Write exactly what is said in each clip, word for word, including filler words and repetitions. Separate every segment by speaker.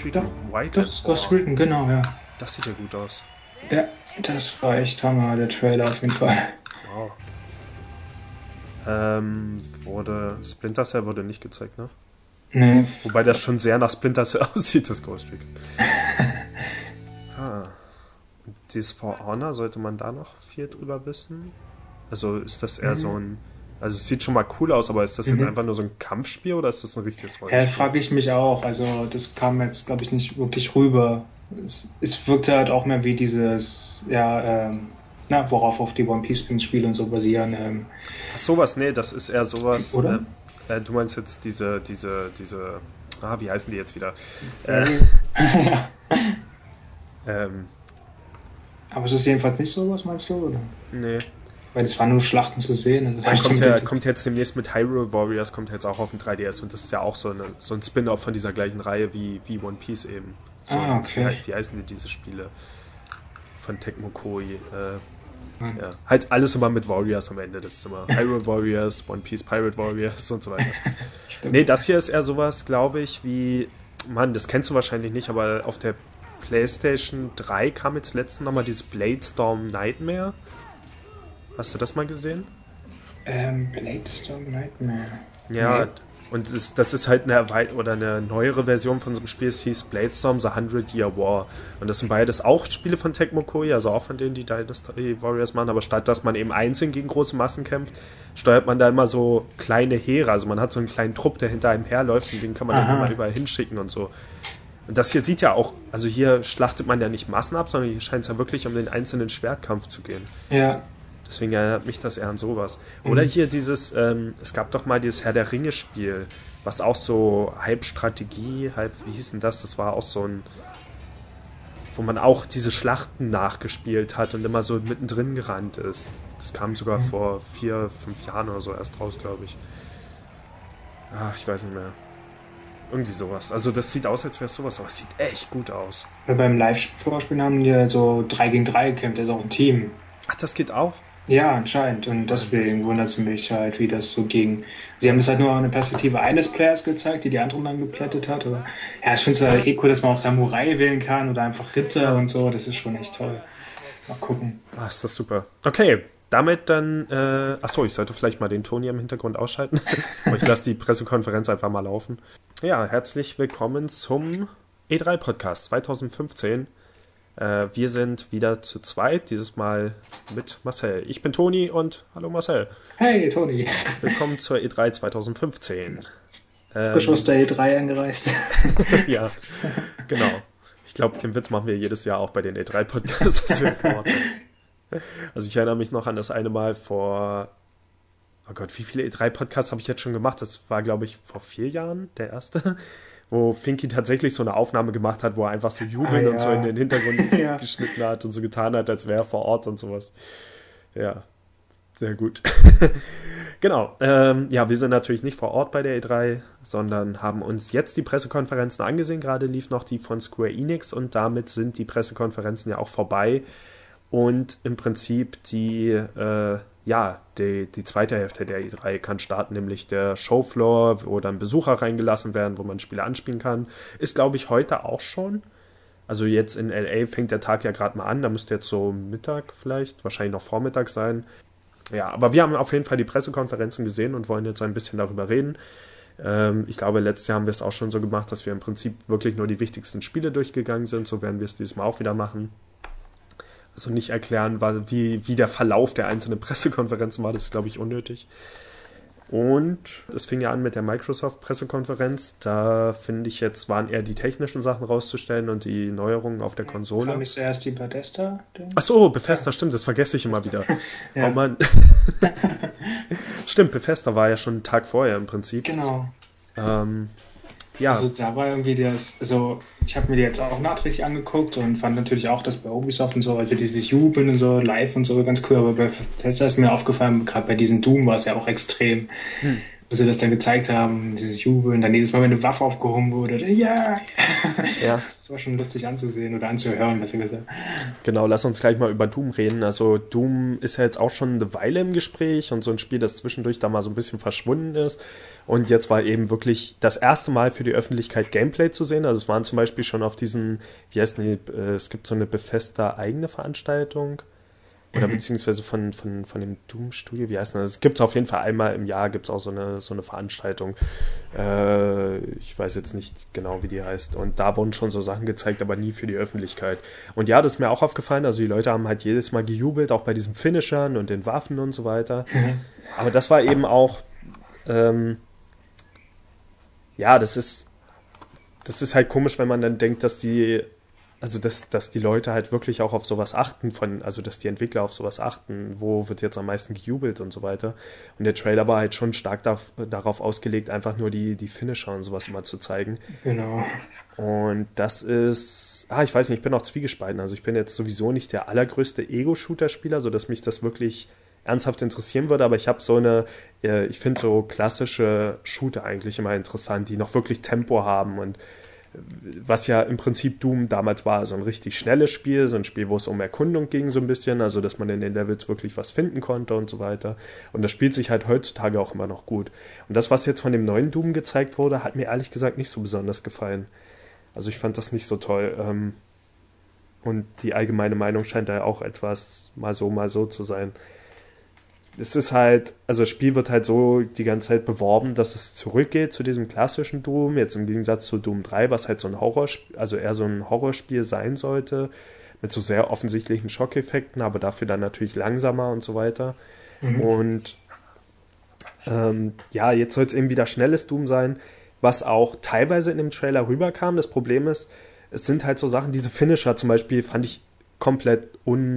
Speaker 1: Recon?
Speaker 2: Da,
Speaker 1: White
Speaker 2: das ist Ghost Recon, genau, ja.
Speaker 1: Das sieht ja gut aus.
Speaker 2: Ja, das war echt Hammer, der Trailer auf jeden Fall.
Speaker 1: Wow. Ähm, wurde... Splinter Cell wurde nicht gezeigt, ne?
Speaker 2: Nee.
Speaker 1: Wobei das schon sehr nach Splinter Cell aussieht, das Ghost Recon. ah. Und dieses For Honor, sollte man da noch viel drüber wissen? Also ist das eher mhm. so ein... Also es sieht schon mal cool aus, aber ist das jetzt mhm. einfach nur so ein Kampfspiel oder ist das ein richtiges
Speaker 2: Rollenspiel? Ja, frage ich mich auch. Also das kam jetzt, glaube ich, nicht wirklich rüber. Es, es wirkte halt auch mehr wie dieses, ja, ähm, na, worauf auf die One Piece Spiele und so basieren. Ähm.
Speaker 1: Ach, sowas, nee, das ist eher sowas...
Speaker 2: Oder?
Speaker 1: Äh, äh, du meinst jetzt diese, diese, diese... Ah, wie heißen die jetzt wieder? Äh,
Speaker 2: ja.
Speaker 1: ähm,
Speaker 2: aber es ist jedenfalls nicht sowas, meinst du, oder?
Speaker 1: Nee.
Speaker 2: Weil das waren nur Schlachten zu sehen. Also
Speaker 1: kommt, ja, kommt jetzt demnächst mit Hyrule Warriors, kommt jetzt auch auf den drei D S und das ist ja auch so, eine, so ein Spin-off von dieser gleichen Reihe wie, wie One Piece eben. So,
Speaker 2: ah, okay.
Speaker 1: Wie, wie heißen die diese Spiele? Von Tecmo Koei. Äh, ja. Halt alles immer mit Warriors am Ende. Das ist immer Hyrule Warriors, One Piece Pirate Warriors und so weiter. Nee, das hier ist eher sowas, glaube ich, wie... Mann, das kennst du wahrscheinlich nicht, aber auf der PlayStation drei kam jetzt letztens nochmal dieses Bladestorm Nightmare. Hast du das mal gesehen?
Speaker 2: Ähm, Bladestorm Nightmare.
Speaker 1: Ja, nee. Und das, das ist halt eine Erweit- oder eine neuere Version von so einem Spiel, es hieß Bladestorm The Hundred Year War. Und das sind beides auch Spiele von Tecmo Koei, also auch von denen, die Dynasty Warriors machen, aber statt dass man eben einzeln gegen große Massen kämpft, steuert man da immer so kleine Heere. Also man hat so einen kleinen Trupp, der hinter einem herläuft und den kann man Aha. dann immer überall hinschicken und so. Und das hier sieht ja auch, also hier schlachtet man ja nicht Massen ab, sondern hier scheint es ja wirklich um den einzelnen Schwertkampf zu gehen.
Speaker 2: Ja.
Speaker 1: Deswegen erinnert mich das eher an sowas. Oder mhm. hier dieses, ähm, es gab doch mal dieses Herr der Ringe-Spiel, was auch so halb Strategie, halb, wie hieß denn das? Das war auch so ein, wo man auch diese Schlachten nachgespielt hat und immer so mittendrin gerannt ist. Das kam sogar mhm. vor vier, fünf Jahren oder so erst raus, glaube ich. Ach, ich weiß nicht mehr. Irgendwie sowas. Also das sieht aus, als wäre es sowas, aber es sieht echt gut aus.
Speaker 2: Ja, beim Live-Vorspiel haben die so drei gegen drei gekämpft, das ist auch ein Team.
Speaker 1: Ach, das geht auch?
Speaker 2: Ja, anscheinend. Und deswegen wundert es mich halt, wie das so ging. Sie haben es halt nur aus einer Perspektive eines Players gezeigt, die die anderen dann geplättet hat. Aber ja, ich finde es halt eh cool, dass man auch Samurai wählen kann oder einfach Ritter und so. Das ist schon echt toll. Mal gucken.
Speaker 1: Ah, ist das super. Okay, damit dann... Äh, achso, ich sollte vielleicht mal den Toni im Hintergrund ausschalten. Aber ich lasse die Pressekonferenz einfach mal laufen. Ja, herzlich willkommen zum E drei Podcast zwanzig fünfzehn. Äh, wir sind wieder zu zweit, dieses Mal mit Marcel. Ich bin Toni und hallo Marcel.
Speaker 2: Hey Toni.
Speaker 1: Willkommen zur E drei zwanzig fünfzehn.
Speaker 2: Ähm, Frisch aus der E drei angereist.
Speaker 1: Ja, genau. Ich glaube, den Witz machen wir jedes Jahr auch bei den E drei Podcasts, dass wir vor Ort sind. Also ich erinnere mich noch an das eine Mal vor, oh Gott, wie viele E drei Podcasts habe ich jetzt schon gemacht? Das war, glaube ich, vor vier Jahren der erste, wo Finky tatsächlich so eine Aufnahme gemacht hat, wo er einfach so jubeln ah, ja. und so in den Hintergrund ja. geschnitten hat und so getan hat, als wäre er vor Ort und sowas. Ja, sehr gut. Genau. Ähm, ja, wir sind natürlich nicht vor Ort bei der E drei, sondern haben uns jetzt die Pressekonferenzen angesehen. Gerade lief noch die von Square Enix und damit sind die Pressekonferenzen ja auch vorbei. Und im Prinzip die, äh, ja, die, die zweite Hälfte der E drei kann starten, nämlich der Showfloor, wo dann Besucher reingelassen werden, wo man Spiele anspielen kann. Ist, glaube ich, heute auch schon. Also jetzt in L A fängt der Tag ja gerade mal an, da müsste jetzt so Mittag vielleicht, wahrscheinlich noch Vormittag sein. Ja, aber wir haben auf jeden Fall die Pressekonferenzen gesehen und wollen jetzt ein bisschen darüber reden. Ähm, ich glaube, letztes Jahr haben wir es auch schon so gemacht, dass wir im Prinzip wirklich nur die wichtigsten Spiele durchgegangen sind. So werden wir es dieses Mal auch wieder machen. Also nicht erklären, wie, wie der Verlauf der einzelnen Pressekonferenzen war, das ist, glaube ich, unnötig. Und es fing ja an mit der Microsoft-Pressekonferenz. Da finde ich jetzt, waren eher die technischen Sachen rauszustellen und die Neuerungen auf der Konsole.
Speaker 2: Kam nicht zuerst die Bethesda?
Speaker 1: Ach so, Bethesda, ja. Stimmt, das vergesse ich immer wieder. Ja. Oh Mann. Stimmt, Bethesda war ja schon einen Tag vorher im Prinzip.
Speaker 2: Genau.
Speaker 1: Ähm, ja.
Speaker 2: Also da war irgendwie das, also ich habe mir die jetzt auch nachträglich angeguckt und fand natürlich auch das bei Ubisoft und so, also dieses Jubeln und so, live und so, ganz cool, aber bei Bethesda ist mir aufgefallen, gerade bei diesem Doom war es ja auch extrem. Hm. wo sie das dann gezeigt haben, dieses Jubeln, dann jedes Mal, wenn eine Waffe aufgehoben wurde, ja, ja. Das war schon lustig anzusehen oder anzuhören, besser gesagt.
Speaker 1: Genau, lass uns gleich mal über Doom reden. Also Doom ist ja jetzt auch schon eine Weile im Gespräch und so ein Spiel, das zwischendurch da mal so ein bisschen verschwunden ist. Und jetzt war eben wirklich das erste Mal für die Öffentlichkeit Gameplay zu sehen. Also es waren zum Beispiel schon auf diesen, wie heißt die, äh, es gibt so eine Bethesda eigene Veranstaltung. Oder beziehungsweise von, von, von dem Doom-Studio, wie heißt das? Es gibt auf jeden Fall einmal im Jahr gibt's auch so eine, so eine Veranstaltung. Äh, ich weiß jetzt nicht genau, wie die heißt. Und da wurden schon so Sachen gezeigt, aber nie für die Öffentlichkeit. Und ja, das ist mir auch aufgefallen. Also die Leute haben halt jedes Mal gejubelt, auch bei diesen Finishern und den Waffen und so weiter. Mhm. Aber das war eben auch, ähm, ja, das ist, das ist halt komisch, wenn man dann denkt, dass die Also, dass, dass die Leute halt wirklich auch auf sowas achten, von, also dass die Entwickler auf sowas achten, wo wird jetzt am meisten gejubelt und so weiter. Und der Trailer war halt schon stark da, darauf ausgelegt, einfach nur die, die Finisher und sowas immer zu zeigen.
Speaker 2: Genau.
Speaker 1: Und das ist, ah, ich weiß nicht, ich bin auch zwiegespalten. Also ich bin jetzt sowieso nicht der allergrößte Ego-Shooter-Spieler, sodass mich das wirklich ernsthaft interessieren würde, aber ich habe so eine, äh, ich finde so klassische Shooter eigentlich immer interessant, die noch wirklich Tempo haben und was ja im Prinzip Doom damals war, so ein richtig schnelles Spiel, so ein Spiel, wo es um Erkundung ging so ein bisschen, also dass man in den Levels wirklich was finden konnte und so weiter. Und das spielt sich halt heutzutage auch immer noch gut. Und das, was jetzt von dem neuen Doom gezeigt wurde, hat mir ehrlich gesagt nicht so besonders gefallen. Also ich fand das nicht so toll. Und die allgemeine Meinung scheint da auch etwas mal so, mal so zu sein. Es ist halt, also das Spiel wird halt so die ganze Zeit beworben, dass es zurückgeht zu diesem klassischen Doom, jetzt im Gegensatz zu Doom drei, was halt so ein Horrorspiel, also eher so ein Horrorspiel sein sollte, mit so sehr offensichtlichen Schockeffekten, aber dafür dann natürlich langsamer und so weiter. Mhm. Und ähm, ja, jetzt soll es eben wieder schnelles Doom sein, was auch teilweise in dem Trailer rüberkam. Das Problem ist, es sind halt so Sachen, diese Finisher zum Beispiel fand ich komplett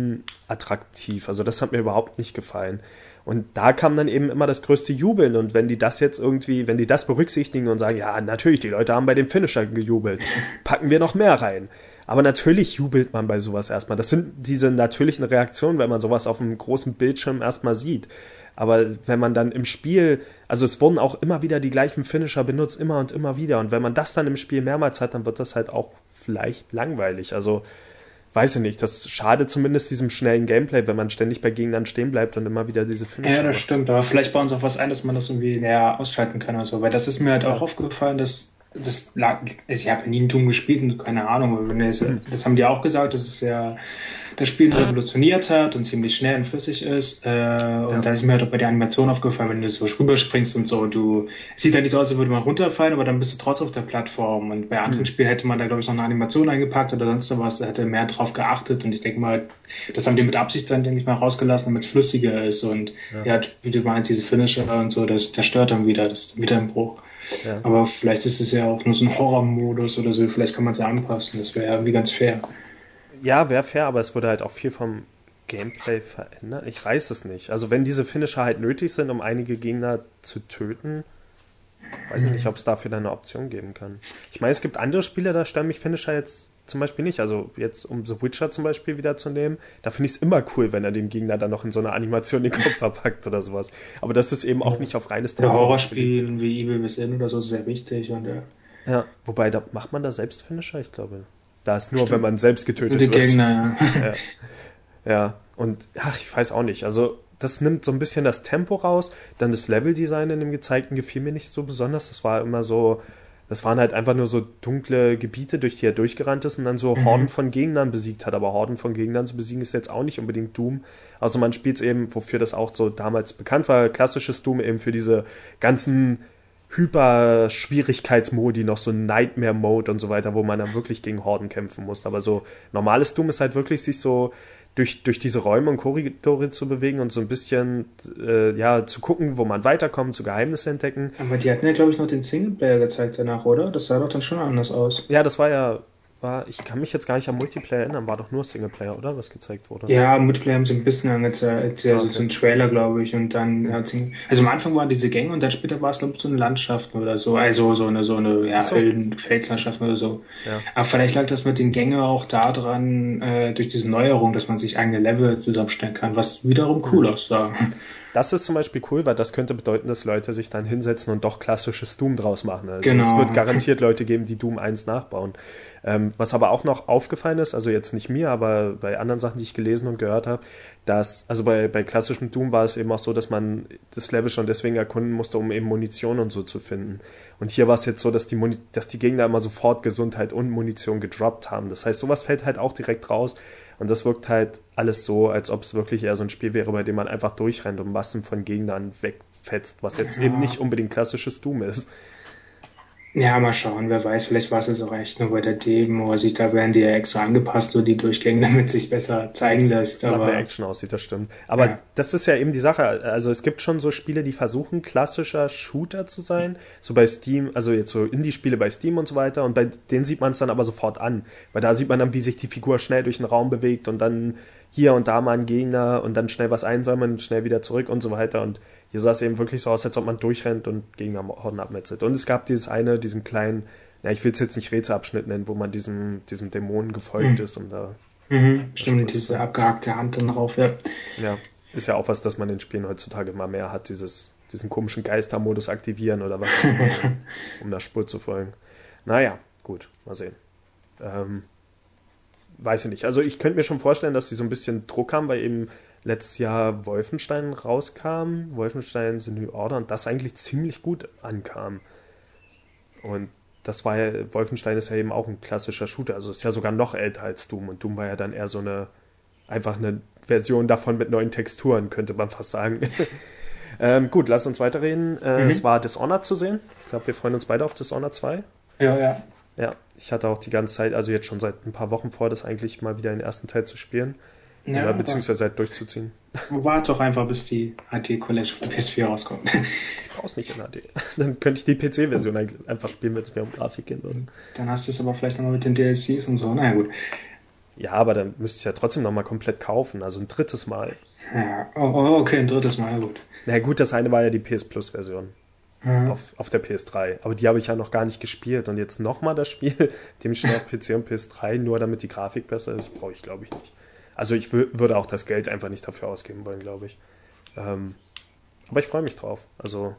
Speaker 1: unattraktiv. Also das hat mir überhaupt nicht gefallen. Und da kam dann eben immer das größte Jubeln. Und wenn die das jetzt irgendwie, wenn die das berücksichtigen und sagen, ja, natürlich, die Leute haben bei dem Finisher gejubelt, packen wir noch mehr rein. Aber natürlich jubelt man bei sowas erstmal. Das sind diese natürlichen Reaktionen, wenn man sowas auf einem großen Bildschirm erstmal sieht. Aber wenn man dann im Spiel, also es wurden auch immer wieder die gleichen Finisher benutzt, immer und immer wieder. Und wenn man das dann im Spiel mehrmals hat, dann wird das halt auch vielleicht langweilig. Also weiß ich nicht, das schadet zumindest diesem schnellen Gameplay, wenn man ständig bei Gegnern stehen bleibt und immer wieder diese Finisher
Speaker 2: Ja, das
Speaker 1: macht.
Speaker 2: Stimmt, aber vielleicht bauen sie auch was ein, dass man das irgendwie näher ausschalten kann oder so, weil das ist mir halt auch aufgefallen, dass das lag, ich habe nie einen Doom gespielt und keine Ahnung, aber das, das haben die auch gesagt, dass es ja das Spiel revolutioniert hat und ziemlich schnell und flüssig ist. Äh, ja. Und da ist mir halt auch bei der Animation aufgefallen, wenn du so rüberspringst und so, du es sieht halt nicht so aus, als würde man runterfallen, aber dann bist du trotzdem auf der Plattform. Und bei anderen mhm. Spielen hätte man da, glaube ich, noch eine Animation eingepackt oder sonst was, da hätte mehr drauf geachtet. Und ich denke mal, das haben die mit Absicht dann, denke ich mal, rausgelassen, damit es flüssiger ist. Und ja, ja wie du meinst, diese Finisher und so, das, das stört dann wieder, das ist wieder ein Bruch. Ja. Aber vielleicht ist es ja auch nur so ein Horror-Modus oder so, vielleicht kann man es ja anpassen, das wäre ja irgendwie ganz fair.
Speaker 1: Ja, wäre fair, aber es würde halt auch viel vom Gameplay verändern. Ich weiß es nicht. Also wenn diese Finisher halt nötig sind, um einige Gegner zu töten, weiß ich nicht, ob es dafür dann eine Option geben kann. Ich meine, es gibt andere Spiele, da stören mich Finisher jetzt zum Beispiel nicht. Also jetzt, um The Witcher zum Beispiel wieder zu nehmen, da finde ich es immer cool, wenn er dem Gegner dann noch in so einer Animation den Kopf verpackt oder sowas. Aber das ist eben auch nicht auf reines
Speaker 2: Tempo. Ja, Horrorspielen wie Evil Within oder so ist sehr wichtig. Und ja.
Speaker 1: ja, wobei, da macht man da selbst Finisher, ich glaube. Da ist nur, Stimmt. wenn man selbst getötet
Speaker 2: die
Speaker 1: wird.
Speaker 2: Gegner, ja.
Speaker 1: ja. Ja, und ach, ich weiß auch nicht. Also das nimmt so ein bisschen das Tempo raus. Dann das Leveldesign in dem gezeigten gefiel mir nicht so besonders. Das war immer so, das waren halt einfach nur so dunkle Gebiete, durch die er durchgerannt ist und dann so mhm. Horden von Gegnern besiegt hat. Aber Horden von Gegnern zu besiegen ist jetzt auch nicht unbedingt Doom. Also man spielt es eben, wofür das auch so damals bekannt war, klassisches Doom eben für diese ganzen Hyper-Schwierigkeitsmodi, noch so Nightmare-Mode und so weiter, wo man dann wirklich gegen Horden kämpfen muss. Aber so normales Doom ist halt wirklich, sich so durch, durch diese Räume und Korridore zu bewegen und so ein bisschen äh, ja zu gucken, wo man weiterkommt, zu Geheimnisse entdecken.
Speaker 2: Aber die hatten ja, glaube ich, noch den Singleplayer gezeigt danach, oder? Das sah doch dann schon anders aus.
Speaker 1: Ja, das war ja War, ich kann mich jetzt gar nicht am Multiplayer erinnern, war doch nur Singleplayer, oder? Was gezeigt wurde.
Speaker 2: Ja, Multiplayer haben sie ein bisschen angezeigt, also okay. so ein Trailer, glaube ich, und dann hat sie, also am Anfang waren diese Gänge und dann später war es, glaube ich, so eine Landschaft oder so, also so eine, so eine, ja, so. Felslandschaft oder so. Ja. Aber vielleicht lag das mit den Gängen auch daran, äh, durch diese Neuerung, dass man sich eigene Level zusammenstellen kann, was wiederum cool mhm. aussah.
Speaker 1: Das ist zum Beispiel cool, weil das könnte bedeuten, dass Leute sich dann hinsetzen und doch klassisches Doom draus machen. Also
Speaker 2: Genau.
Speaker 1: es wird garantiert Leute geben, die Doom eins nachbauen. Ähm, was aber auch noch aufgefallen ist, also jetzt nicht mir, aber bei anderen Sachen, die ich gelesen und gehört habe, dass, also bei, bei klassischem Doom war es eben auch so, dass man das Level schon deswegen erkunden musste, um eben Munition und so zu finden. Und hier war es jetzt so, dass die, Muni- dass die Gegner immer sofort Gesundheit und Munition gedroppt haben. Das heißt, sowas fällt halt auch direkt raus. Und das wirkt halt alles so, als ob es wirklich eher so ein Spiel wäre, bei dem man einfach durchrennt und Massen von Gegnern wegfetzt, was jetzt ja. eben nicht unbedingt klassisches Doom ist.
Speaker 2: Ja, mal schauen, wer weiß, vielleicht war es jetzt auch echt nur bei der Demo, also da werden die ja extra angepasst, so die Durchgänge, damit sich besser zeigen lässt.
Speaker 1: Aber mehr Action aussieht, das stimmt. Aber ja. das ist ja eben die Sache, also es gibt schon so Spiele, die versuchen, klassischer Shooter zu sein, so bei Steam, also jetzt so Indie-Spiele bei Steam und so weiter, und bei denen sieht man es dann aber sofort an, weil da sieht man dann, wie sich die Figur schnell durch den Raum bewegt und dann hier und da mal ein Gegner und dann schnell was einsammeln, schnell wieder zurück und so weiter. Und hier sah es eben wirklich so aus, als ob man durchrennt und Gegnerhorden abmetzelt. Und es gab dieses eine, diesen kleinen, ja, ich will es jetzt nicht Rätselabschnitt nennen, wo man diesem, diesem Dämonen gefolgt mhm. ist. Und da
Speaker 2: mhm, stimmt, diese abgehackte Hand dann drauf, ja.
Speaker 1: Ja, ist ja auch was, das man in Spielen heutzutage immer mehr hat, dieses, diesen komischen Geistermodus aktivieren oder was auch immer, um der Spur zu folgen. Naja, gut, mal sehen. Ähm, weiß ich nicht. Also ich könnte mir schon vorstellen, dass die so ein bisschen Druck haben, weil eben letztes Jahr Wolfenstein rauskam, Wolfenstein The New Order, und das eigentlich ziemlich gut ankam. Und das war ja, Wolfenstein ist ja eben auch ein klassischer Shooter, also ist ja sogar noch älter als Doom, und Doom war ja dann eher so eine, einfach eine Version davon mit neuen Texturen, könnte man fast sagen. ähm, gut, lass uns weiterreden. Äh, mhm. Es war Dishonored zu sehen. Ich glaube, wir freuen uns beide auf Dishonored zwei.
Speaker 2: Ja, ja.
Speaker 1: Ja, ich hatte auch die ganze Zeit, also jetzt schon seit ein paar Wochen vor, das eigentlich mal wieder den ersten Teil zu spielen. Ja, oder beziehungsweise halt durchzuziehen.
Speaker 2: Warte doch einfach, bis die H D Collection für P S vier rauskommt.
Speaker 1: Ich brauch's nicht in H D. Dann könnte ich die P C-Version einfach spielen, wenn es mir um Grafik gehen würde.
Speaker 2: Dann hast du es aber vielleicht nochmal mit den D L Cs und so. Na ja, gut.
Speaker 1: Ja, aber dann müsste ich es ja trotzdem nochmal komplett kaufen, also ein drittes Mal.
Speaker 2: Ja, oh, okay, ein drittes Mal, ja gut.
Speaker 1: Na ja, gut, das eine war ja die P S Plus-Version. Mhm. Auf, auf der P S drei. Aber die habe ich ja noch gar nicht gespielt. Und jetzt nochmal das Spiel, dem ich schon auf P C und P S drei, nur damit die Grafik besser ist, brauche ich, glaube ich, nicht. Also ich w- würde auch das Geld einfach nicht dafür ausgeben wollen, glaube ich. Ähm, aber ich freue mich drauf. Also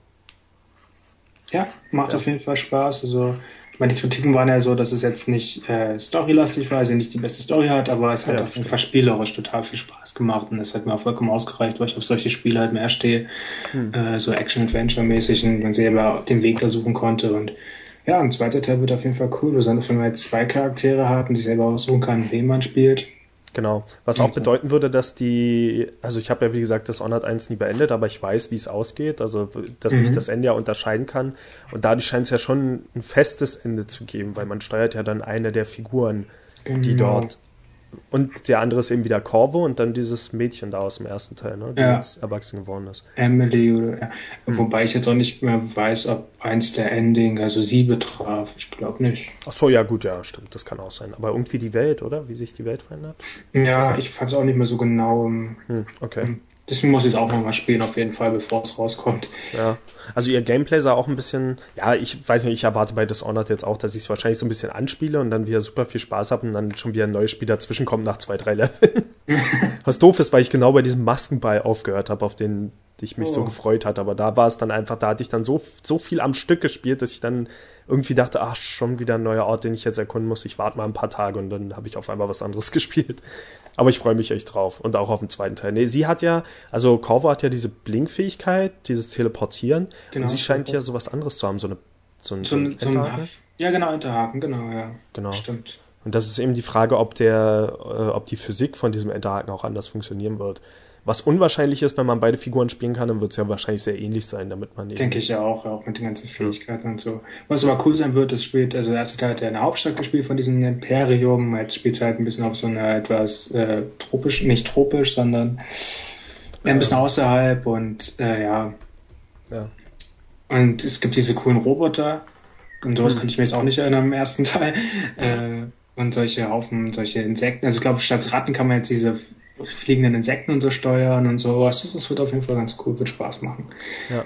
Speaker 2: ja, macht
Speaker 1: ja.
Speaker 2: auf jeden Fall Spaß. Also ich meine, die Kritiken waren ja so, dass es jetzt nicht äh, storylastig war, also nicht die beste Story hat, aber es hat ja, auf jeden Fall spielerisch total viel Spaß gemacht, und das hat mir auch vollkommen ausgereicht, weil ich auf solche Spiele halt mehr stehe, hm. äh, so Action-Adventure-mäßig, und man selber den Weg da suchen konnte. Und ja, ein zweiter Teil wird auf jeden Fall cool, besonders wenn man jetzt zwei Charaktere hat und sich selber aussuchen kann, wen man spielt.
Speaker 1: Genau, was auch bedeuten würde, dass die, also ich habe ja wie gesagt das Dishonored eins nie beendet, aber ich weiß, wie es ausgeht, also dass mhm. ich das Ende ja unterscheiden kann, und dadurch scheint es ja schon ein festes Ende zu geben, weil man steuert ja dann eine der Figuren, genau. die dort, und der andere ist eben wieder Corvo und dann dieses Mädchen da aus dem ersten Teil, ne, die
Speaker 2: ja.
Speaker 1: jetzt erwachsen geworden ist.
Speaker 2: Emily, oder, ja. hm. Wobei ich jetzt auch nicht mehr weiß, ob eins der Ending, also sie betraf, ich glaube nicht.
Speaker 1: Ach so, ja gut, ja, stimmt, das kann auch sein, aber irgendwie die Welt, oder? Wie sich die Welt verändert?
Speaker 2: Ja, ich fand es auch nicht mehr so genau. Hm,
Speaker 1: okay.
Speaker 2: Hm. Deswegen muss ich es auch nochmal spielen, auf jeden Fall, bevor es rauskommt.
Speaker 1: Ja, also ihr Gameplay sah auch ein bisschen, ja, ich weiß nicht, ich erwarte bei Dishonored jetzt auch, dass ich es wahrscheinlich so ein bisschen anspiele und dann wieder super viel Spaß habe und dann schon wieder ein neues Spiel dazwischen kommt nach zwei, drei Leveln. Was doof ist, weil ich genau bei diesem Maskenball aufgehört habe, auf den ich mich oh. so gefreut hatte, aber da war es dann einfach, da hatte ich dann so, so viel am Stück gespielt, dass ich dann irgendwie dachte, ach, schon wieder ein neuer Ort, den ich jetzt erkunden muss, ich warte mal ein paar Tage, und dann habe ich auf einmal was anderes gespielt. Aber ich freue mich echt drauf, und auch auf den zweiten Teil. Nee, sie hat ja, also Corvo hat ja diese Blinkfähigkeit, dieses Teleportieren, genau, und sie scheint ja sowas anderes zu haben, so eine so ein, so ein
Speaker 2: so Enterhaken. Ja, genau, Enterhaken, genau, ja.
Speaker 1: Genau.
Speaker 2: Stimmt.
Speaker 1: Und das ist eben die Frage, ob der, äh, ob die Physik von diesem Enterhaken auch anders funktionieren wird. Was unwahrscheinlich ist, wenn man beide Figuren spielen kann, dann wird es ja wahrscheinlich sehr ähnlich sein, damit man eben...
Speaker 2: Denke ich ja auch, auch mit den ganzen Fähigkeiten ja. und so. Was aber cool sein wird, das spielt, also der erste Teil hat ja in der Hauptstadt gespielt von diesem Imperium, jetzt spielt es halt ein bisschen auf so einer etwas äh, tropisch, nicht tropisch, sondern ja, ein bisschen ähm. außerhalb, und äh, ja.
Speaker 1: ja.
Speaker 2: Und es gibt diese coolen Roboter, und sowas mhm. könnte ich mir jetzt auch nicht erinnern im ersten Teil. Äh, und solche Haufen, solche Insekten, also ich glaube, statt Ratten kann man jetzt diese fliegenden Insekten und so steuern und sowas. Das, das wird auf jeden Fall ganz cool, wird Spaß machen.
Speaker 1: Ja.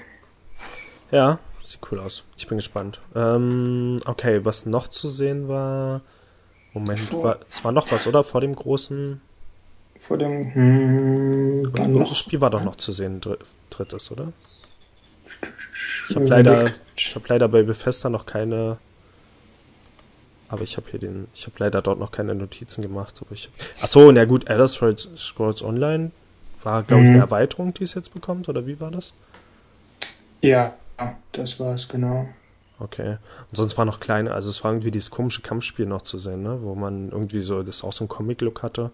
Speaker 1: Ja, sieht cool aus. Ich bin gespannt. Ähm, okay, was noch zu sehen war... Moment, war, es war noch was, oder? Vor dem großen...
Speaker 2: vor dem, hm, dann
Speaker 1: noch.
Speaker 2: noch.
Speaker 1: Das Spiel war doch noch zu sehen, dr- drittes, oder? Ich habe leider, ich habe leider bei Bethesda noch keine, aber ich habe hier den, ich habe leider dort noch keine Notizen gemacht. Aber ich, ach so, na gut, Elder Scrolls Online war, glaube ich, eine
Speaker 2: Mhm.
Speaker 1: Erweiterung, die es jetzt bekommt, oder wie war das?
Speaker 2: Ja, das war's, genau.
Speaker 1: Okay. Und sonst war noch kleine, also es war irgendwie dieses komische Kampfspiel noch zu sehen, ne? Wo man irgendwie so, das auch so ein Comic-Look hatte.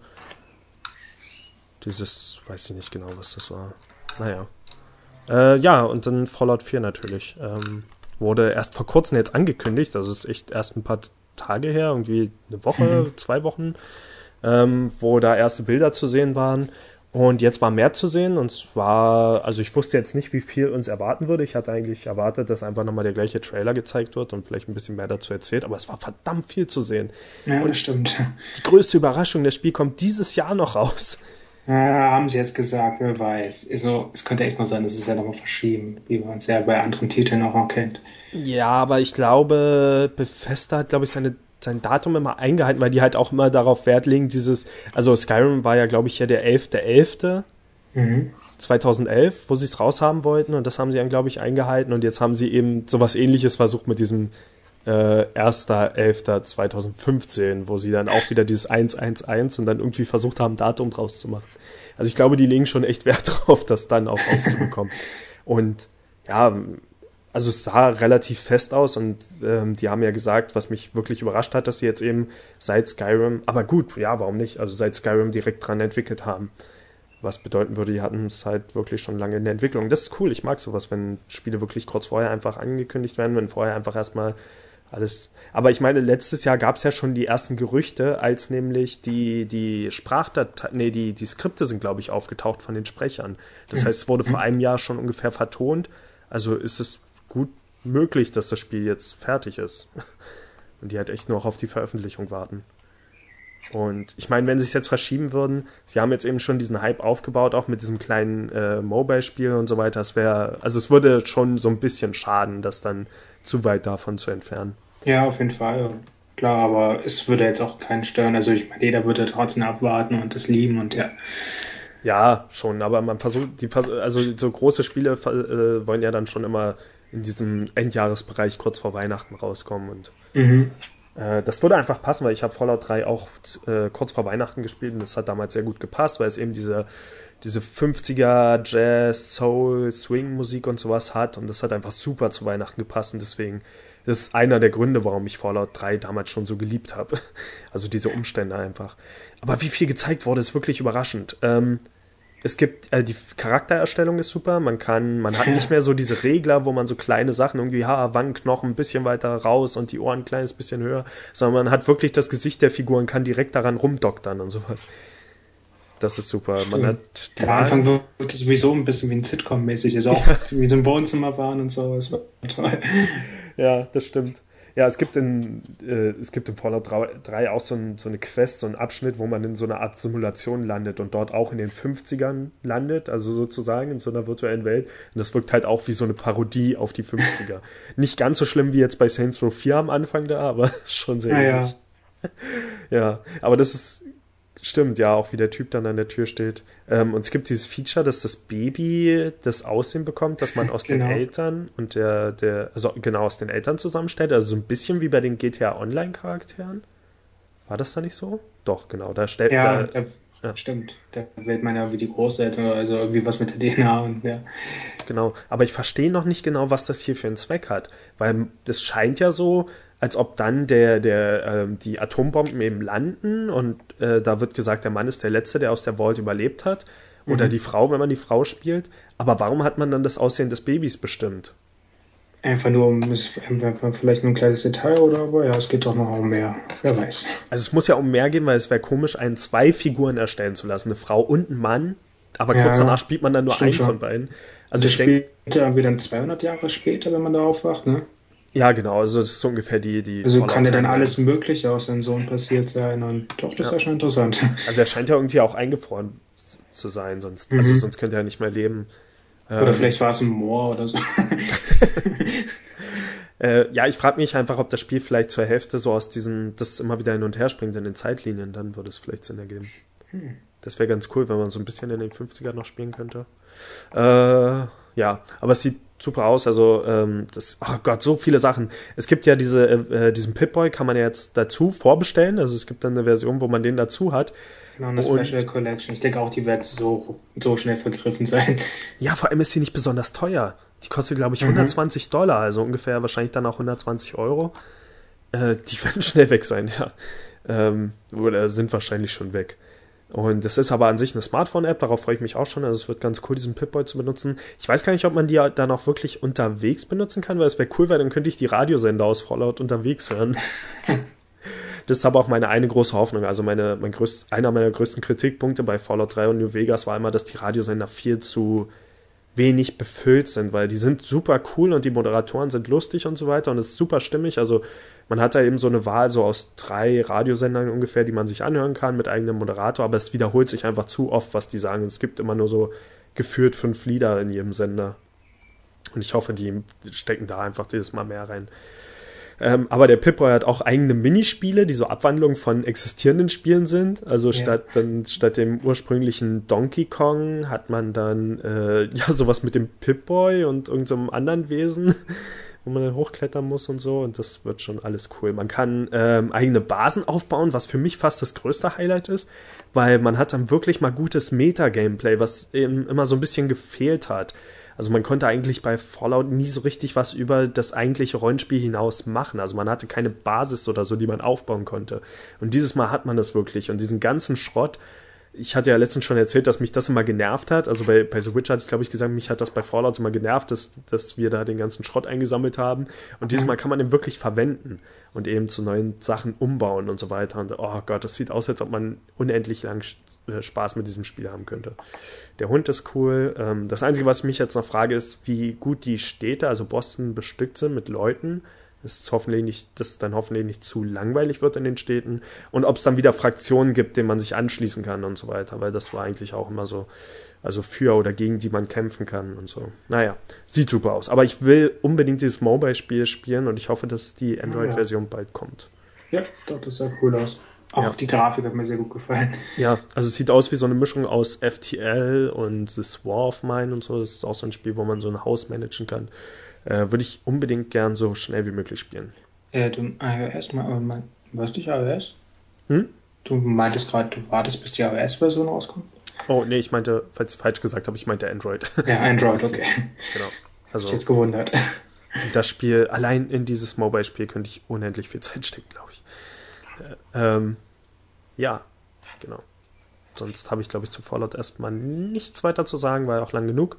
Speaker 1: Dieses, weiß ich nicht genau, was das war. Naja. Äh, ja, und dann Fallout vier natürlich. Ähm, wurde erst vor kurzem jetzt angekündigt, also es ist echt erst ein paar Tage her, irgendwie eine Woche,
Speaker 2: Mhm.
Speaker 1: zwei Wochen, ähm, wo da erste Bilder zu sehen waren. Und jetzt war mehr zu sehen und zwar, also ich wusste jetzt nicht, wie viel uns erwarten würde. Ich hatte eigentlich erwartet, dass einfach nochmal der gleiche Trailer gezeigt wird und vielleicht ein bisschen mehr dazu erzählt, aber es war verdammt viel zu sehen.
Speaker 2: Ja,
Speaker 1: Und
Speaker 2: das stimmt.
Speaker 1: die größte Überraschung, das Spiel kommt dieses Jahr noch raus.
Speaker 2: Ja, haben sie jetzt gesagt, wer weiß. Also, es könnte echt mal sein, dass es ja nochmal verschieben, wie man es ja bei anderen Titeln auch noch kennt.
Speaker 1: Ja, aber ich glaube, Bethesda hat, glaube ich, seine, sein Datum immer eingehalten, weil die halt auch immer darauf Wert legen, dieses, also Skyrim war ja, glaube ich, ja der elfter elfter
Speaker 2: Mhm.
Speaker 1: zweitausendelf, wo sie es raushaben wollten und das haben sie dann, glaube ich, eingehalten und jetzt haben sie eben sowas Ähnliches versucht mit diesem äh, erster elfter zweitausendfünfzehn, wo sie dann auch wieder dieses eins eins eins und dann irgendwie versucht haben, Datum draus zu machen. Also ich glaube, die legen schon echt Wert drauf, das dann auch rauszubekommen. Und ja, also es sah relativ fest aus und ähm, die haben ja gesagt, was mich wirklich überrascht hat, dass sie jetzt eben seit Skyrim, aber gut, ja, warum nicht, also seit Skyrim direkt dran entwickelt haben. Was bedeuten würde, die hatten es halt wirklich schon lange in der Entwicklung. Das ist cool, ich mag sowas, wenn Spiele wirklich kurz vorher einfach angekündigt werden, wenn vorher einfach erstmal alles. Aber ich meine, letztes Jahr gab es ja schon die ersten Gerüchte, als nämlich die, die Sprachdateien, nee, die, die Skripte sind, glaube ich, aufgetaucht von den Sprechern. Das heißt, es wurde vor einem Jahr schon ungefähr vertont. Also ist es gut möglich, dass das Spiel jetzt fertig ist. Und die halt echt nur noch auf die Veröffentlichung warten. Und ich meine, wenn sie es jetzt verschieben würden, sie haben jetzt eben schon diesen Hype aufgebaut, auch mit diesem kleinen äh, Mobile-Spiel und so weiter, es wäre, also es würde schon so ein bisschen schaden, das dann zu weit davon zu entfernen.
Speaker 2: Ja, auf jeden Fall. Klar, aber es würde jetzt auch keinen stören. Also ich meine, jeder würde trotzdem abwarten und das lieben und ja.
Speaker 1: Ja, schon, aber man versucht, die, also so große Spiele äh, wollen ja dann schon immer in diesem Endjahresbereich kurz vor Weihnachten rauskommen und
Speaker 2: Mhm.
Speaker 1: äh, das würde einfach passen, weil ich habe Fallout drei auch äh, kurz vor Weihnachten gespielt und das hat damals sehr gut gepasst, weil es eben diese, diese fünfziger Jazz, Soul, Swing Musik und sowas hat und das hat einfach super zu Weihnachten gepasst und deswegen das ist einer der Gründe, warum ich Fallout drei damals schon so geliebt habe. Also diese Umstände einfach. Aber wie viel gezeigt wurde, ist wirklich überraschend. Ähm, es gibt, äh, die Charaktererstellung ist super, man kann, man hat nicht mehr so diese Regler, wo man so kleine Sachen irgendwie, ha, Wangenknochen ein bisschen weiter raus und die Ohren ein kleines bisschen höher, sondern man hat wirklich das Gesicht der Figur und kann direkt daran rumdoktern und sowas. Das ist super. Man hat
Speaker 2: Am Anfang wird es sowieso ein bisschen wie ein Sitcom-mäßig, ist auch wie so ein Wohnzimmer waren und so, das war toll.
Speaker 1: Ja, das stimmt. Ja, es gibt in, äh, es gibt in Fallout drei auch so, ein, so eine Quest, so einen Abschnitt, wo man in so einer Art Simulation landet und dort auch in den fünfzigern landet, also sozusagen in so einer virtuellen Welt. Und das wirkt halt auch wie so eine Parodie auf die fünfziger. Nicht ganz so schlimm wie jetzt bei Saints Row vier am Anfang da, aber schon sehr
Speaker 2: Ja,
Speaker 1: ähnlich. Ja. Ja, aber das ist, stimmt, ja, auch wie der Typ dann an der Tür steht. Ähm, und es gibt dieses Feature, dass das Baby das Aussehen bekommt, dass man aus
Speaker 2: Genau.
Speaker 1: den Eltern und der, der, also genau aus den Eltern zusammenstellt. Also so ein bisschen wie bei den G T A Online-Charakteren. War das da nicht so? Doch, genau. Da stellt
Speaker 2: Ja,
Speaker 1: da,
Speaker 2: da,
Speaker 1: ja.
Speaker 2: stimmt. Da wählt man ja wie die Großeltern, also irgendwie was mit der D N A und ja.
Speaker 1: Genau. Aber ich verstehe noch nicht genau, was das hier für einen Zweck hat. Weil das scheint ja so, als ob dann der, der, ähm, die Atombomben eben landen und äh, da wird gesagt, der Mann ist der Letzte, der aus der Vault überlebt hat. Oder
Speaker 2: Mhm.
Speaker 1: die Frau, wenn man die Frau spielt. Aber warum hat man dann das Aussehen des Babys bestimmt?
Speaker 2: Einfach nur um es einfach vielleicht nur ein kleines Detail oder aber ja, es geht doch noch um mehr. Wer weiß.
Speaker 1: Also es muss ja um mehr gehen, weil es wäre komisch, einen zwei Figuren erstellen zu lassen. Eine Frau und ein Mann. Aber
Speaker 2: Ja,
Speaker 1: kurz danach spielt man dann nur
Speaker 2: stimmt
Speaker 1: einen
Speaker 2: schon.
Speaker 1: von beiden.
Speaker 2: Also
Speaker 1: Also ich denke,
Speaker 2: spielt ja irgendwie dann zweihundert Jahre später, wenn man da aufwacht, ne?
Speaker 1: ja genau, also das ist so ungefähr die... die
Speaker 2: Also kann ja dann
Speaker 1: Fallout-Timeline.
Speaker 2: alles Mögliche aus seinem Sohn passiert sein und doch, das
Speaker 1: Ja.
Speaker 2: ist ja schon interessant.
Speaker 1: Also er scheint ja irgendwie auch eingefroren zu sein, sonst,
Speaker 2: Mhm.
Speaker 1: also sonst könnte er nicht mehr leben.
Speaker 2: Oder
Speaker 1: Ähm,
Speaker 2: vielleicht war es ein Moor oder so.
Speaker 1: Äh, ja, ich frage mich einfach, ob das Spiel vielleicht zur Hälfte so aus diesen, das immer wieder hin und her springt in den Zeitlinien, dann würde es vielleicht Sinn ergeben.
Speaker 2: Hm.
Speaker 1: Das wäre ganz cool, wenn man so ein bisschen in den fünfzigern noch spielen könnte. Äh, ja, aber es sieht super aus. Also, ähm, das, oh Gott, so viele Sachen. Es gibt ja diese, äh, diesen Pip-Boy, kann man ja jetzt dazu vorbestellen. Also es gibt dann eine Version, wo man den dazu hat.
Speaker 2: Genau, eine Special Collection. Ich denke auch, die wird so, so schnell vergriffen sein.
Speaker 1: Ja, vor allem ist sie nicht besonders teuer. Die kostet, glaube ich, hundertzwanzig mhm. Dollar, also ungefähr wahrscheinlich dann auch hundertzwanzig Euro. Äh, die werden schnell weg sein, ja. Ähm, oder sind wahrscheinlich schon weg. Und das ist aber an sich eine Smartphone-App, darauf freue ich mich auch schon. Also es wird ganz cool, diesen Pip-Boy zu benutzen. Ich weiß gar nicht, ob man die dann auch wirklich unterwegs benutzen kann, weil es wäre cool, weil dann könnte ich die Radiosender aus Fallout unterwegs hören. Das ist aber auch meine eine große Hoffnung. Also meine, mein größt, einer meiner größten Kritikpunkte bei Fallout drei und New Vegas war immer, dass die Radiosender viel zu wenig befüllt sind, weil die sind super cool und die Moderatoren sind lustig und so weiter und es ist super stimmig. Also man hat da eben so eine Wahl so aus drei Radiosendern ungefähr, die man sich anhören kann mit eigenem Moderator, aber es wiederholt sich einfach zu oft, was die sagen. Es gibt immer nur so geführt fünf Lieder in jedem Sender. Und ich hoffe, die stecken da einfach jedes Mal mehr rein. Ähm, aber der Pip-Boy hat auch eigene Minispiele, die so Abwandlungen von existierenden Spielen sind. Also ja. statt, dann, statt dem ursprünglichen Donkey Kong hat man dann äh, ja sowas mit dem Pip-Boy und irgendeinem so anderen Wesen, wo man dann hochklettern muss und so. Und das wird schon alles cool. Man kann ähm, eigene Basen aufbauen, was für mich fast das größte Highlight ist, weil man hat dann wirklich mal gutes Meta-Gameplay, was eben immer so ein bisschen gefehlt hat. Also man konnte eigentlich bei Fallout nie so richtig was über das eigentliche Rollenspiel hinaus machen. Also man hatte keine Basis oder so, die man aufbauen konnte. Und dieses Mal hat man das wirklich. Und diesen ganzen Schrott, ich hatte ja letztens schon erzählt, dass mich das immer genervt hat. Also bei, bei The Witcher hatte ich, glaube ich, gesagt, mich hat das bei Fallout immer genervt, dass, dass wir da den ganzen Schrott eingesammelt haben. Und dieses Mal kann man den wirklich verwenden und eben zu neuen Sachen umbauen und so weiter. Und oh Gott, das sieht aus, als ob man unendlich lang Spaß mit diesem Spiel haben könnte. Der Hund ist cool. Das Einzige, was ich mich jetzt noch frage, ist, wie gut die Städte, also Boston, bestückt sind mit Leuten. Das ist hoffentlich nicht, dass es dann hoffentlich nicht zu langweilig wird in den Städten. Und ob es dann wieder Fraktionen gibt, denen man sich anschließen kann und so weiter. Weil das war eigentlich auch immer so, also für oder gegen die man kämpfen kann und so. Naja, sieht super aus. Aber ich will unbedingt dieses Mobile-Spiel spielen und ich hoffe, dass die Android-Version bald kommt.
Speaker 2: Ja, doch, das sah cool aus. Auch ja. Die Grafik hat mir sehr gut gefallen.
Speaker 1: Ja, also es sieht aus wie so eine Mischung aus F T L und This War of Mine und so. Das ist auch so ein Spiel, wo man so ein Haus managen kann. Äh, würde ich unbedingt gern so schnell wie möglich spielen.
Speaker 2: Äh, du iOS, mein, warst du nicht iOS?
Speaker 1: Hm?
Speaker 2: Du meintest gerade, du wartest, bis die iOS-Version rauskommt?
Speaker 1: Oh, nee, ich meinte, falls ich falsch gesagt habe, ich meinte Android.
Speaker 2: Ja, Android, okay.
Speaker 1: Genau. Also,
Speaker 2: ich jetzt gewundert.
Speaker 1: Das Spiel, allein in dieses Mobile-Spiel könnte ich unendlich viel Zeit stecken, glaube ich. Äh, ähm, ja, genau. Sonst habe ich, glaube ich, zu Fallout erstmal nichts weiter zu sagen, war ja auch lang genug.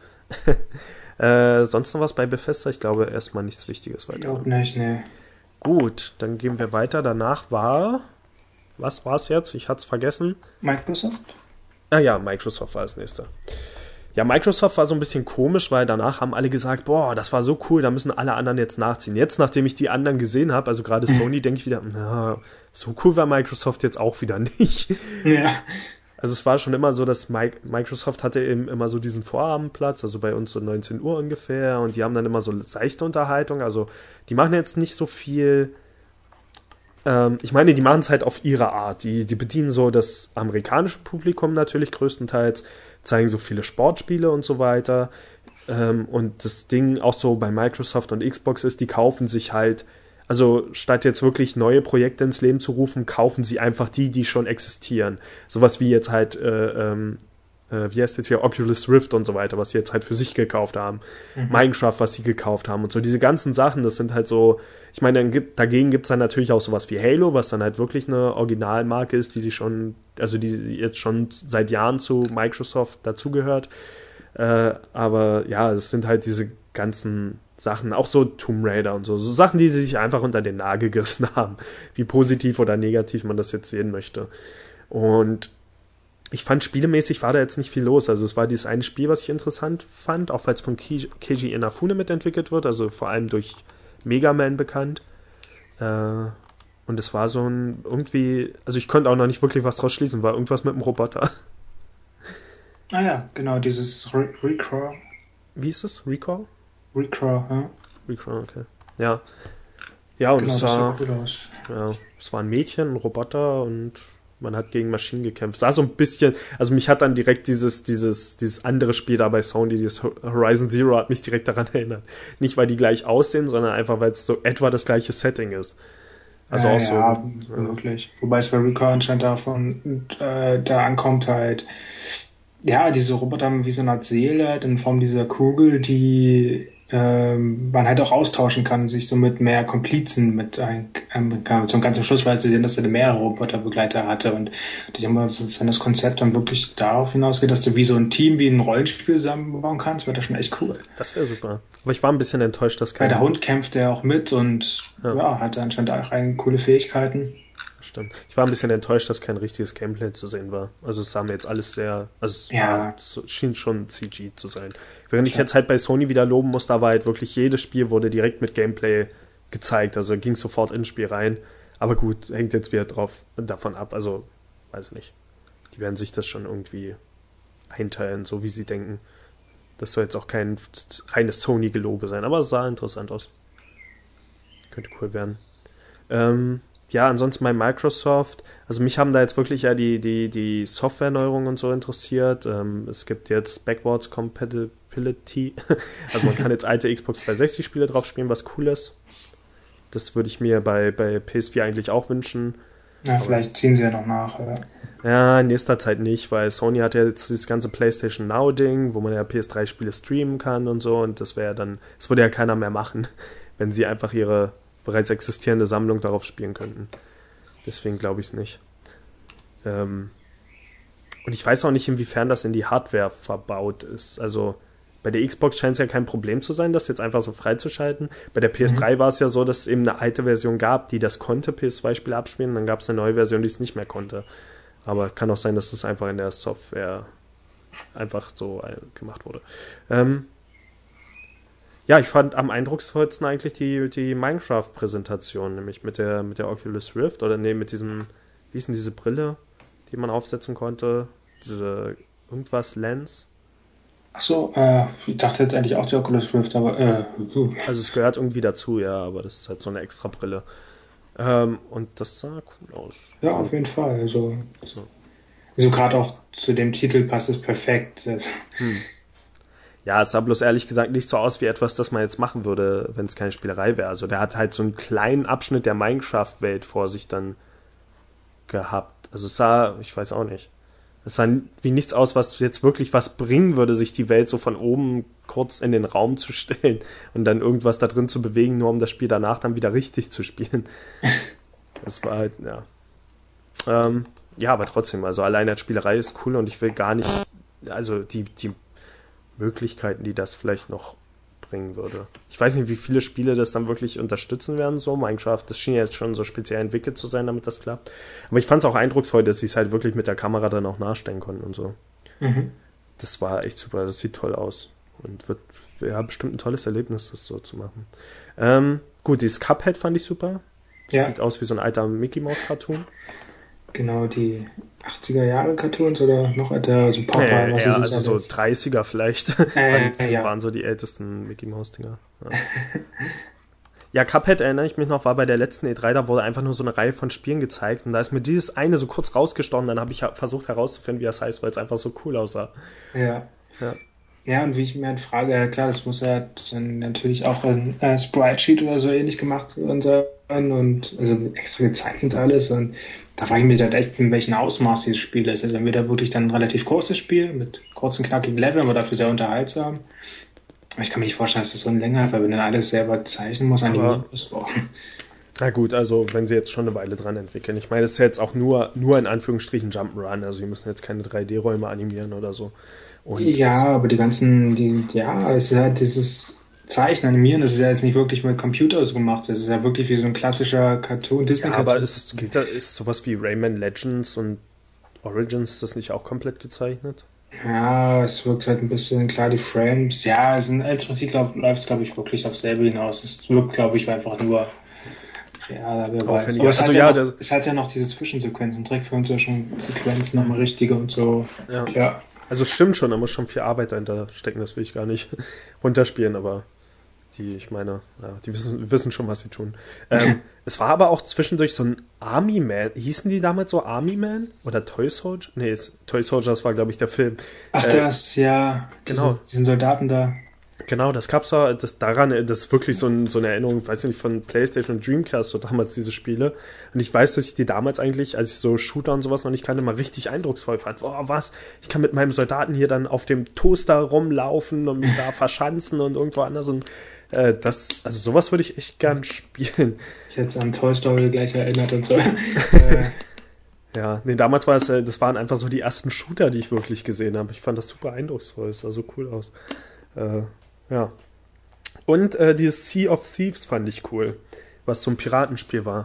Speaker 1: äh, sonst noch was bei Bethesda? Ich glaube, erstmal nichts Wichtiges weiter. Ich
Speaker 2: glaube nicht, ne.
Speaker 1: Gut, dann gehen wir weiter. Danach war, was war es jetzt? Ich hatte es vergessen.
Speaker 2: Microsoft?
Speaker 1: Ah ja, Microsoft war das nächste. Ja, Microsoft war so ein bisschen komisch, weil danach haben alle gesagt, boah, das war so cool, da müssen alle anderen jetzt nachziehen. Jetzt, nachdem ich die anderen gesehen habe, also gerade Sony, denke ich wieder, na, so cool war Microsoft jetzt auch wieder nicht.
Speaker 2: Ja.
Speaker 1: Also es war schon immer so, dass Microsoft hatte eben immer so diesen Vorabendplatz, also bei uns so neunzehn Uhr ungefähr, und die haben dann immer so seichte Unterhaltung, also die machen jetzt nicht so viel, ähm, ich meine, die machen es halt auf ihre Art, die, die bedienen so das amerikanische Publikum natürlich größtenteils, zeigen so viele Sportspiele und so weiter, ähm, und das Ding auch so bei Microsoft und Xbox ist, die kaufen sich halt, also statt jetzt wirklich neue Projekte ins Leben zu rufen, kaufen sie einfach die, die schon existieren. Sowas wie jetzt halt, äh, ähm, äh, wie heißt jetzt hier, Oculus Rift und so weiter, was sie jetzt halt für sich gekauft haben. Mhm. Minecraft, was sie gekauft haben und so. Diese ganzen Sachen, das sind halt so, ich meine, dann gibt, dagegen gibt's dann natürlich auch sowas wie Halo, was dann halt wirklich eine Originalmarke ist, die sich schon, also die jetzt schon seit Jahren zu Microsoft dazugehört. Äh, aber ja, es sind halt diese ganzen Sachen, auch so Tomb Raider und so, so Sachen, die sie sich einfach unter den Nagel gerissen haben, wie positiv oder negativ man das jetzt sehen möchte. Und ich fand, spielemäßig war da jetzt nicht viel los, also es war dieses eine Spiel, was ich interessant fand, auch weil es von Keiji Inafune mitentwickelt wird, also vor allem durch Mega Man bekannt. Äh, und es war so ein, irgendwie, also ich konnte auch noch nicht wirklich was draus schließen, war irgendwas mit einem Roboter.
Speaker 2: Ah ja, genau, dieses Re- Recrawl.
Speaker 1: Wie ist es? Recall?
Speaker 2: Recrawl, ja.
Speaker 1: Recrawl, okay. Ja. Ja, und
Speaker 2: genau,
Speaker 1: es
Speaker 2: das
Speaker 1: sah,
Speaker 2: sah cool aus.
Speaker 1: ja, es war ein Mädchen, ein Roboter und Man hat gegen Maschinen gekämpft. Sah so ein bisschen, also mich hat dann direkt dieses, dieses, dieses andere Spiel da bei Sony, dieses Horizon Zero, hat mich direkt daran erinnert. Nicht, weil die gleich aussehen, sondern einfach, weil es so etwa das gleiche Setting ist. Also
Speaker 2: äh,
Speaker 1: auch so.
Speaker 2: Ja, wirklich. Wobei es bei Recon anscheinend davon, äh, da ankommt halt, ja, diese Roboter haben wie so eine Art Seele halt in Form dieser Kugel, die ähm, man halt auch austauschen kann, sich so mit mehr Komplizen mit ein, ein, zum ganzen Schluss, weil sie sehen, dass er mehrere Roboterbegleiter hatte und ich denke mal, wenn das Konzept dann wirklich darauf hinausgeht, dass du wie so ein Team, wie ein Rollenspiel zusammenbauen kannst, wäre das schon echt cool.
Speaker 1: Das wäre super. Aber ich war ein bisschen enttäuscht, dass kein...
Speaker 2: Weil der Hund kämpft ja auch mit und ja, ja hat anscheinend auch eine coole Fähigkeiten.
Speaker 1: Stimmt. Ich war ein bisschen enttäuscht, dass kein richtiges Gameplay zu sehen war. Also es sah mir jetzt alles sehr, also es
Speaker 2: Ja.
Speaker 1: war, es schien schon C G zu sein. Während ich jetzt halt bei Sony wieder loben muss, da war halt wirklich jedes Spiel wurde direkt mit Gameplay gezeigt, also ging sofort ins Spiel rein. Aber gut, hängt jetzt wieder drauf davon ab, also weiß ich nicht. Die werden sich das schon irgendwie einteilen, so wie sie denken. Das soll jetzt auch kein reines Sony-Gelobe sein, aber es sah interessant aus. Könnte cool werden. Ähm, Ja, ansonsten bei Microsoft, also mich haben da jetzt wirklich ja die, die, die Softwareneuerungen und so interessiert. Ähm, es gibt jetzt Backwards Compatibility, also man kann jetzt alte Xbox dreihundertsechzig Spiele drauf spielen, was cool ist. Das würde ich mir bei, bei P S vier eigentlich auch wünschen.
Speaker 2: Ja, vielleicht ziehen sie ja noch nach, oder?
Speaker 1: Ja, in nächster Zeit nicht, weil Sony hat ja jetzt dieses ganze PlayStation Now-Ding, wo man ja P S drei Spiele streamen kann und so, und das wäre ja dann, das würde ja keiner mehr machen, wenn sie einfach ihre bereits existierende Sammlung darauf spielen könnten. Deswegen glaube ich es nicht. Ähm und ich weiß auch nicht, inwiefern das in die Hardware verbaut ist. Also bei der Xbox scheint es ja kein Problem zu sein, das jetzt einfach so freizuschalten. Bei der P S drei mhm. war es ja so, dass es eben eine alte Version gab, die das konnte, P S zwei Spiele abspielen, und dann gab es eine neue Version, die es nicht mehr konnte. Aber kann auch sein, dass das einfach in der Software einfach so gemacht wurde. Ähm Ja, ich fand am eindrucksvollsten eigentlich die, die Minecraft-Präsentation, nämlich mit der, mit der Oculus Rift, oder nee, mit diesem, wie hieß denn diese Brille, die man aufsetzen konnte, diese irgendwas Lens.
Speaker 2: Ach so, äh, ich dachte jetzt eigentlich auch die Oculus Rift, aber äh, uh.
Speaker 1: Also es gehört irgendwie dazu, ja, aber das ist halt so eine extra Brille. Ähm, und das sah cool aus.
Speaker 2: Ja, auf jeden Fall, also
Speaker 1: so,
Speaker 2: also gerade auch zu dem Titel passt es perfekt. Das,
Speaker 1: hm. Ja, es sah bloß ehrlich gesagt nicht so aus wie etwas, das man jetzt machen würde, wenn es keine Spielerei wäre. Also der hat halt so einen kleinen Abschnitt der Minecraft-Welt vor sich dann gehabt. Also es sah, ich weiß auch nicht, es sah wie nichts aus, was jetzt wirklich was bringen würde, sich die Welt so von oben kurz in den Raum zu stellen und dann irgendwas da drin zu bewegen, nur um das Spiel danach dann wieder richtig zu spielen. Das war halt, ja. Ähm, ja, aber trotzdem, also allein als Spielerei ist cool, und ich will gar nicht, also die, die Möglichkeiten, die das vielleicht noch bringen würde. Ich weiß nicht, wie viele Spiele das dann wirklich unterstützen werden, so Minecraft, das schien ja jetzt schon so speziell entwickelt zu sein, damit das klappt. Aber ich fand es auch eindrucksvoll, dass sie es halt wirklich mit der Kamera dann auch nachstellen konnten und so.
Speaker 2: Mhm.
Speaker 1: Das war echt super, das sieht toll aus und wird ja bestimmt ein tolles Erlebnis, das so zu machen. Ähm, gut, dieses Cuphead fand ich super. Das
Speaker 2: ja.
Speaker 1: sieht aus wie so ein alter Mickey-Maus-Cartoon.
Speaker 2: Genau, die achtziger Jahre Cartoons oder noch älter, also Papa,
Speaker 1: nee,
Speaker 2: was
Speaker 1: ja,
Speaker 2: ist
Speaker 1: also
Speaker 2: alles?
Speaker 1: so dreißiger vielleicht.
Speaker 2: Äh,
Speaker 1: waren,
Speaker 2: ja.
Speaker 1: waren so die ältesten Mickey Mouse Dinger. Ja. Ja, Cuphead, erinnere ich mich noch, war bei der letzten E drei, da wurde einfach nur so eine Reihe von Spielen gezeigt, und da ist mir dieses eine so kurz rausgestochen, dann habe ich versucht herauszufinden, wie das heißt, weil es einfach so cool aussah.
Speaker 2: Ja.
Speaker 1: Ja.
Speaker 2: Ja, und wie ich mir halt frage, ja klar, das muss ja dann natürlich auch in äh, Sprite-Sheet oder so ähnlich gemacht werden und also extra gezeichnet alles, und da frage ich mich halt echt, in welchem Ausmaß dieses Spiel ist. Also entweder wirklich dann ein relativ kurzes Spiel mit kurzen, knackigen Leveln, aber dafür sehr unterhaltsam. Aber ich kann mir nicht vorstellen, dass das so ein länger, weil wenn du alles selber zeichnen musst, animieren musst. Oh.
Speaker 1: Na gut, also wenn sie jetzt schon eine Weile dran entwickeln. Ich meine, das ist ja jetzt auch nur, nur in Anführungsstrichen Jump'n'Run, also die müssen jetzt keine drei D-Räume animieren oder so. Und
Speaker 2: ja, aber die ganzen, die, ja, es ist halt dieses Zeichnen, Animieren, das ist ja jetzt nicht wirklich mit Computers gemacht, das ist ja wirklich wie so ein klassischer Cartoon, Disney-Cartoon.
Speaker 1: Ja, aber ist, gilt da, ist sowas wie Rayman Legends und Origins, ist das nicht auch komplett gezeichnet?
Speaker 2: Ja, es wirkt halt ein bisschen, klar, die Frames, ja, es ist ein älteres Prinzip, glaub, läuft es, glaube ich, wirklich aufs selbe hinaus. Es wirkt, glaube ich, einfach nur realer, wer weiß. Aber es,
Speaker 1: also
Speaker 2: hat
Speaker 1: ja,
Speaker 2: ja noch, es hat ja noch diese Zwischensequenzen, direkt für uns ja schon Sequenzen, nochmal richtige und so.
Speaker 1: Ja.
Speaker 2: ja.
Speaker 1: Also es stimmt schon, da muss schon viel Arbeit dahinter stecken, das will ich gar nicht runterspielen, aber Die, ich meine, ja, die wissen, wissen schon, was sie tun. Ähm, es war aber auch zwischendurch so ein Army Man. Hießen die damals so Army Man? Oder Toy Soldier? Nee, es, Toy Soldiers war, glaube ich, der Film.
Speaker 2: Ach,
Speaker 1: äh,
Speaker 2: das, ja.
Speaker 1: Genau.
Speaker 2: Diese, diesen Soldaten da.
Speaker 1: Genau, das gab's ja, das daran, das ist wirklich so, ein, so eine Erinnerung, weiß nicht, von PlayStation und Dreamcast, so damals diese Spiele. Und ich weiß, dass ich die damals eigentlich, als ich so Shooter und sowas noch nicht kannte, mal richtig eindrucksvoll fand. Boah, was? Ich kann mit meinem Soldaten hier dann auf dem Toaster rumlaufen und mich da verschanzen und irgendwo anders. Und äh, das, also sowas würde ich echt gern spielen.
Speaker 2: Ich hätte es an Toy Story gleich erinnert und so. äh,
Speaker 1: Ja, nee, damals war es, äh, das waren einfach so die ersten Shooter, die ich wirklich gesehen habe. Ich fand das super eindrucksvoll, es sah so cool aus. Äh, Ja. Und äh, dieses Sea of Thieves fand ich cool, was so ein Piratenspiel war.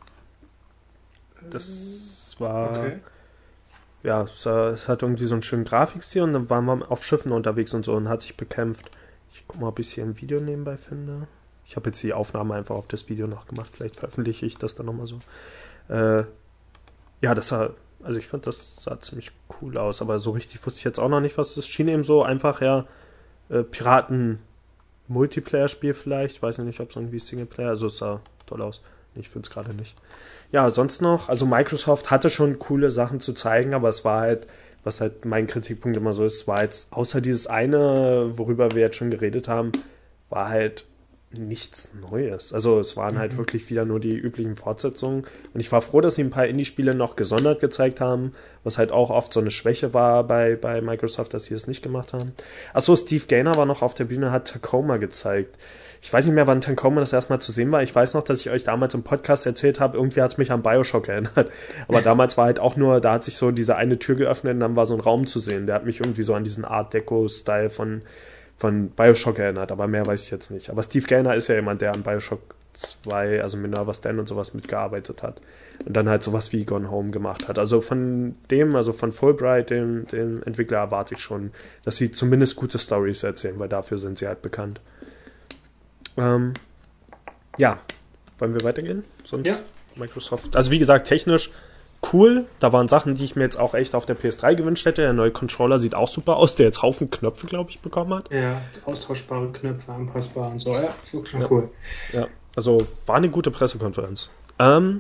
Speaker 1: Das war,
Speaker 2: okay.
Speaker 1: ja, es, äh, es hat irgendwie so einen schönen Grafikstil und dann waren wir auf Schiffen unterwegs und so und hat sich bekämpft. Ich guck mal, ob ich es hier im Video nebenbei finde. Ich habe jetzt die Aufnahme einfach auf das Video noch gemacht. Vielleicht veröffentliche ich das dann nochmal so. Äh, ja, das sah, also ich fand, das sah ziemlich cool aus, aber so richtig wusste ich jetzt auch noch nicht, was das schien eben so einfach, ja, äh, Piraten-Multiplayer-Spiel vielleicht. Ich weiß nicht, ob es irgendwie Singleplayer, also es sah toll aus. Ich finde es gerade nicht. Ja, sonst noch, also Microsoft hatte schon coole Sachen zu zeigen, aber es war halt, was halt mein Kritikpunkt immer so ist, war jetzt, außer dieses eine, worüber wir jetzt schon geredet haben, war halt nichts Neues. Also es waren halt
Speaker 2: Mhm.
Speaker 1: wirklich wieder nur die üblichen Fortsetzungen. Und ich war froh, dass sie ein paar Indie-Spiele noch gesondert gezeigt haben, was halt auch oft so eine Schwäche war bei, bei Microsoft, dass sie es nicht gemacht haben. Achso, Steve Gaynor war noch auf der Bühne, hat Tacoma gezeigt. Ich weiß nicht mehr, wann Tacoma das erstmal zu sehen war. Ich weiß noch, dass ich euch damals im Podcast erzählt habe, irgendwie hat es mich an Bioshock erinnert. Aber damals war halt auch nur, da hat sich so diese eine Tür geöffnet und dann war so ein Raum zu sehen. Der hat mich irgendwie so an diesen Art Deco-Style von von Bioshock erinnert, aber mehr weiß ich jetzt nicht. Aber Steve Gaynor ist ja jemand, der an Bioshock zwei, also Minerva's Den und sowas mitgearbeitet hat. Und dann halt sowas wie Gone Home gemacht hat. Also von dem, also von Fulbright, dem, dem Entwickler, erwarte ich schon, dass sie zumindest gute Stories erzählen, weil dafür sind sie halt bekannt. Ähm, ja, wollen wir weitergehen? Sonst
Speaker 2: Ja.
Speaker 1: Microsoft. Also wie gesagt, technisch cool. Da waren Sachen, die ich mir jetzt auch echt auf der P S drei gewünscht hätte. Der neue Controller sieht auch super aus, der jetzt Haufen Knöpfe, glaube ich, bekommen hat.
Speaker 2: Ja, austauschbare Knöpfe, anpassbar und so. Ja, ist wirklich schon
Speaker 1: Ja.
Speaker 2: cool.
Speaker 1: Ja, also war eine gute Pressekonferenz. Ähm,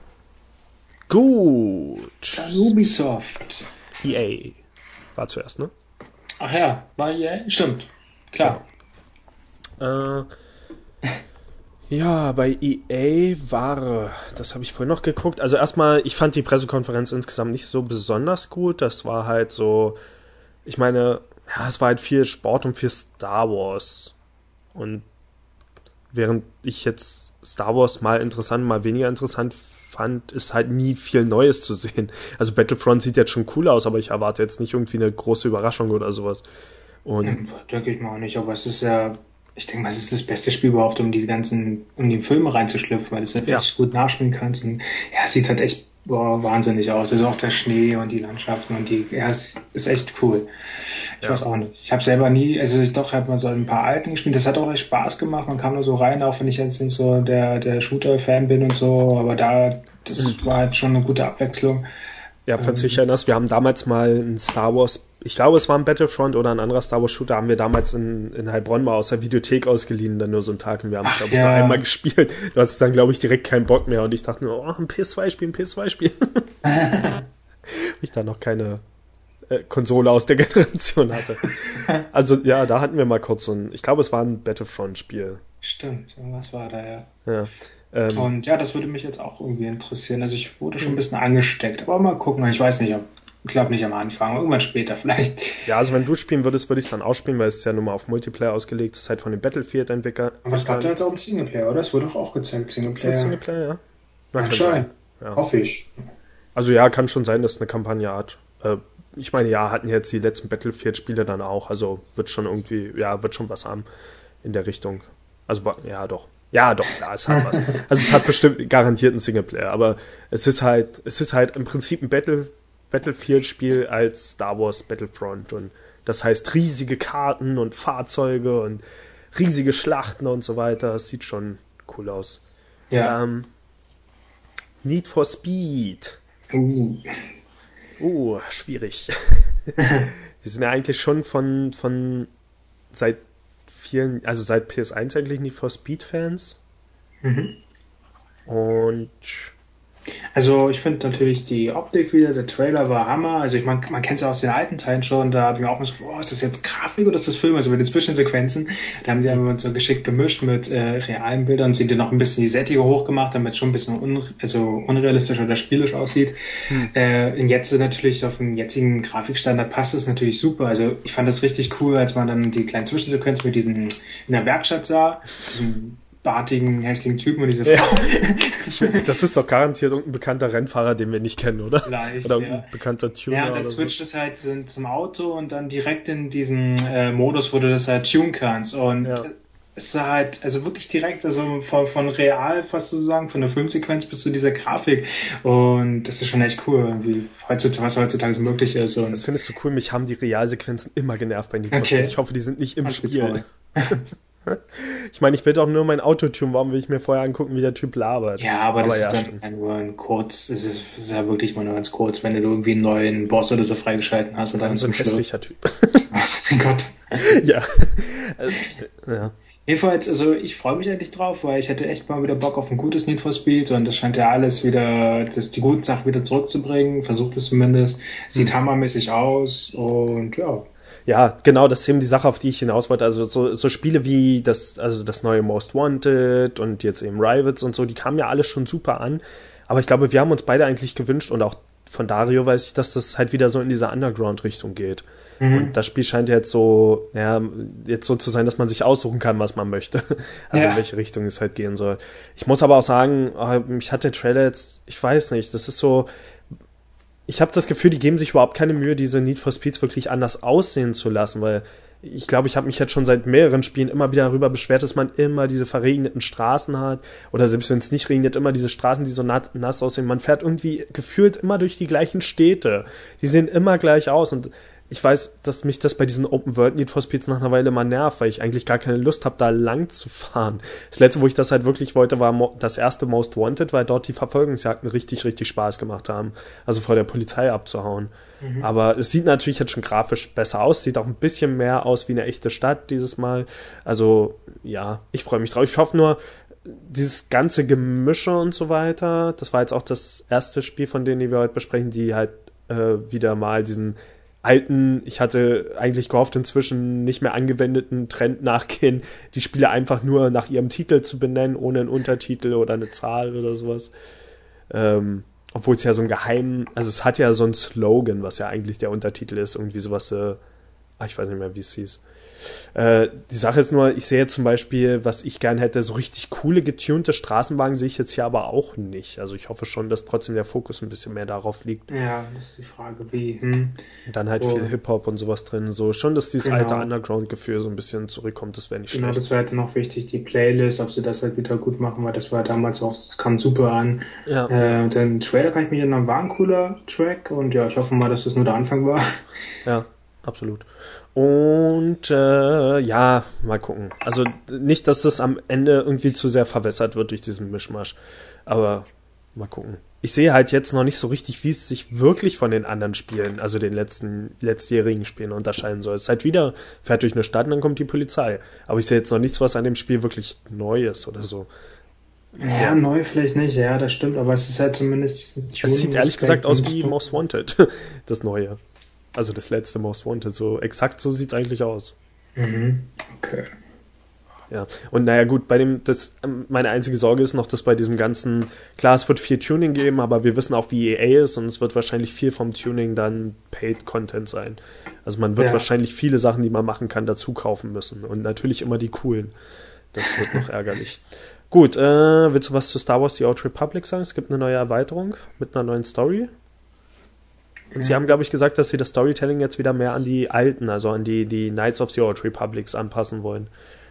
Speaker 1: gut.
Speaker 2: Dann Ubisoft.
Speaker 1: E A war zuerst, ne?
Speaker 2: Ach ja, war ja, stimmt. Klar.
Speaker 1: Äh, ja, bei E A war, das habe ich vorhin noch geguckt. Also erstmal, ich fand die Pressekonferenz insgesamt nicht so besonders gut. Das war halt so, ich meine, ja, es war halt viel Sport und viel Star Wars. Und während ich jetzt Star Wars mal interessant, mal weniger interessant fand, ist halt nie viel Neues zu sehen. Also Battlefront sieht jetzt schon cool aus, aber ich erwarte jetzt nicht irgendwie eine große Überraschung oder sowas. Und
Speaker 2: Hm, denke ich mal auch nicht, aber es ist ja, ich denke mal, es ist das beste Spiel überhaupt, um diese ganzen, um die Filme reinzuschlüpfen, weil du es halt
Speaker 1: Ja.
Speaker 2: echt gut nachspielen kannst. Und ja, es sieht halt echt boah, wahnsinnig aus. Also auch der Schnee und die Landschaften und die, ja, es ist echt cool. Ich
Speaker 1: Ja.
Speaker 2: weiß auch nicht. Ich habe selber nie, also ich doch, habe mal so ein paar alten gespielt. Das hat auch echt Spaß gemacht. Man kam da so rein, auch wenn ich jetzt nicht so der, der Shooter-Fan bin und so. Aber da, das
Speaker 1: Mhm.
Speaker 2: war halt schon eine gute Abwechslung.
Speaker 1: ja, falls du dich erinnerst, wir haben damals mal ein Star Wars, ich glaube, es war ein Battlefront oder ein anderer Star Wars Shooter, haben wir damals in, in Heilbronn mal aus der Videothek ausgeliehen, dann nur so einen Tag und wir haben es,
Speaker 2: Ach,
Speaker 1: glaube ich,
Speaker 2: ja.
Speaker 1: nur einmal gespielt. Du hattest dann, glaube ich, direkt keinen Bock mehr und ich dachte nur, oh, ein P S zwei Spiel, ein P S zwei Spiel. ich da noch keine äh, Konsole aus der Generation hatte. Also ja, da hatten wir mal kurz so ein, ich glaube, es war ein Battlefront-Spiel.
Speaker 2: Stimmt, was war da, ja.
Speaker 1: Ja. Ähm,
Speaker 2: Und ja, das würde mich jetzt auch irgendwie interessieren. Also ich wurde schon ein bisschen angesteckt, aber mal gucken. Ich weiß nicht, ob, ich glaube nicht am Anfang, irgendwann später vielleicht.
Speaker 1: ja, also wenn du spielen würdest, würde ich es dann ausspielen, weil es ist ja nun mal auf Multiplayer ausgelegt. Das ist halt von den Battlefield-Entwicklern.
Speaker 2: Aber es gab da jetzt auch einen Singleplayer, oder? Es wurde doch auch gezeigt,
Speaker 1: Ist das
Speaker 2: Singleplayer.
Speaker 1: Singleplayer, ja? Na, kann
Speaker 2: Anscheinend.
Speaker 1: sein. Ja.
Speaker 2: Hoffe ich.
Speaker 1: Also ja, kann schon sein, dass es eine Kampagne hat. Äh, ich meine, ja, hatten jetzt die letzten Battlefield-Spiele dann auch. Also wird schon irgendwie, ja, wird schon was haben in der Richtung. Also wa- ja, doch. Ja, doch, klar, es hat was. Also es hat bestimmt garantiert einen Singleplayer, aber es ist halt, es ist halt im Prinzip ein Battle, Battlefield-Spiel als Star Wars Battlefront und das heißt riesige Karten und Fahrzeuge und riesige Schlachten und so weiter. Es sieht schon cool aus.
Speaker 2: Ja.
Speaker 1: Ähm, Need for Speed.
Speaker 2: Uh.
Speaker 1: Oh, schwierig. Wir sind ja eigentlich schon von, von seit vielen, also seit P S eins eigentlich Need for Speed Fans.
Speaker 2: Mhm.
Speaker 1: Und
Speaker 2: Also ich finde natürlich die Optik wieder, der Trailer war Hammer. Also ich man, man kennt es ja aus den alten Teilen schon, da habe ich mir auch gesagt, oh, ist das jetzt Grafik oder ist das Film? Also mit den Zwischensequenzen, da haben sie einfach so geschickt gemischt mit äh, realen Bildern, sie dann noch ein bisschen die Sättigung hochgemacht, damit es schon ein bisschen un, also unrealistisch oder spielisch aussieht. Hm. Äh, und jetzt natürlich auf den jetzigen Grafikstandard passt es natürlich super. Also ich fand das richtig cool, als man dann die kleinen Zwischensequenzen mit diesen in der Werkstatt sah, diesen bartigen, hässlichen Typen und diese Frau.
Speaker 1: Ja. Das ist doch garantiert irgendein bekannter Rennfahrer, den wir nicht kennen, oder?
Speaker 2: Vielleicht,
Speaker 1: oder
Speaker 2: ja.
Speaker 1: ein bekannter Tuner.
Speaker 2: Ja, dann switcht so. Es halt zum Auto und dann direkt in diesen äh, Modus, wo du das halt tunen kannst. Und ja. es ist halt, also wirklich direkt, also von, von real fast sozusagen, von der Filmsequenz bis zu dieser Grafik. Und das ist schon echt cool, wie heutzutage, was heutzutage so möglich ist. Und
Speaker 1: das findest du cool. Mich haben die Realsequenzen immer genervt bei Need for
Speaker 2: okay.
Speaker 1: Speed. Ich hoffe, die sind nicht im das Spiel. Ich meine, ich will doch nur mein Auto tunen, warum will ich mir vorher angucken, wie der Typ labert?
Speaker 2: Ja, aber, aber das
Speaker 1: ja,
Speaker 2: ist dann stimmt. nur ein kurz, es ist, es ist ja wirklich mal nur ganz kurz, wenn du irgendwie einen neuen Boss oder so freigeschalten hast. Oder
Speaker 1: so ein hässlicher Typ.
Speaker 2: Oh mein Gott.
Speaker 1: Ja. Also, ja.
Speaker 2: Jedenfalls, also ich freue mich eigentlich drauf, weil ich hätte echt mal wieder Bock auf ein gutes Need for Speed und das scheint ja alles wieder, das, die guten Sachen wieder zurückzubringen, versucht es zumindest, sieht mhm. hammermäßig aus und ja.
Speaker 1: Ja, genau, das ist eben die Sache, auf die ich hinaus wollte. Also so, so Spiele wie das, also das neue Most Wanted und jetzt eben Rivals und so, die kamen ja alles schon super an. Aber ich glaube, wir haben uns beide eigentlich gewünscht und auch von Dario weiß ich, dass das halt wieder so in diese Underground-Richtung geht. Mhm. Und das Spiel scheint jetzt so, ja, jetzt so zu sein, dass man sich aussuchen kann, was man möchte. Also ja. in welche Richtung es halt gehen soll. Ich muss aber auch sagen, mich hat der Trailer jetzt, ich weiß nicht, das ist so, ich habe das Gefühl, die geben sich überhaupt keine Mühe, diese Need for Speeds wirklich anders aussehen zu lassen, weil ich glaube, ich habe mich jetzt schon seit mehreren Spielen immer wieder darüber beschwert, dass man immer diese verregneten Straßen hat oder selbst wenn es nicht regnet, immer diese Straßen, die so nass aussehen. Man fährt irgendwie gefühlt immer durch die gleichen Städte. Die sehen immer gleich aus und ich weiß, dass mich das bei diesen Open-World-Need for Speeds nach einer Weile mal nervt, weil ich eigentlich gar keine Lust habe, da lang zu fahren. Das letzte, wo ich das halt wirklich wollte, war Mo- das erste Most Wanted, weil dort die Verfolgungsjagden richtig, richtig Spaß gemacht haben. Also vor der Polizei abzuhauen. Mhm. Aber es sieht natürlich jetzt schon grafisch besser aus, sieht auch ein bisschen mehr aus wie eine echte Stadt dieses Mal. Also, ja, ich freue mich drauf. Ich hoffe nur, dieses ganze Gemische und so weiter, das war jetzt auch das erste Spiel von denen, die wir heute besprechen, die halt äh, wieder mal diesen alten, ich hatte eigentlich gehofft, inzwischen nicht mehr angewendeten Trend nachgehen, die Spiele einfach nur nach ihrem Titel zu benennen, ohne einen Untertitel oder eine Zahl oder sowas. Ähm, obwohl es ja so ein geheimen, also es hat ja so ein Slogan, was ja eigentlich der Untertitel ist, irgendwie sowas, äh, ach, ich weiß nicht mehr, wie es hieß. Äh, die Sache ist nur, ich sehe jetzt zum Beispiel, was ich gern hätte, so richtig coole, getunte Straßenwagen sehe ich jetzt hier aber auch nicht. Also ich hoffe schon, dass trotzdem der Fokus ein bisschen mehr darauf liegt.
Speaker 2: Ja, das ist die Frage, wie. Hm.
Speaker 1: Und dann halt oh. viel Hip-Hop und sowas drin. So schon, dass dieses genau. alte Underground-Gefühl so ein bisschen zurückkommt, das wäre nicht
Speaker 2: genau,
Speaker 1: schlecht.
Speaker 2: Genau, das wäre halt noch wichtig, die Playlist, ob sie das halt wieder gut machen, weil das war damals auch, das kam super an.
Speaker 1: Ja.
Speaker 2: Äh, den Trailer kann ich mir erinnern, war ein cooler Track und ja, ich hoffe mal, dass das nur der Anfang war.
Speaker 1: Ja, absolut. Und äh, ja, mal gucken. Also nicht, dass das am Ende irgendwie zu sehr verwässert wird durch diesen Mischmasch. Aber mal gucken. Ich sehe halt jetzt noch nicht so richtig, wie es sich wirklich von den anderen Spielen, also den letzten letztjährigen Spielen unterscheiden soll. Es ist halt wieder, fährt durch eine Stadt und dann kommt die Polizei. Aber ich sehe jetzt noch nichts, was an dem Spiel wirklich neu ist oder so.
Speaker 2: Ja, ja, neu vielleicht nicht, ja, das stimmt, aber es ist halt zumindest...
Speaker 1: Es sieht ehrlich gesagt aus wie Most Wanted, das Neue. Also das letzte Most Wanted, so exakt so sieht's eigentlich aus.
Speaker 2: Mhm, okay.
Speaker 1: Ja, und naja gut, bei dem, das, meine einzige Sorge ist noch, dass bei diesem ganzen, klar, es wird viel Tuning geben, aber wir wissen auch, wie E A ist und es wird wahrscheinlich viel vom Tuning dann Paid-Content sein. Also man wird ja. wahrscheinlich viele Sachen, die man machen kann, dazu kaufen müssen und natürlich immer die coolen. Das wird noch ärgerlich. Gut, äh, willst du was zu Star Wars The Old Republic sagen? Es gibt eine neue Erweiterung mit einer neuen Story. Und sie haben, glaube ich, gesagt, dass sie das Storytelling jetzt wieder mehr an die alten, also an die, die Knights of the Old Republics anpassen wollen.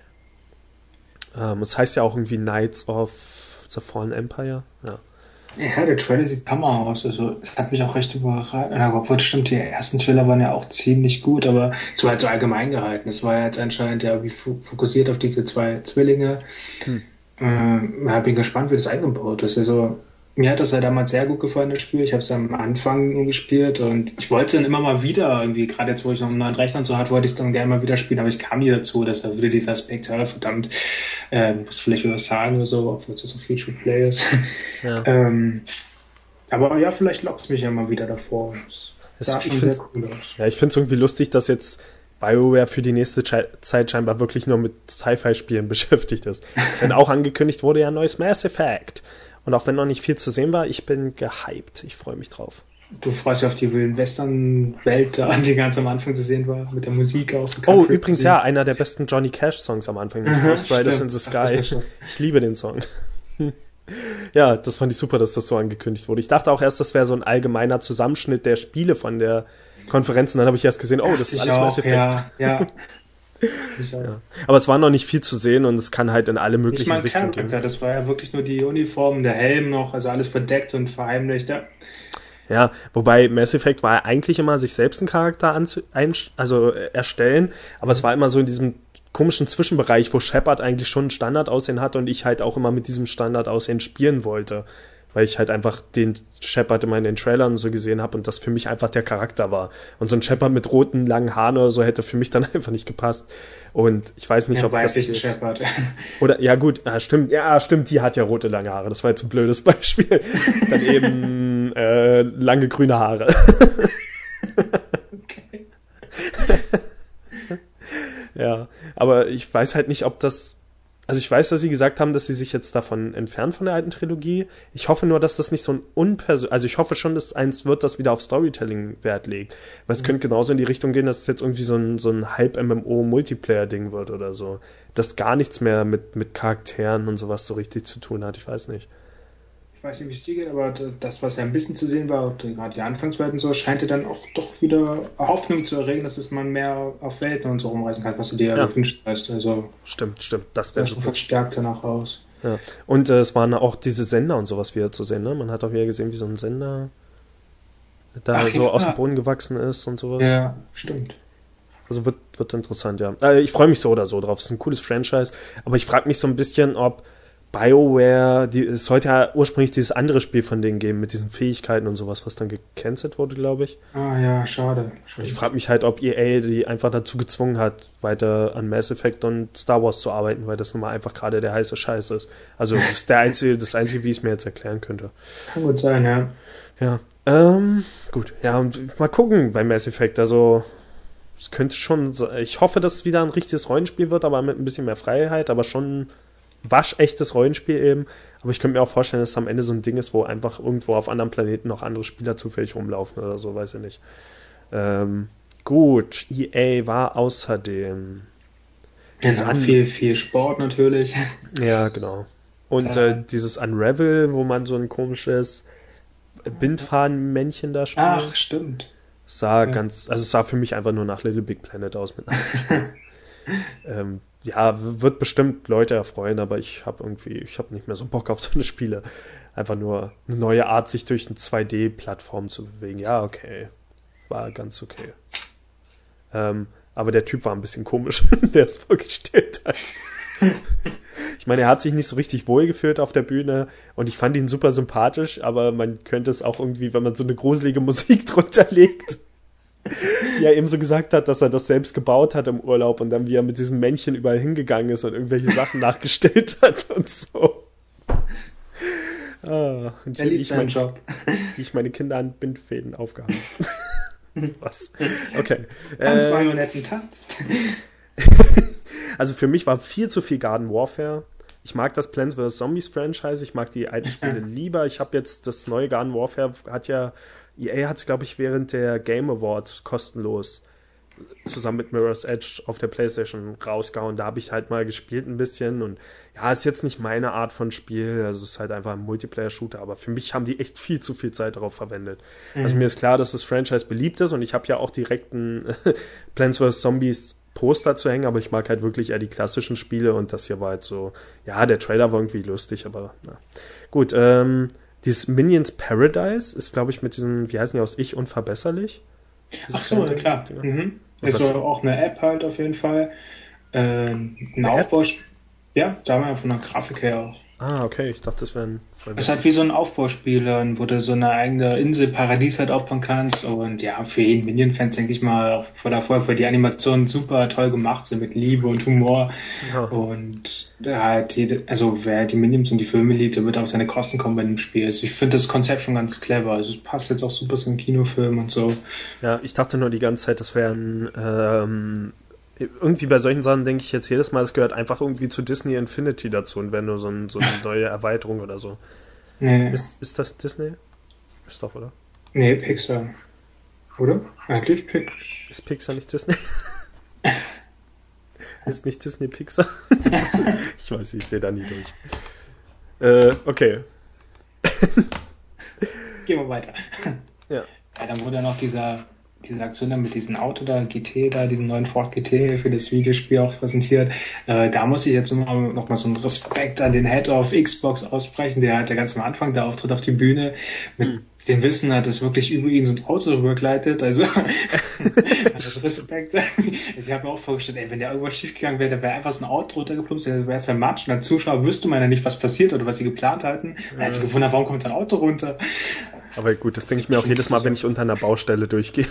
Speaker 1: Ähm, es heißt ja auch irgendwie Knights of the Fallen Empire. Ja,
Speaker 2: ja der Trailer sieht hammer aus. Also, es hat mich auch recht überrascht. Obwohl, das stimmt, die ersten Trailer waren ja auch ziemlich gut, aber es war halt so allgemein gehalten. Es war ja jetzt anscheinend ja wie fokussiert auf diese zwei Zwillinge. Hm. Ähm, ich bin gespannt, wie das eingebaut ist. Also, Mir hat das ja damals sehr gut gefallen, das Spiel. Ich habe es am Anfang nur gespielt und ich wollte es dann immer mal wieder irgendwie, gerade jetzt, wo ich noch einen neuen Rechner so hatte, wollte ich es dann gerne mal wieder spielen, aber ich kam nie dazu, dass da wieder dieser Aspekt, ja, verdammt, äh, muss vielleicht wieder was sagen oder so, obwohl es so Free-to-Play ist. Ja. ähm, aber ja, vielleicht lockt es mich ja mal wieder davor.
Speaker 1: Das sah schon sehr cool aus. Ja, ich finde es irgendwie lustig, dass jetzt BioWare für die nächste Zeit scheinbar wirklich nur mit Sci-Fi-Spielen beschäftigt ist. Denn auch angekündigt wurde ja ein neues Mass Effect. Und auch wenn noch nicht viel zu sehen war, ich bin gehypt. Ich freue mich drauf.
Speaker 2: Du freust dich auf die wilden Western-Welt, die ganz am Anfang zu sehen war, mit der Musik auch.
Speaker 1: Oh, übrigens ja, einer der besten Johnny Cash-Songs am Anfang. Ghost Riders in the Sky. Ich liebe den Song. Ja, das fand ich super, dass das so angekündigt wurde. Ich dachte auch erst, das wäre so ein allgemeiner Zusammenschnitt der Spiele von der Konferenz. Und dann habe ich erst gesehen, oh, das ist alles auch, Mass Effect.
Speaker 2: Ja, ja.
Speaker 1: Ja. Aber es war noch nicht viel zu sehen und es kann halt in alle möglichen
Speaker 2: ich mein
Speaker 1: Richtungen gehen.
Speaker 2: Das war ja wirklich nur die Uniform, der Helm noch, also alles verdeckt und verheimlicht. Ja,
Speaker 1: ja, wobei Mass Effect war ja eigentlich immer sich selbst einen Charakter anzu- einsch- also äh, erstellen, aber es war immer so in diesem komischen Zwischenbereich, wo Shepard eigentlich schon ein Standardaussehen hatte und ich halt auch immer mit diesem Standardaussehen spielen wollte. Weil ich halt einfach den Shepard immer in den Trailern so gesehen habe und das für mich einfach der Charakter war. Und so ein Shepard mit roten, langen Haaren oder so hätte für mich dann einfach nicht gepasst. Und ich weiß nicht,
Speaker 2: ja,
Speaker 1: ob das jetzt...
Speaker 2: Shepard.
Speaker 1: Oder, ja gut, ja, stimmt, ja stimmt, die hat ja rote, lange Haare. Das war jetzt ein blödes Beispiel. Dann eben äh, lange, grüne Haare. Okay. Ja, aber ich weiß halt nicht, ob das... Also ich weiß, dass sie gesagt haben, dass sie sich jetzt davon entfernen von der alten Trilogie. Ich hoffe nur, dass das nicht so ein unpersönlich... Also ich hoffe schon, dass eins wird, das wieder auf Storytelling Wert legt. Weil es mhm. könnte genauso in die Richtung gehen, dass es jetzt irgendwie so ein, so ein Halb-M M O-Multiplayer-Ding wird oder so. Das gar nichts mehr mit, mit Charakteren und sowas so richtig zu tun hat. Ich weiß nicht.
Speaker 2: Ich weiß nicht, wie es dir geht, aber das, was ja ein bisschen zu sehen war, gerade die Anfangswelt und so, scheint ja dann auch doch wieder Hoffnung zu erregen, dass es man mehr auf Welten und so rumreisen kann, was du dir ja gewünscht hast. Also,
Speaker 1: stimmt, stimmt. Das wäre super.
Speaker 2: Verstärkt danach aus.
Speaker 1: Ja. Und äh, es waren auch diese Sender und sowas wieder zu sehen, ne? Man hat auch wieder gesehen, wie so ein Sender da Ach, so ja. aus dem Boden gewachsen ist und sowas.
Speaker 2: Ja, stimmt.
Speaker 1: Also wird, wird interessant, ja. Äh, ich freue mich so oder so drauf. Es ist ein cooles Franchise, aber ich frage mich so ein bisschen, ob BioWare, die, es sollte ja ursprünglich dieses andere Spiel von denen geben, mit diesen Fähigkeiten und sowas, was dann gecancelt wurde, glaube ich.
Speaker 2: Ah ja, schade. schade.
Speaker 1: Ich frage mich halt, ob E A die einfach dazu gezwungen hat, weiter an Mass Effect und Star Wars zu arbeiten, weil das nun mal einfach gerade der heiße Scheiß ist. Also das ist der einzige, das Einzige, wie ich es mir jetzt erklären könnte.
Speaker 2: Kann gut sein, ja.
Speaker 1: Ja, ähm, gut. Ja, und mal gucken bei Mass Effect, also es könnte schon, ich hoffe, dass es wieder ein richtiges Rollenspiel wird, aber mit ein bisschen mehr Freiheit, aber schon waschechtes Rollenspiel eben, aber ich könnte mir auch vorstellen, dass es am Ende so ein Ding ist, wo einfach irgendwo auf anderen Planeten noch andere Spieler zufällig rumlaufen oder so, weiß ich nicht. Ähm, gut, E A war außerdem
Speaker 2: ja, an- viel, viel Sport natürlich.
Speaker 1: Ja, genau. Und äh, dieses Unravel, wo man so ein komisches Bindfadenmännchen da spielt.
Speaker 2: Ach, stimmt.
Speaker 1: Sah ja. ganz, also es sah für mich einfach nur nach Little Big Planet aus mit ähm, ja, wird bestimmt Leute erfreuen, aber ich habe irgendwie, ich habe nicht mehr so Bock auf so eine Spiele. Einfach nur eine neue Art, sich durch eine zwei D-Plattform zu bewegen. Ja, okay. War ganz okay. Ähm, aber der Typ war ein bisschen komisch, der es vorgestellt hat. Ich meine, er hat sich nicht so richtig wohlgefühlt auf der Bühne und ich fand ihn super sympathisch, aber man könnte es auch irgendwie, wenn man so eine gruselige Musik drunter legt, wie er eben so gesagt hat, dass er das selbst gebaut hat im Urlaub und dann wie er mit diesem Männchen überall hingegangen ist und irgendwelche Sachen nachgestellt hat und so. Ah, und
Speaker 2: er liebt seinen mein, Job.
Speaker 1: Wie ich meine Kinder an Bindfäden aufgehangen. Was? Okay.
Speaker 2: Ganz Marionetten tanzt.
Speaker 1: Also für mich war viel zu viel Garden Warfare. Ich mag das Plants versus. Zombies Franchise, ich mag die alten Spiele lieber. Ich habe jetzt das neue Garden Warfare, hat ja E A hat es, glaube ich, während der Game Awards kostenlos zusammen mit Mirror's Edge auf der PlayStation rausgehauen. Da habe ich halt mal gespielt ein bisschen und ja, ist jetzt nicht meine Art von Spiel, also es ist halt einfach ein Multiplayer-Shooter, aber für mich haben die echt viel zu viel Zeit darauf verwendet. Mhm. Also mir ist klar, dass das Franchise beliebt ist und ich habe ja auch direkt ein Plants versus. Zombies Poster zu hängen, aber ich mag halt wirklich eher die klassischen Spiele und das hier war halt so, ja, der Trailer war irgendwie lustig, aber na. Gut, ähm, dieses Minions Paradise ist, glaube ich, mit diesem, wie heißen die aus Ich Unverbesserlich?
Speaker 2: Ach so, na klar. Mhm. Also auch eine App halt auf jeden Fall. Äh, ein Aufbau. Ja, sagen wir ja von der Grafik her auch.
Speaker 1: Ah, okay, ich dachte, das wäre ein...
Speaker 2: Es ist halt wie so ein Aufbauspiel, wo du so eine eigene Insel, Paradies halt aufbauen kannst. Und ja, für jeden Minion-Fans, denke ich mal, auch vor der Vorher, weil die Animationen super toll gemacht sind mit Liebe und Humor. Ja. Und halt, jede, also wer die Minions und die Filme liebt, der wird auf seine Kosten kommen bei dem Spiel. Also ich finde das Konzept schon ganz clever. Also es passt jetzt auch super zu einem Kinofilm und so.
Speaker 1: Ja, ich dachte nur die ganze Zeit, das wäre ein... Ähm irgendwie bei solchen Sachen denke ich jetzt jedes Mal, es gehört einfach irgendwie zu Disney Infinity dazu und wäre nur so, ein, so eine neue Erweiterung oder so. Nee. Ist, ist das Disney? Ist doch, oder?
Speaker 2: Nee, Pixar. Oder? Eigentlich Pixar.
Speaker 1: Ist Pixar nicht Disney? Ist nicht Disney Pixar? Ich weiß nicht, ich sehe da nie durch. Äh, okay.
Speaker 2: Gehen wir weiter.
Speaker 1: Ja.
Speaker 2: Ja, dann wurde noch dieser... diese Aktion dann mit diesem Auto da, G T da, diesen neuen Ford G T für das Videospiel auch präsentiert. Äh, da muss ich jetzt nochmal noch mal so einen Respekt an den Head of Xbox aussprechen, der hat ja ganz am Anfang der Auftritt auf die Bühne mit mhm. dem Wissen hat, dass wirklich über ihn so ein Auto rübergleitet. Also, also Respekt. Also ich habe mir auch vorgestellt, ey, wenn der irgendwas schiefgegangen wäre, da wäre einfach so ein Auto runtergeplumpst, dann wäre es ein Matsch und als Zuschauer wüsste man ja nicht, was passiert oder was sie geplant hatten. Da hat sich gewundert, warum kommt ein Auto runter?
Speaker 1: Aber gut, das denke ich mir auch jedes Mal, wenn ich unter einer Baustelle durchgehe.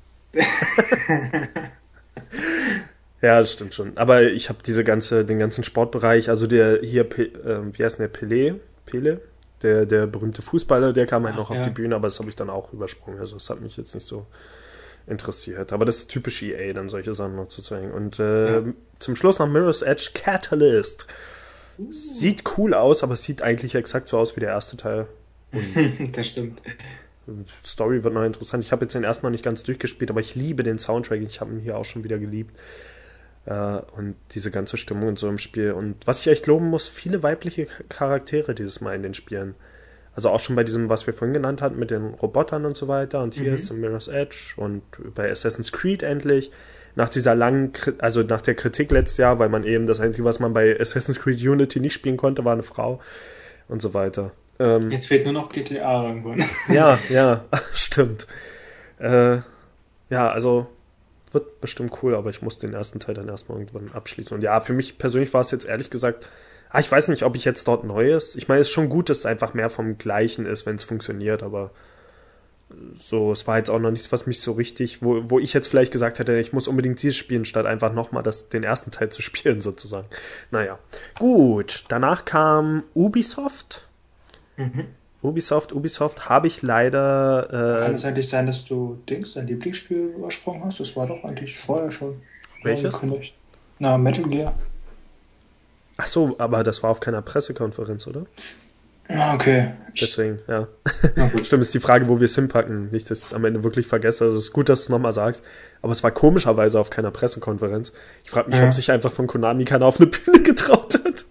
Speaker 1: Ja, das stimmt schon. Aber ich habe diese ganze, den ganzen Sportbereich, also der hier, äh, wie heißt der, Pelé, Pele, der, der berühmte Fußballer, der kam halt noch Ach, auf ja. die Bühne, aber das habe ich dann auch übersprungen. Also das hat mich jetzt nicht so interessiert. Aber das ist typisch E A, dann solche Sachen noch zu zeigen. Und äh, ja. zum Schluss noch Mirror's Edge Catalyst. Uh. Sieht cool aus, aber es sieht eigentlich exakt so aus wie der erste Teil.
Speaker 2: Und das stimmt.
Speaker 1: Story wird noch interessant. Ich habe jetzt den ersten noch nicht ganz durchgespielt, aber ich liebe den Soundtrack. Ich habe ihn hier auch schon wieder geliebt. Äh, und diese ganze Stimmung und so im Spiel. Und was ich echt loben muss, viele weibliche Charaktere dieses Mal in den Spielen. Also auch schon bei diesem, was wir vorhin genannt hatten, mit den Robotern und so weiter. Und hier mhm. ist Mirror's Edge und bei Assassin's Creed endlich. Nach dieser langen, also nach der Kritik letztes Jahr, weil man eben das Einzige, was man bei Assassin's Creed Unity nicht spielen konnte, war eine Frau und so weiter.
Speaker 2: Ähm, Jetzt fehlt nur noch G T A irgendwann.
Speaker 1: Ja, ja, stimmt. Äh, ja, also wird bestimmt cool, aber ich muss den ersten Teil dann erstmal irgendwann abschließen. Und ja, für mich persönlich war es jetzt ehrlich gesagt, ah, ich weiß nicht, ob ich jetzt dort Neues. Ich meine, es ist schon gut, dass es einfach mehr vom Gleichen ist, wenn es funktioniert, aber so, es war jetzt auch noch nichts, was mich so richtig, wo, wo ich jetzt vielleicht gesagt hätte, ich muss unbedingt dieses spielen, statt einfach nochmal den ersten Teil zu spielen, sozusagen. Naja, gut. Danach kam Ubisoft.
Speaker 2: Mhm.
Speaker 1: Ubisoft, Ubisoft habe ich leider... Äh,
Speaker 2: Kann es eigentlich sein, dass du Dings, dein Lieblingsspiel übersprungen hast? Das war doch eigentlich vorher schon.
Speaker 1: Welches?
Speaker 2: Na, Metal Gear.
Speaker 1: Ach so, aber das war auf keiner Pressekonferenz, oder?
Speaker 2: Ah, okay.
Speaker 1: Deswegen, ja. Stimmt, ist die Frage, wo wir es hinpacken. Nicht, dass ich es am Ende wirklich vergesse. Also es ist gut, dass du es nochmal sagst. Aber es war komischerweise auf keiner Pressekonferenz. Ich frage mich, ja. ob sich einfach von Konami keiner auf eine Bühne getraut hat.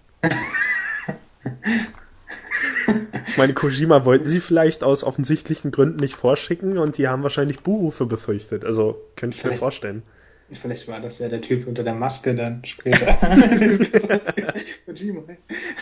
Speaker 1: Ich meine, Kojima wollten sie vielleicht aus offensichtlichen Gründen nicht vorschicken und die haben wahrscheinlich Buhrufe befürchtet. Also, könnte ich vielleicht, mir vorstellen.
Speaker 2: Vielleicht war das ja der Typ unter der Maske dann später. Kojima.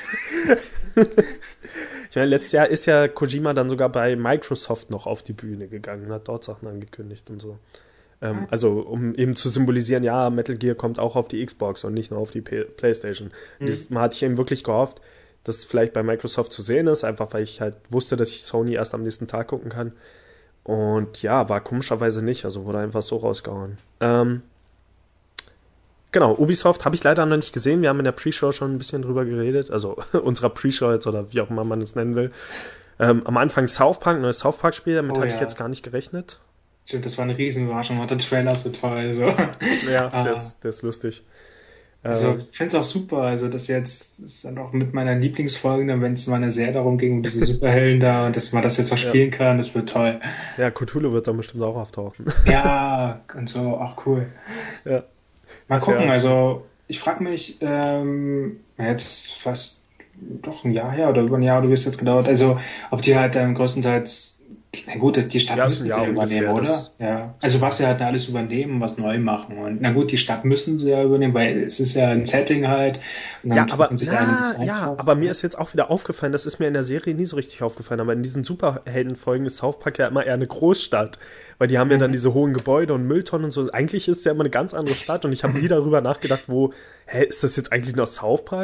Speaker 1: Ich meine, letztes Jahr ist ja Kojima dann sogar bei Microsoft noch auf die Bühne gegangen und hat dort Sachen angekündigt und so. Ähm, mhm. Also, um eben zu symbolisieren, ja, Metal Gear kommt auch auf die Xbox und nicht nur auf die P- PlayStation. Mhm. Dieses Mal hatte ich eben wirklich gehofft, dass es vielleicht bei Microsoft zu sehen ist, einfach weil ich halt wusste, dass ich Sony erst am nächsten Tag gucken kann. Und ja, war komischerweise nicht, also wurde einfach so rausgehauen. Ähm, genau, Ubisoft habe ich leider noch nicht gesehen, wir haben in der Pre-Show schon ein bisschen drüber geredet, also unserer Pre-Show jetzt oder wie auch immer man es nennen will. Ähm, am Anfang South Park, neues South Park-Spiel, damit oh, hatte ja. ich jetzt gar nicht gerechnet.
Speaker 2: Stimmt, das war eine Riesenüberraschung, war der Trailer so toll. So.
Speaker 1: Ja, ah. der, ist, der ist lustig.
Speaker 2: Also ich finde es auch super, also das jetzt ist dann auch mit meiner Lieblingsfolge, wenn es mal sehr darum ging, um diese Superhelden da und dass man das jetzt auch spielen ja. kann, das wird toll.
Speaker 1: Ja, Cthulhu wird dann bestimmt auch auftauchen.
Speaker 2: Ja, und so, auch cool.
Speaker 1: Ja.
Speaker 2: Mal gucken,
Speaker 1: ja.
Speaker 2: also ich frage mich, ähm, jetzt fast doch ein Jahr her oder über ein Jahr oder wie es jetzt gedauert, also ob die halt ähm, größtenteils, na gut, die Stadt
Speaker 1: ja,
Speaker 2: müssen sie ja übernehmen, oder?
Speaker 1: Das,
Speaker 2: ja. Also was sie halt alles übernehmen, was neu machen. Und na gut, die Stadt müssen sie ja übernehmen, weil es ist ja ein Setting halt. Und dann
Speaker 1: ja, aber,
Speaker 2: sich
Speaker 1: na, ja, aber mir ist jetzt auch wieder aufgefallen, das ist mir in der Serie nie so richtig aufgefallen, aber in diesen Superheldenfolgen ist South Park ja immer eher eine Großstadt, weil die haben mhm. ja dann diese hohen Gebäude und Mülltonnen und so. Eigentlich ist es ja immer eine ganz andere Stadt und ich habe nie darüber nachgedacht, wo, hä, ist das jetzt eigentlich noch South Park?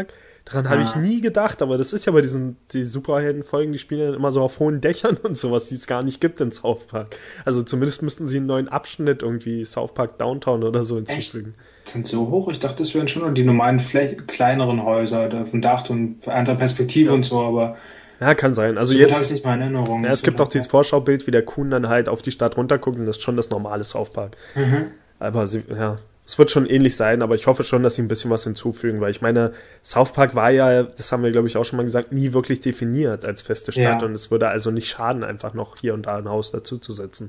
Speaker 1: Daran habe ich nie gedacht, aber das ist ja bei diesen die Superheldenfolgen, die spielen ja immer so auf hohen Dächern und sowas, die es gar nicht gibt in South Park. Also zumindest müssten sie einen neuen Abschnitt irgendwie South Park Downtown oder so hinzufügen.
Speaker 2: Echt? Sind so hoch? Ich dachte, das wären schon nur die normalen, vielleicht kleineren Häuser, da vom Dach und andere Perspektive ja. und so, aber
Speaker 1: ja, kann sein. Also
Speaker 2: so
Speaker 1: jetzt
Speaker 2: habe ich nicht mal in Erinnerung.
Speaker 1: Ja, es gibt auch dieses Vorschaubild, wie der Kuhn dann halt auf die Stadt runterguckt und das ist schon das normale South Park. Mhm. Aber sie, ja, es wird schon ähnlich sein, aber ich hoffe schon, dass sie ein bisschen was hinzufügen, weil ich meine, South Park war ja, das haben wir glaube ich auch schon mal gesagt, nie wirklich definiert als feste Stadt ja. und es würde also nicht schaden, einfach noch hier und da ein Haus dazuzusetzen.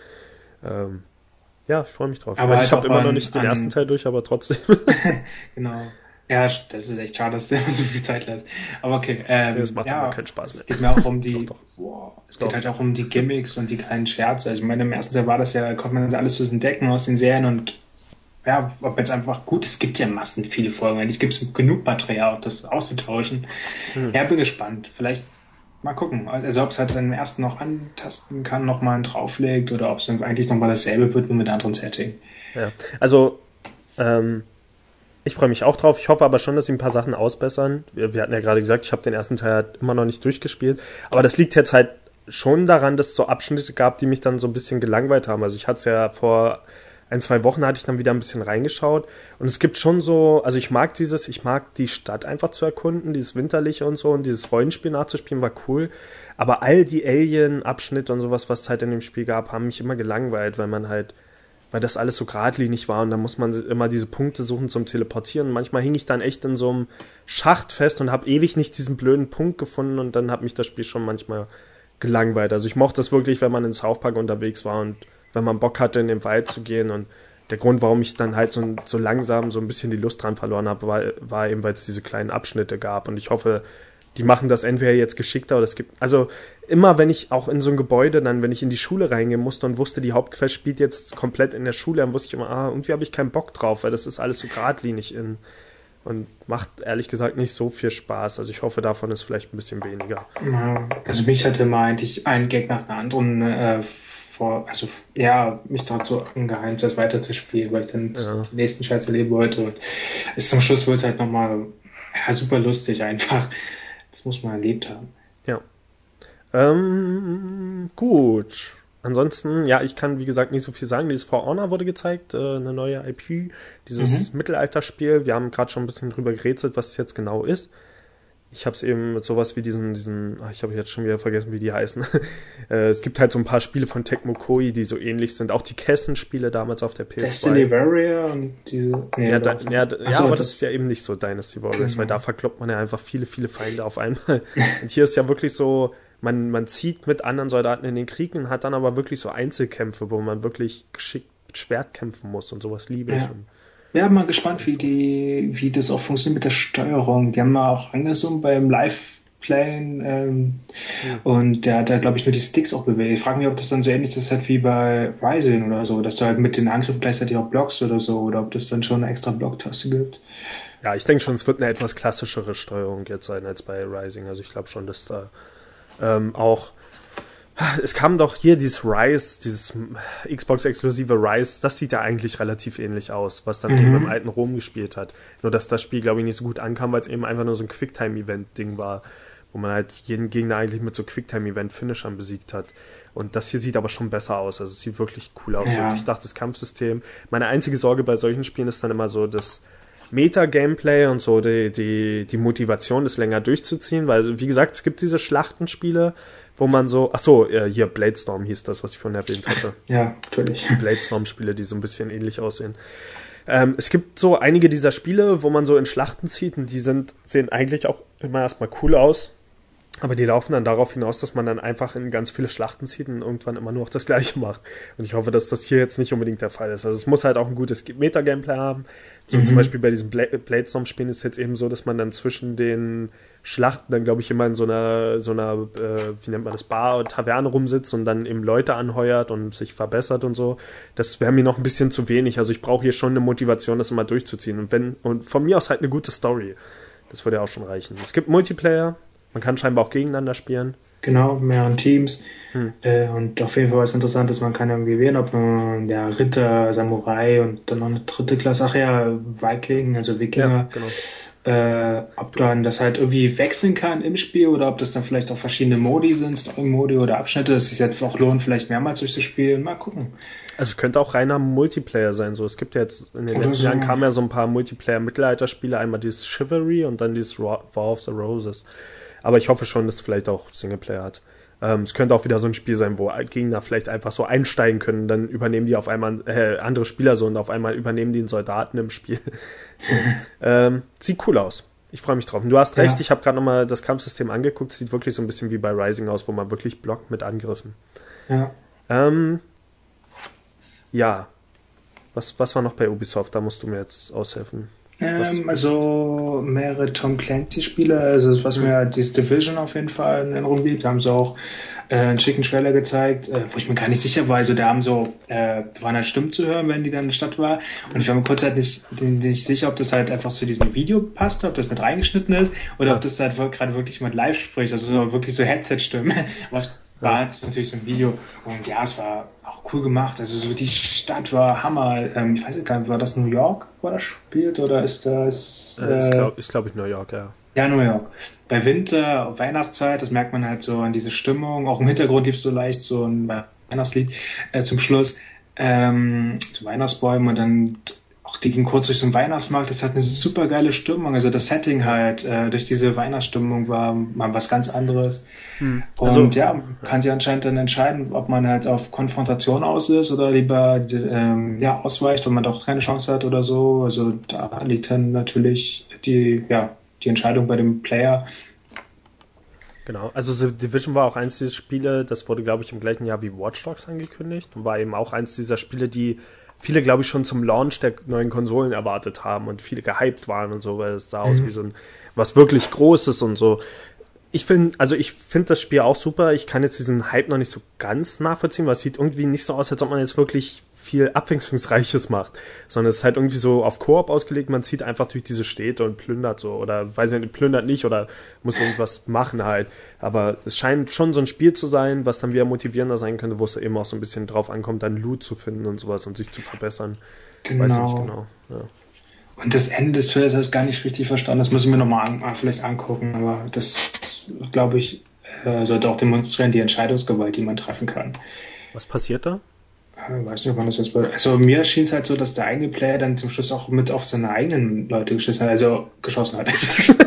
Speaker 1: Ähm, ja, ich freue mich drauf.
Speaker 2: Aber halt
Speaker 1: ich habe immer
Speaker 2: an,
Speaker 1: noch nicht den
Speaker 2: an,
Speaker 1: ersten Teil durch, aber trotzdem.
Speaker 2: Genau. Ja, das ist echt schade, dass der so viel Zeit lässt. Aber okay. Ähm,
Speaker 1: das macht
Speaker 2: ja,
Speaker 1: aber keinen Spaß mehr.
Speaker 2: Es geht mir auch um die,
Speaker 1: doch, doch.
Speaker 2: Wow, es
Speaker 1: doch.
Speaker 2: geht halt auch um die Gimmicks und die kleinen Scherze. Also ich meine, im ersten Teil war das ja, konnte man das alles so entdecken aus den Serien und ja, ob jetzt einfach gut, es gibt ja massen viele Folgen, eigentlich gibt es genug Material, das auszutauschen. Hm. Ja, bin gespannt. Vielleicht mal gucken. Also ob es halt den ersten noch antasten kann, nochmal drauflegt oder ob es dann eigentlich nochmal dasselbe wird, nur mit einem anderen Setting.
Speaker 1: Ja, also ähm ich freue mich auch drauf. Ich hoffe aber schon, dass sie ein paar Sachen ausbessern. Wir, wir hatten ja gerade gesagt, ich habe den ersten Teil halt immer noch nicht durchgespielt. Aber das liegt jetzt halt schon daran, dass es so Abschnitte gab, die mich dann so ein bisschen gelangweilt haben. Also ich hatte es ja vor ein, zwei Wochen hatte ich dann wieder ein bisschen reingeschaut. Und es gibt schon so, also ich mag dieses, ich mag die Stadt einfach zu erkunden, dieses Winterliche und so und dieses Rollenspiel nachzuspielen war cool. Aber all die Alien-Abschnitte und sowas, was es halt in dem Spiel gab, haben mich immer gelangweilt, weil man halt weil das alles so geradlinig war und da muss man immer diese Punkte suchen zum Teleportieren. Und manchmal hing ich dann echt in so einem Schacht fest und habe ewig nicht diesen blöden Punkt gefunden und dann hat mich das Spiel schon manchmal gelangweilt. Also ich mochte das wirklich, wenn man in South Park unterwegs war und wenn man Bock hatte, in den Wald zu gehen und der Grund, warum ich dann halt so, so langsam so ein bisschen die Lust dran verloren habe, war, war eben, weil es diese kleinen Abschnitte gab und ich hoffe, die machen das entweder jetzt geschickter oder es gibt, also immer wenn ich auch in so ein Gebäude dann, wenn ich in die Schule reingehen musste und wusste, die Hauptquest spielt jetzt komplett in der Schule, dann wusste ich immer, ah, irgendwie habe ich keinen Bock drauf, weil das ist alles so geradlinig in und macht ehrlich gesagt nicht so viel Spaß. Also ich hoffe, davon ist vielleicht ein bisschen weniger.
Speaker 2: Ja, also mich hatte mal eigentlich ein Gag nach einer anderen äh, vor, also ja, mich dazu angeheimt, das weiterzuspielen, weil ich dann ja. die nächsten Scheiß erleben wollte und es zum Schluss wurde es halt nochmal ja, super lustig einfach. Das muss man erlebt haben.
Speaker 1: Ja. Ähm, gut. Ansonsten, ja, ich kann, wie gesagt, nicht so viel sagen. Dieses For Honor wurde gezeigt, äh, eine neue I P, dieses mhm. Mittelalterspiel. Wir haben gerade schon ein bisschen drüber gerätselt, was es jetzt genau ist. Ich habe es eben mit sowas wie diesen, diesen, ach, ich habe jetzt schon wieder vergessen, wie die heißen. äh, es gibt halt so ein paar Spiele von Tecmo Koei, die so ähnlich sind. Auch die Kessen-Spiele damals auf der P S zwei.
Speaker 2: Destiny Warrior und diese... Nee,
Speaker 1: ja, da, ja, da, ja, aber das ist ja eben nicht so Dynasty Warriors, genau. Weil da verkloppt man ja einfach viele, viele Feinde auf einmal. Und hier ist ja wirklich so, man, man zieht mit anderen Soldaten in den Krieg und hat dann aber wirklich so Einzelkämpfe, wo man wirklich geschickt mit Schwert kämpfen muss und sowas liebe ich.
Speaker 2: Ja. Ja, mal gespannt, wie die, wie das auch funktioniert mit der Steuerung. Die haben mal auch angesummt beim Live-Playen ähm, ja. und der hat da, glaube ich, nur die Sticks auch bewegt. Ich frage mich, ob das dann so ähnlich ist halt wie bei Rising oder so, dass du halt mit den Angriffen gleichzeitig auch blockst oder so, oder ob das dann schon eine extra Blocktaste gibt.
Speaker 1: Ja, ich denke schon, es wird eine etwas klassischere Steuerung jetzt sein als bei Rising. Also ich glaube schon, dass da ähm, auch es kam doch hier dieses Rise, dieses Xbox-exklusive Rise, das sieht ja eigentlich relativ ähnlich aus, was dann mhm. eben im alten Rom gespielt hat. Nur, dass das Spiel, glaube ich, nicht so gut ankam, weil es eben einfach nur so ein Quicktime-Event-Ding war, wo man halt jeden Gegner eigentlich mit so Quicktime-Event-Finishern besiegt hat. Und das hier sieht aber schon besser aus, also es sieht wirklich cool aus.
Speaker 2: Ja.
Speaker 1: Und ich dachte, das Kampfsystem, meine einzige Sorge bei solchen Spielen ist dann immer so, dass Meta-Gameplay und so die, die, die Motivation, das länger durchzuziehen, weil, wie gesagt, es gibt diese Schlachtenspiele, wo man so, ach so, hier Bladestorm hieß das, was ich vorhin erwähnt hatte.
Speaker 2: Ja, natürlich.
Speaker 1: Die Bladestorm-Spiele, die so ein bisschen ähnlich aussehen. Ähm, es gibt so einige dieser Spiele, wo man so in Schlachten zieht und die sind, sehen eigentlich auch immer erstmal cool aus. Aber die laufen dann darauf hinaus, dass man dann einfach in ganz viele Schlachten zieht und irgendwann immer nur noch das Gleiche macht. Und ich hoffe, dass das hier jetzt nicht unbedingt der Fall ist. Also es muss halt auch ein gutes Meta-Gameplay haben. So mhm. zum Beispiel bei diesen Bla- Bladestorm-Spielen ist es jetzt eben so, dass man dann zwischen den Schlachten dann, glaube ich, immer in so einer, so einer, äh, wie nennt man das, Bar oder Taverne rumsitzt und dann eben Leute anheuert und sich verbessert und so. Das wäre mir noch ein bisschen zu wenig. Also ich brauche hier schon eine Motivation, das immer durchzuziehen. Und wenn, und von mir aus halt eine gute Story. Das würde ja auch schon reichen. Es gibt Multiplayer. Man kann scheinbar auch gegeneinander spielen.
Speaker 2: Genau, mehreren Teams.
Speaker 1: Hm.
Speaker 2: Äh, und auf jeden Fall was Interessantes, man kann irgendwie wählen, ob man ja, Ritter, Samurai und dann noch eine dritte Klasse, ach ja, Viking, also Wikinger.
Speaker 1: Ja, genau.
Speaker 2: äh, ob dann das halt irgendwie wechseln kann im Spiel oder ob das dann vielleicht auch verschiedene Modi sind, Story-Modi oder Abschnitte, dass es sich jetzt auch lohnt, vielleicht mehrmals durchzuspielen. Mal gucken.
Speaker 1: Also es könnte auch reiner Multiplayer sein. So, es gibt ja jetzt in den
Speaker 2: Oder
Speaker 1: letzten
Speaker 2: so.
Speaker 1: Jahren kamen ja so ein paar Multiplayer-Mittelalter-Spiele, einmal dieses Chivalry und dann dieses War of the Roses. Aber ich hoffe schon, dass es vielleicht auch Singleplayer hat. Ähm, es könnte auch wieder so ein Spiel sein, wo Gegner vielleicht einfach so einsteigen können, dann übernehmen die auf einmal äh, andere Spieler so und auf einmal übernehmen die einen Soldaten im Spiel. So. ähm, sieht cool aus. Ich freue mich drauf. Und du hast recht,
Speaker 2: Ja.
Speaker 1: ich habe gerade nochmal das Kampfsystem angeguckt. Sieht wirklich so ein bisschen wie bei Rising aus, wo man wirklich blockt mit Angriffen.
Speaker 2: Ja.
Speaker 1: Ähm, ja. Was, was war noch bei Ubisoft? Da musst du mir jetzt aushelfen. Was-
Speaker 2: Ähm, also mehrere Tom Clancy-Spiele, also was mir dieses Division auf jeden Fall in Erinnerung liegt, da haben sie auch äh, einen schicken Trailer gezeigt, äh, wo ich mir gar nicht sicher war, also da haben so, äh, da waren halt Stimmen zu hören, wenn die dann in der Stadt war und ich war mir kurz halt nicht, nicht sicher, ob das halt einfach zu diesem Video passt, ob das mit reingeschnitten ist oder
Speaker 1: Ja.
Speaker 2: ob das halt gerade wirklich jemand live spricht, also so, wirklich so Headset-Stimmen, was war jetzt natürlich so ein Video und ja, es war auch cool gemacht, also so die Stadt war Hammer, ähm, ich weiß jetzt gar nicht, war das New York, wo das spielt oder ist das
Speaker 1: Äh, ist,
Speaker 2: äh,
Speaker 1: glaube ich, glaub ich, New York, ja.
Speaker 2: ja, New York. Bei Winter, auf Weihnachtszeit, das merkt man halt so an diese Stimmung. Auch im Hintergrund lief so leicht so ein Weihnachtslied äh, zum Schluss, ähm, zu Weihnachtsbäumen und dann auch die ging kurz durch so einen Weihnachtsmarkt. Das hat eine super geile Stimmung. Also das Setting halt äh, durch diese Weihnachtsstimmung war mal was ganz anderes.
Speaker 1: Hm.
Speaker 2: Und
Speaker 1: Also-
Speaker 2: ja, man kann sich anscheinend dann entscheiden, ob man halt auf Konfrontation aus ist oder lieber ähm, ja ausweicht, wenn man doch keine Chance hat oder so. Also da liegt dann natürlich die ja die Entscheidung bei dem Player.
Speaker 1: Genau, also The Division war auch eins dieser Spiele, das wurde, glaube ich, im gleichen Jahr wie Watch Dogs angekündigt und war eben auch eins dieser Spiele, die viele, glaube ich, schon zum Launch der neuen Konsolen erwartet haben und viele gehypt waren und so, weil es sah aus wie so ein was wirklich Großes und so. Ich finde, also ich finde das Spiel auch super. Ich kann jetzt diesen Hype noch nicht so ganz nachvollziehen, weil es sieht irgendwie nicht so aus, als ob man jetzt wirklich viel Abwechslungsreiches macht, sondern es ist halt irgendwie so auf Koop ausgelegt. Man zieht einfach durch diese Städte und plündert so oder weiß nicht, plündert nicht oder muss irgendwas machen halt. Aber es scheint schon so ein Spiel zu sein, was dann wieder motivierender sein könnte, wo es eben auch so ein bisschen drauf ankommt, dann Loot zu finden und sowas und sich zu verbessern.
Speaker 2: Genau.
Speaker 1: Weiß ich nicht genau. Ja.
Speaker 2: Und das Ende des Trailers habe ich gar nicht richtig verstanden. Das müssen wir nochmal an, ah, vielleicht angucken. Aber das, glaube ich, äh, sollte auch demonstrieren, die Entscheidungsgewalt, die man treffen kann.
Speaker 1: Was passiert da?
Speaker 2: Ich weiß nicht, ob man das jetzt bei, also mir schien es halt so, dass der eigene Player dann zum Schluss auch mit auf seine eigenen Leute geschossen hat, also geschossen hat.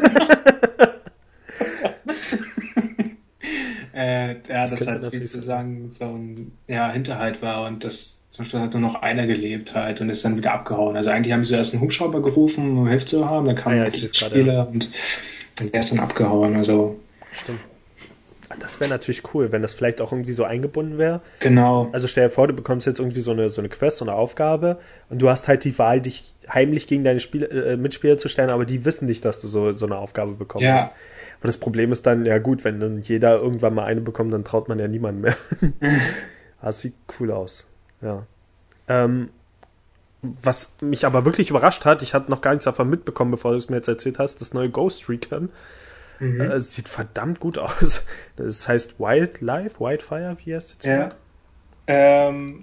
Speaker 2: äh, ja, das,
Speaker 1: könnte
Speaker 2: halt
Speaker 1: natürlich
Speaker 2: sozusagen so ein ja, Hinterhalt war und das zum Schluss hat nur noch einer gelebt halt und ist dann wieder abgehauen. Also eigentlich haben sie erst einen Hubschrauber gerufen, um Hilfe zu haben, dann kam
Speaker 1: Ah ja,
Speaker 2: ein
Speaker 1: ich seh's gerade,
Speaker 2: Spieler und der ist dann abgehauen. Also
Speaker 1: Stimmt. Das wäre natürlich cool, wenn das vielleicht auch irgendwie so eingebunden wäre.
Speaker 2: genau.
Speaker 1: Also stell dir vor, du bekommst jetzt irgendwie so eine, so eine Quest, so eine Aufgabe und du hast halt die Wahl, dich heimlich gegen deine Spiel, äh, Mitspieler zu stellen, aber die wissen nicht, dass du so, so eine Aufgabe bekommst.
Speaker 2: Ja.
Speaker 1: Aber das Problem ist dann, ja gut, wenn dann jeder irgendwann mal eine bekommt, dann traut man ja niemanden mehr. Das sieht cool aus. Ja. Ähm, was mich aber wirklich überrascht hat, ich hatte noch gar nichts davon mitbekommen, bevor du es mir jetzt erzählt hast, das neue Ghost Recon.
Speaker 2: Mhm.
Speaker 1: Äh, es sieht verdammt gut aus. Das heißt Wildlife, Wildfire, wie heißt es jetzt?
Speaker 2: Ja. Ähm,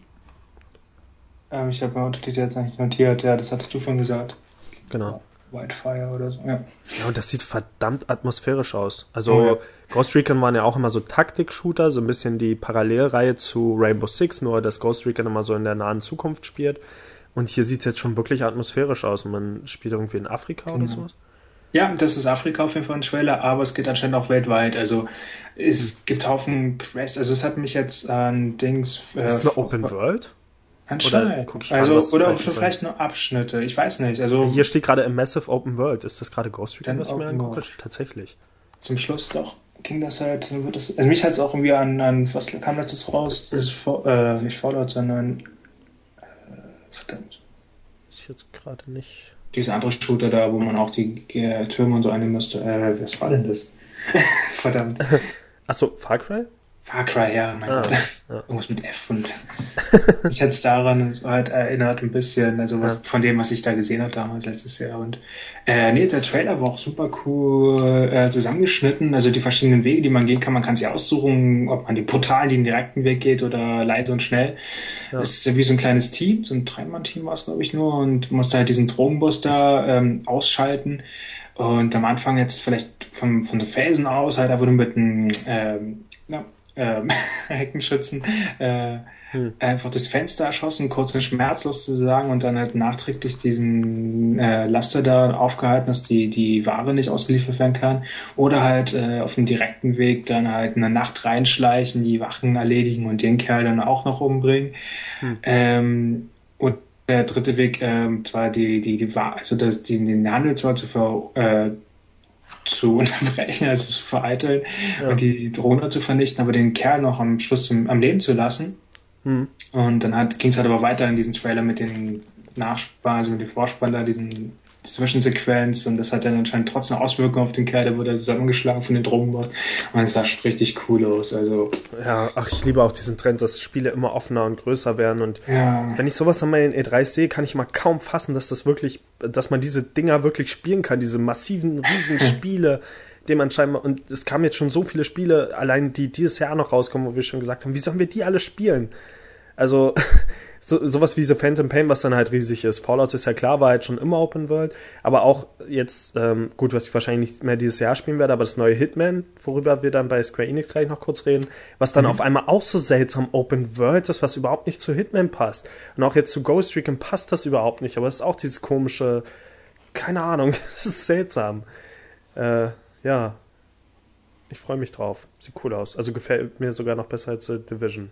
Speaker 2: ähm, ich habe mal Untertitel jetzt nicht notiert, ja, das hattest du schon gesagt.
Speaker 1: Genau.
Speaker 2: Wildfire oder so, ja.
Speaker 1: Ja, und das sieht verdammt atmosphärisch aus. Also
Speaker 2: Oh, ja.
Speaker 1: Ghost Recon waren ja auch immer so Taktik-Shooter, so ein bisschen die Parallelreihe zu Rainbow Six, nur dass Ghost Recon immer so in der nahen Zukunft spielt. Und hier sieht es jetzt schon wirklich atmosphärisch aus. Und man spielt irgendwie in Afrika oder
Speaker 2: Genau.
Speaker 1: sowas.
Speaker 2: Ja, das ist Afrika auf jeden Fall ein Trailer, aber es geht anscheinend auch weltweit. Also es gibt Haufen Quests. Also es hat mich jetzt an Dings. Äh,
Speaker 1: Ist es eine Open World?
Speaker 2: Anscheinend.
Speaker 1: Oder guck ich gerade,
Speaker 2: also
Speaker 1: was
Speaker 2: oder auch
Speaker 1: Falsches
Speaker 2: schon vielleicht nur Abschnitte. Ich weiß nicht. Also
Speaker 1: Hier steht gerade Massive Open World. Ist das gerade Ghost Recon,
Speaker 2: Dann
Speaker 1: was ich mir
Speaker 2: Open
Speaker 1: angucke?
Speaker 2: World.
Speaker 1: Tatsächlich.
Speaker 2: zum Schluss doch ging das halt. Dann wird das, also mich hat es auch irgendwie an, an was kam letztes raus? Das ist Fall- äh, nicht Fallout, sondern äh, verdammt.
Speaker 1: Ist jetzt gerade nicht.
Speaker 2: Dieser andere Shooter da, wo man auch die äh, Türme und so einnehmen müsste. Äh, was war denn das? Verdammt.
Speaker 1: Achso, Far Cry?
Speaker 2: Far Cry, ja, mein
Speaker 1: Ah,
Speaker 2: Gott.
Speaker 1: ja.
Speaker 2: Irgendwas mit F und mich hat's daran so halt erinnert ein bisschen, also was,
Speaker 1: Ja.
Speaker 2: von dem, was ich da gesehen habe damals letztes Jahr. Und äh, nee, der Trailer war auch super cool äh, zusammengeschnitten. Also die verschiedenen Wege, die man gehen kann, man kann sich aussuchen, ob man den brutalen, den direkten Weg geht oder leise und schnell.
Speaker 1: Ja.
Speaker 2: Das ist ja wie so ein kleines Team, so ein Dreimann-Team war es, glaube ich, nur, und musste halt diesen Drogenbus da ähm, ausschalten. Und am Anfang jetzt vielleicht von, von den Phasen aus halt einfach nur mit einem ähm, ja, ähm, Heckenschützen äh, hm. einfach durchs Fenster erschossen, kurz und schmerzlos zu sagen, und dann halt nachträglich diesen äh, Laster da aufgehalten, dass die die Ware nicht ausgeliefert werden kann. Oder halt äh, auf dem direkten Weg dann halt in der Nacht reinschleichen, die Wachen erledigen und den Kerl dann auch noch umbringen. Hm. Ähm, und der dritte Weg ähm, zwar die die die Ware, also das, die, den Handel zwar zu ver äh, zu unterbrechen, also zu vereiteln, ja, und die Drohne zu vernichten, aber den Kerl noch am Schluss zum, am Leben zu lassen. Hm. Und dann ging es halt aber weiter in diesen Trailer mit den Nachspann, also mit dem Vorspann da, diesen Zwischensequenz, und das hat dann anscheinend trotzdem Auswirkungen auf den Kerl, der wurde zusammengeschlagen von den Drogenbots, und es sah richtig cool aus, also.
Speaker 1: Ja, ach, ich liebe auch diesen Trend, dass Spiele immer offener und größer werden, und
Speaker 2: ja,
Speaker 1: wenn ich sowas an meinen E drei sehe, kann ich mal kaum fassen, dass das wirklich, dass man diese Dinger wirklich spielen kann, diese massiven, riesigen Spiele, dem man scheinbar, und es kamen jetzt schon so viele Spiele, allein die dieses Jahr noch rauskommen, wo wir schon gesagt haben, wie sollen wir die alle spielen? Also, so, sowas wie The Phantom Pain, was dann halt riesig ist. Fallout ist ja klar, war halt schon immer Open World, aber auch jetzt, ähm, gut, was ich wahrscheinlich nicht mehr dieses Jahr spielen werde, aber das neue Hitman, worüber wir dann bei Square Enix gleich noch kurz reden, was dann mhm. auf einmal auch so seltsam Open World ist, was überhaupt nicht zu Hitman passt. Und auch jetzt zu Ghost Recon passt das überhaupt nicht, aber es ist auch dieses komische, keine Ahnung, es ist seltsam. Äh, ja, ich freue mich drauf. Sieht cool aus. Also gefällt mir sogar noch besser als The Division.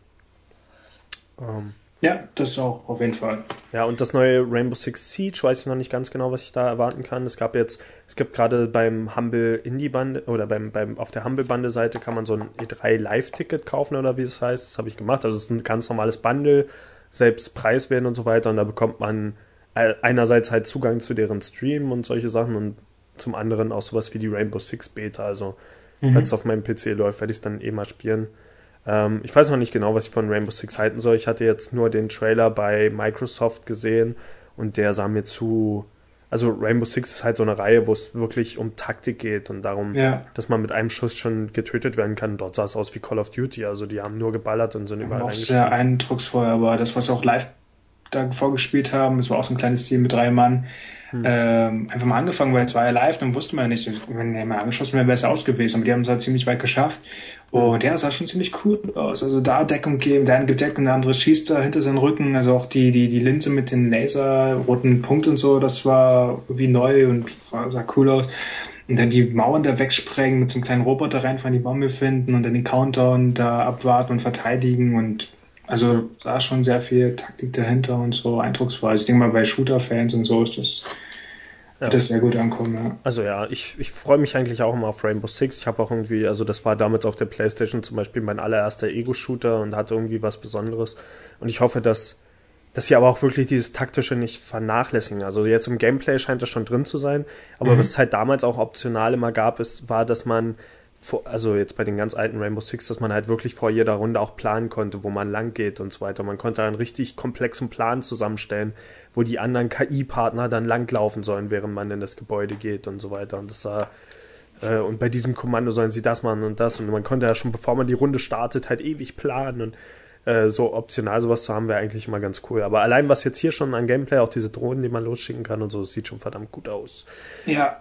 Speaker 2: Um, ja, das auch, auf jeden Fall.
Speaker 1: Ja, und das neue Rainbow Six Siege, weiß ich noch nicht ganz genau, was ich da erwarten kann. Es gab jetzt, es gibt gerade beim Humble Indie Bande, oder beim, beim auf der Humble Bande Seite kann man so ein E drei Live-Ticket kaufen, oder wie es heißt. Das habe ich gemacht. Also es ist ein ganz normales Bundle, selbst preiswert und so weiter. Und da bekommt man einerseits halt Zugang zu deren Stream und solche Sachen, und zum anderen auch sowas wie die Rainbow Six Beta. Also, mhm. wenn es auf meinem P C läuft, werde ich es dann eh mal spielen. Ähm, ich weiß noch nicht genau, was ich von Rainbow Six halten soll. Ich hatte jetzt nur den Trailer bei Microsoft gesehen, und der sah mir zu... Also Rainbow Six ist halt so eine Reihe, wo es wirklich um Taktik geht und darum, ja, dass man mit einem Schuss schon getötet werden kann. Dort sah es aus wie Call of Duty. Also die haben nur geballert und sind überall reingestiegen.
Speaker 2: Sehr eindrucksvoll, aber das, was auch live da vorgespielt haben, das war auch so ein kleines Team mit drei Mann. Hm. Ähm, einfach mal angefangen, weil es war ja live, dann wusste man ja nicht, wenn er mal angeschossen wäre, wäre es aus gewesen, aber die haben es halt ziemlich weit geschafft. Und der sah schon ziemlich cool aus. Also da Deckung geben, der eine gedeckt und der andere schießt da hinter seinen Rücken. Also auch die, die, die Linse mit den laserroten Punkt und so, das war wie neu und sah cool aus. Und dann die Mauern da wegsprengen, mit so einem kleinen Roboter reinfahren, die Bombe finden und dann den Countdown da abwarten und verteidigen, und also da ist schon sehr viel Taktik dahinter und so eindrucksvoll. Also ich denke mal, bei Shooter-Fans und so ist das, ja, wird das sehr gut ankommen, ja.
Speaker 1: Also ja, ich, ich freue mich eigentlich auch immer auf Rainbow Six. Ich habe auch irgendwie, also das war damals auf der PlayStation zum Beispiel mein allererster Ego-Shooter und hatte irgendwie was Besonderes. Und ich hoffe, dass, dass sie aber auch wirklich dieses Taktische nicht vernachlässigen. Also jetzt im Gameplay scheint das schon drin zu sein, aber mhm. was es halt damals auch optional immer gab, ist, war, dass man also jetzt bei den ganz alten Rainbow Six, dass man halt wirklich vor jeder Runde auch planen konnte, wo man lang geht und so weiter. Man konnte einen richtig komplexen Plan zusammenstellen, wo die anderen K I-Partner dann langlaufen sollen, während man in das Gebäude geht und so weiter. Und das war, äh, und bei diesem Kommando sollen sie das machen und das. Und man konnte ja schon, bevor man die Runde startet, halt ewig planen. Und äh, so optional sowas zu haben, wäre eigentlich immer ganz cool. Aber allein was jetzt hier schon an Gameplay, auch diese Drohnen, die man losschicken kann und so, das sieht schon verdammt gut aus.
Speaker 2: Ja,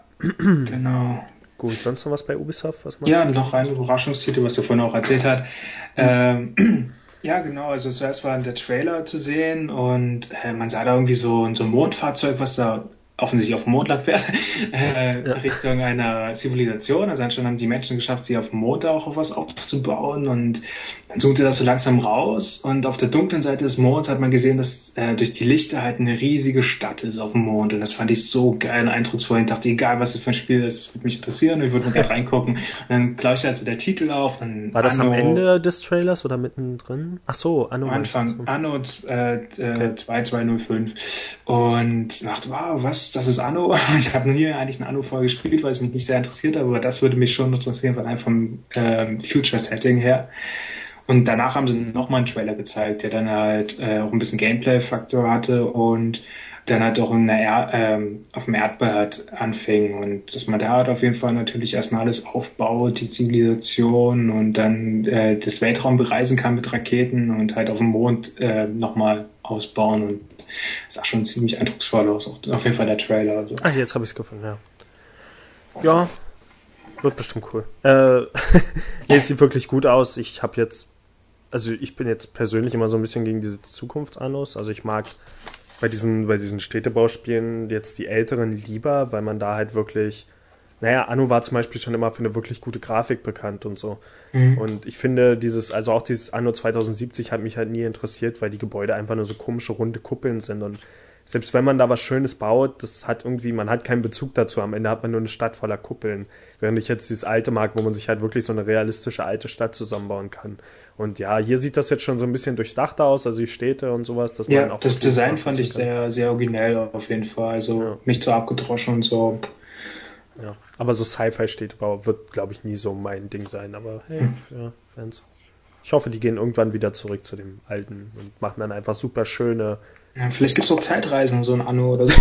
Speaker 2: genau.
Speaker 1: Gut, sonst noch was bei Ubisoft? Was man
Speaker 2: ja, noch ein Überraschungstitel, was du vorhin auch erzählt hast. Mhm. Ähm, ja, genau, also zuerst war der Trailer zu sehen, und äh, man sah da irgendwie so, so ein Mondfahrzeug, was da offensichtlich auf dem Mond lag, fährt, äh, ja. Richtung einer Zivilisation. Also anscheinend haben die Menschen geschafft, sich auf dem Mond auch auf was aufzubauen, und dann zoomte das so langsam raus, und auf der dunklen Seite des Monds hat man gesehen, dass äh, durch die Lichter halt eine riesige Stadt ist auf dem Mond, und das fand ich so geil und eindrucksvoll. Ich dachte, egal was das für ein Spiel ist, das würde mich interessieren, ich würde mal gerne reingucken. Und dann leuchtet halt so der Titel auf. Dann
Speaker 1: war das Anno, am Ende des Trailers oder mittendrin? Ach so, Anno.
Speaker 2: Am Anfang, Anno äh, okay. zwei zwei null fünf. Und dachte, wow, was, das ist Anno? Ich habe noch nie eigentlich ein Anno-Folge gespielt, weil es mich nicht sehr interessiert hat, aber das würde mich schon interessieren, von einem vom ähm, Future-Setting her. Und danach haben sie nochmal einen Trailer gezeigt, der dann halt äh, auch ein bisschen Gameplay-Faktor hatte und dann halt auch in der er- ähm, auf dem Erdball halt anfing, und dass man da halt auf jeden Fall natürlich erstmal alles aufbaut, die Zivilisation, und dann äh, das Weltraum bereisen kann mit Raketen und halt auf dem Mond äh, nochmal ausbauen, und das sah schon ziemlich eindrucksvoll aus, auch auf jeden Fall der Trailer. Also.
Speaker 1: Ah, jetzt habe ich es gefunden, ja. Ja, wird bestimmt cool. Äh, nee, es sieht wirklich gut aus. Ich habe jetzt, also ich bin jetzt persönlich immer so ein bisschen gegen diese Zukunftsannos. Also ich mag bei diesen, bei diesen Städtebauspielen jetzt die älteren lieber, weil man da halt wirklich, naja, Anno war zum Beispiel schon immer für eine wirklich gute Grafik bekannt und so. Mhm. Und ich finde dieses, also auch dieses Anno zwanzig siebzig hat mich halt nie interessiert, weil die Gebäude einfach nur so komische runde Kuppeln sind und selbst wenn man da was Schönes baut, das hat irgendwie, man hat keinen Bezug dazu. Am Ende hat man nur eine Stadt voller Kuppeln. Während ich jetzt dieses alte mag, wo man sich halt wirklich so eine realistische alte Stadt zusammenbauen kann. Und ja, hier sieht das jetzt schon so ein bisschen durchdachter aus, also die Städte und sowas. Dass
Speaker 2: ja,
Speaker 1: man auch
Speaker 2: das Design fand ich sehr, sehr originell auf jeden Fall. Also ja. Nicht so abgedroschen und so.
Speaker 1: Ja, aber so Sci-Fi-Städtebau wird, glaube ich, nie so mein Ding sein. Aber hey, hm. ja, Fans. Ich hoffe, die gehen irgendwann wieder zurück zu dem Alten und machen dann einfach super schöne.
Speaker 2: Ja, vielleicht gibt es auch Zeitreisen, so ein Anno oder so.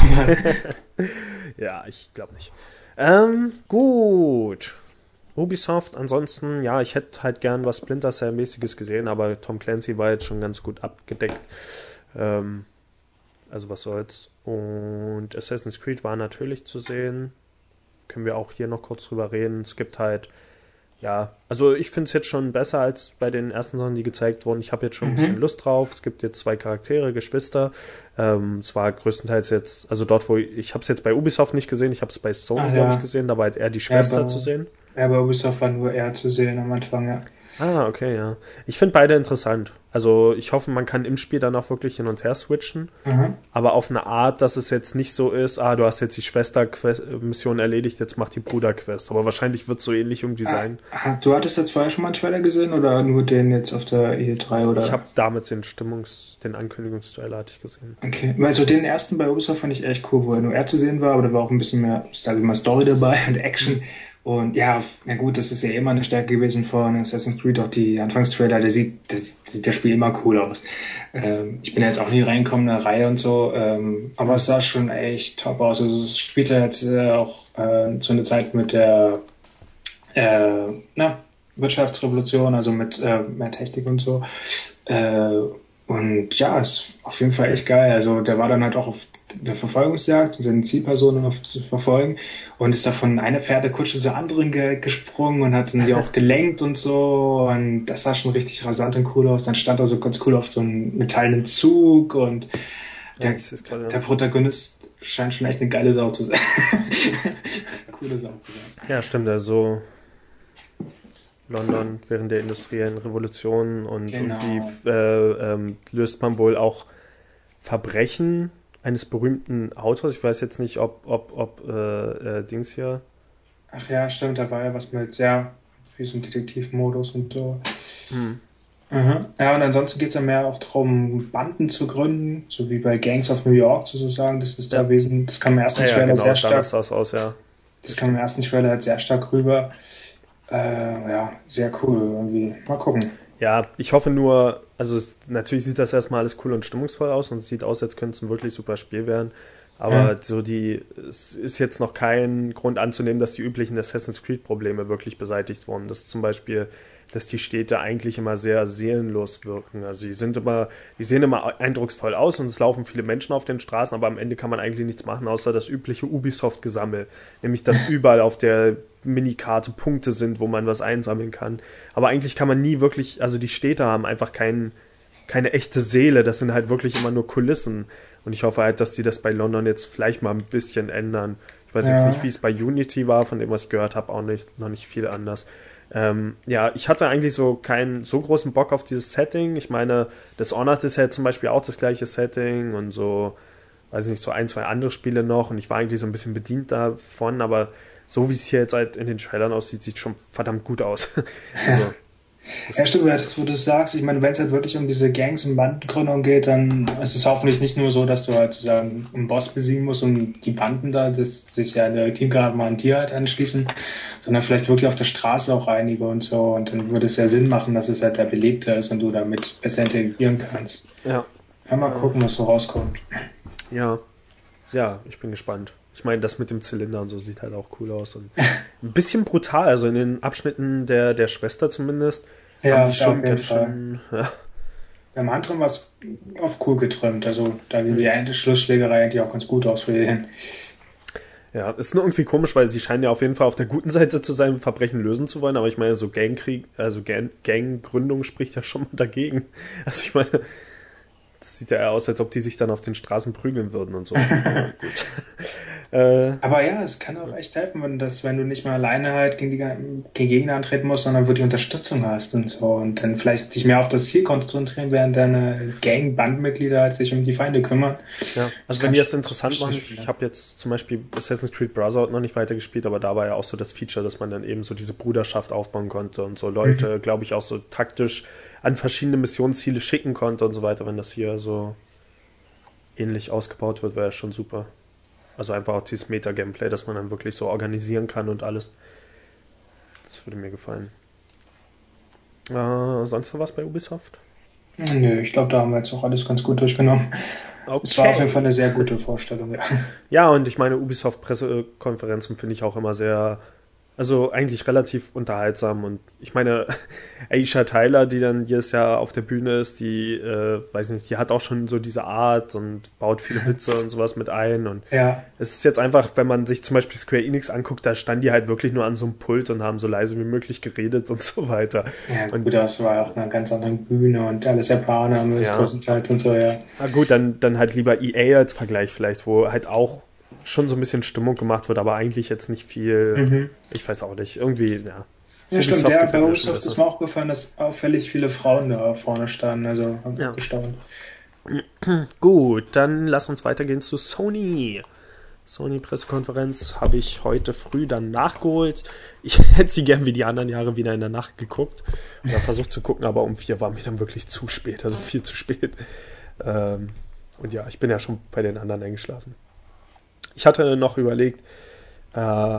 Speaker 1: Ja, ich glaube nicht. Ähm, gut. Ubisoft, ansonsten, ja, ich hätte halt gern was Splinter Cell-mäßiges gesehen, aber Tom Clancy war jetzt schon ganz gut abgedeckt. Ähm, also was soll's. Und Assassin's Creed war natürlich zu sehen. Können wir auch hier noch kurz drüber reden. Es gibt halt ja, also ich finde es jetzt schon besser als bei den ersten Sachen, die gezeigt wurden. Ich habe jetzt schon ein bisschen mhm. Lust drauf. Es gibt jetzt zwei Charaktere, Geschwister. Ähm, es war größtenteils jetzt, also dort, wo ich, ich habe es jetzt bei Ubisoft nicht gesehen, ich habe es bei Sony, ah, glaube ja. ich, gesehen. Da war halt eher die Schwester ja, bei, zu sehen.
Speaker 2: Ja, bei Ubisoft war nur er zu sehen am Anfang, ja.
Speaker 1: Ah, okay, ja. Ich finde beide interessant. Also ich hoffe, man kann im Spiel dann auch wirklich hin und her switchen, mhm. aber auf eine Art, dass es jetzt nicht so ist, ah, du hast jetzt die Schwester-Mission erledigt, jetzt mach die Bruder-Quest. Aber wahrscheinlich wird es so ähnlich irgendwie sein.
Speaker 2: Ah, du hattest jetzt vorher schon mal einen Trailer gesehen oder nur den jetzt auf der E drei? Oder?
Speaker 1: Ich habe damals den Stimmungs-, den Ankündigungstrailer hatte ich gesehen.
Speaker 2: Okay, also den ersten bei Ubisoft fand ich echt cool, wo er nur er zu sehen war, aber da war auch ein bisschen mehr, sage ich mal, Story dabei und Action. Mhm. Und ja, na gut, das ist ja immer eine Stärke gewesen von Assassin's Creed, auch die Anfangstrailer, der sieht, das sieht das Spiel immer cool aus. Ähm, ich bin ja jetzt auch nie reingekommen in eine Reihe und so, ähm, aber es sah schon echt top aus. Also es spielt ja jetzt äh, auch äh, zu einer Zeit mit der äh, na, Wirtschaftsrevolution, also mit äh, mehr Technik und so. Äh, und ja, ist auf jeden Fall echt geil. Also der war dann halt auch auf der Verfolgungsjagd und seine Zielpersonen auf zu verfolgen und ist da von einer Pferdekutsche zur anderen ge- gesprungen und hat dann die auch gelenkt und so und das sah schon richtig rasant und cool aus. Dann stand er so ganz cool auf so einem metallenen Zug und der, ja, der Protagonist scheint schon echt eine geile Sau zu sein. Coole Sau zu sein.
Speaker 1: Ja, stimmt, also London während der industriellen Revolution und
Speaker 2: genau.
Speaker 1: irgendwie äh, ähm, löst man wohl auch Verbrechen eines berühmten Autors. Ich weiß jetzt nicht, ob, ob, ob äh, äh, Dings hier.
Speaker 2: Ach ja, stimmt, da war ja was mit, ja, wie so ein Detektivmodus und so. Hm. Mhm. Ja, und ansonsten geht es ja mehr auch darum, Banden zu gründen, so wie bei Gangs of New York sozusagen. Das ist
Speaker 1: ja.
Speaker 2: da wesentlich, das kam im ersten
Speaker 1: ja, ja,
Speaker 2: Trailer
Speaker 1: genau,
Speaker 2: sehr stark.
Speaker 1: Das aus, ja.
Speaker 2: Das kam im ersten Trailer halt sehr stark rüber. Äh, ja, sehr cool irgendwie. Mal gucken.
Speaker 1: Ja, ich hoffe nur, also es, natürlich sieht das erstmal alles cool und stimmungsvoll aus und es sieht aus, als könnte es ein wirklich super Spiel werden. Aber ja. so die, es ist jetzt noch kein Grund anzunehmen, dass die üblichen Assassin's Creed Probleme wirklich beseitigt wurden. Das ist zum Beispiel, dass die Städte eigentlich immer sehr seelenlos wirken. Also die sind immer, die sehen immer eindrucksvoll aus und es laufen viele Menschen auf den Straßen, aber am Ende kann man eigentlich nichts machen, außer das übliche Ubisoft-Gesammel. Nämlich, dass überall auf der Minikarte Punkte sind, wo man was einsammeln kann. Aber eigentlich kann man nie wirklich, also die Städte haben einfach kein, keine echte Seele, das sind halt wirklich immer nur Kulissen. Und ich hoffe halt, dass die das bei London jetzt vielleicht mal ein bisschen ändern. Ich weiß ja. jetzt nicht, wie es bei Unity war, von dem, was ich gehört habe, auch nicht, noch nicht viel anders. Ähm, ja, ich hatte eigentlich so keinen so großen Bock auf dieses Setting. Ich meine, Dishonored ist ja zum Beispiel auch das gleiche Setting und so, weiß ich nicht, so ein, zwei andere Spiele noch. Und ich war eigentlich so ein bisschen bedient davon, aber so wie es hier jetzt halt in den Trailern aussieht, sieht schon verdammt gut aus. Also,
Speaker 2: ja, stimmt, das, wo du sagst, ich meine, wenn es halt wirklich um diese Gangs und Bandengründung geht, dann ist es hoffentlich nicht nur so, dass du halt sozusagen einen Boss besiegen musst und die Banden da, das sich ja in der Teamgrad mal an dir halt anschließen, sondern vielleicht wirklich auf der Straße auch einige und so und dann würde es ja Sinn machen, dass es halt der Belegte ist und du damit besser integrieren kannst.
Speaker 1: Ja.
Speaker 2: Ja, mal gucken, was so rauskommt.
Speaker 1: Ja, ja, ich bin gespannt. Ich meine, das mit dem Zylinder und so sieht halt auch cool aus. Und ein bisschen brutal, also in den Abschnitten der, der Schwester zumindest.
Speaker 2: Ja,
Speaker 1: haben die schon ganz schön. Ja.
Speaker 2: Beim anderen war es oft cool getrimmt. Also da sieht die Schlussschlägerei eigentlich auch ganz gut aus für den.
Speaker 1: Ja, ist nur irgendwie komisch, weil sie scheinen ja auf jeden Fall auf der guten Seite zu sein, Verbrechen lösen zu wollen, aber ich meine, so Gangkrieg, also Gang, Ganggründung spricht ja schon mal dagegen. Also ich meine, das sieht ja eher aus, als ob die sich dann auf den Straßen prügeln würden und so. Aber gut. äh,
Speaker 2: Aber ja, es kann auch echt helfen, wenn das, wenn du nicht mehr alleine halt gegen die gegen Gegner antreten musst, sondern wirklich Unterstützung hast und so und dann vielleicht dich mehr auf das Ziel konzentrieren, während deine Gang-Bandmitglieder halt sich um die Feinde kümmern.
Speaker 1: Ja, also wenn die das interessant machen, ich, ich habe jetzt zum Beispiel Assassin's Creed Brotherhood noch nicht weitergespielt, aber da war ja auch so das Feature, dass man dann eben so diese Bruderschaft aufbauen konnte und so Leute, mhm. glaube ich, auch so taktisch an verschiedene Missionsziele schicken konnte und so weiter. Wenn das hier so ähnlich ausgebaut wird, wäre das schon super. Also einfach auch dieses Meta-Gameplay, dass man dann wirklich so organisieren kann und alles. Das würde mir gefallen. Äh, sonst noch was bei Ubisoft?
Speaker 2: Nö, ich glaube, da haben wir jetzt auch alles ganz gut durchgenommen. Okay. Es war auf jeden Fall eine sehr gute Vorstellung, ja.
Speaker 1: Ja, und ich meine, Ubisoft-Pressekonferenzen finde ich auch immer sehr, also eigentlich relativ unterhaltsam. Und ich meine, Aisha Tyler, die dann jedes Jahr auf der Bühne ist, die, äh, weiß nicht, die hat auch schon so diese Art und baut viele Witze und sowas mit ein. Und
Speaker 2: ja.
Speaker 1: Es ist jetzt einfach, wenn man sich zum Beispiel Square Enix anguckt, da standen die halt wirklich nur an so einem Pult und haben so leise wie möglich geredet und so weiter.
Speaker 2: Ja, gut, und das war auch eine ganz andere Bühne und alles Japaner mit
Speaker 1: ja.
Speaker 2: größtenteils und so, ja.
Speaker 1: Na gut, dann, dann halt lieber E A als Vergleich vielleicht, wo halt auch schon so ein bisschen Stimmung gemacht wird, aber eigentlich jetzt nicht viel, mhm. ich weiß auch nicht, irgendwie, ja.
Speaker 2: Ja, stimmt, ja, bei Ubisoft ist mir auch gefallen, dass auffällig viele Frauen da vorne standen, also haben
Speaker 1: ja.
Speaker 2: gestaunt.
Speaker 1: Gut, dann lass uns weitergehen zu Sony. Sony-Pressekonferenz habe ich heute früh dann nachgeholt. Ich hätte sie gern wie die anderen Jahre wieder in der Nacht geguckt oder versucht zu gucken, aber um vier war mir dann wirklich zu spät, also viel zu spät. Ähm, und ja, ich bin ja schon bei den anderen eingeschlafen. Ich hatte noch überlegt, äh,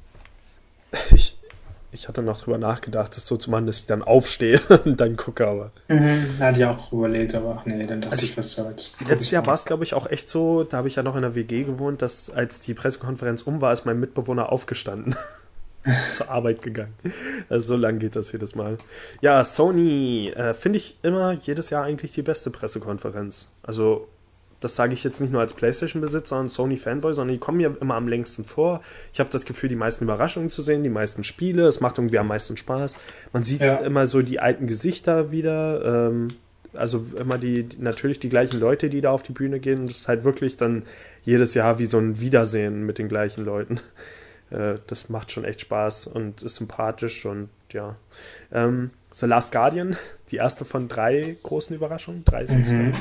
Speaker 1: ich, ich hatte noch drüber nachgedacht, das so zu machen, dass ich dann aufstehe und dann gucke, aber.
Speaker 2: Mhm, hatte ich auch überlegt, aber ach nee, dann dachte also ich, was soll's.
Speaker 1: Letztes Jahr war es, glaube ich, auch echt so, da habe ich ja noch in der W G gewohnt, dass als die Pressekonferenz um war, ist mein Mitbewohner aufgestanden. zur Arbeit gegangen. Also so lang geht das jedes Mal. Ja, Sony äh, finde ich immer jedes Jahr eigentlich die beste Pressekonferenz. Also das sage ich jetzt nicht nur als PlayStation-Besitzer und Sony-Fanboy, sondern die kommen mir immer am längsten vor. Ich habe das Gefühl, die meisten Überraschungen zu sehen, die meisten Spiele. Es macht irgendwie am meisten Spaß. Man sieht ja. immer so die alten Gesichter wieder. Ähm, also immer die, die natürlich die gleichen Leute, die da auf die Bühne gehen. Und das ist halt wirklich dann jedes Jahr wie so ein Wiedersehen mit den gleichen Leuten. Äh, das macht schon echt Spaß und ist sympathisch und ja. Ähm, The Last Guardian, die erste von drei großen Überraschungen. Drei sind es, mhm.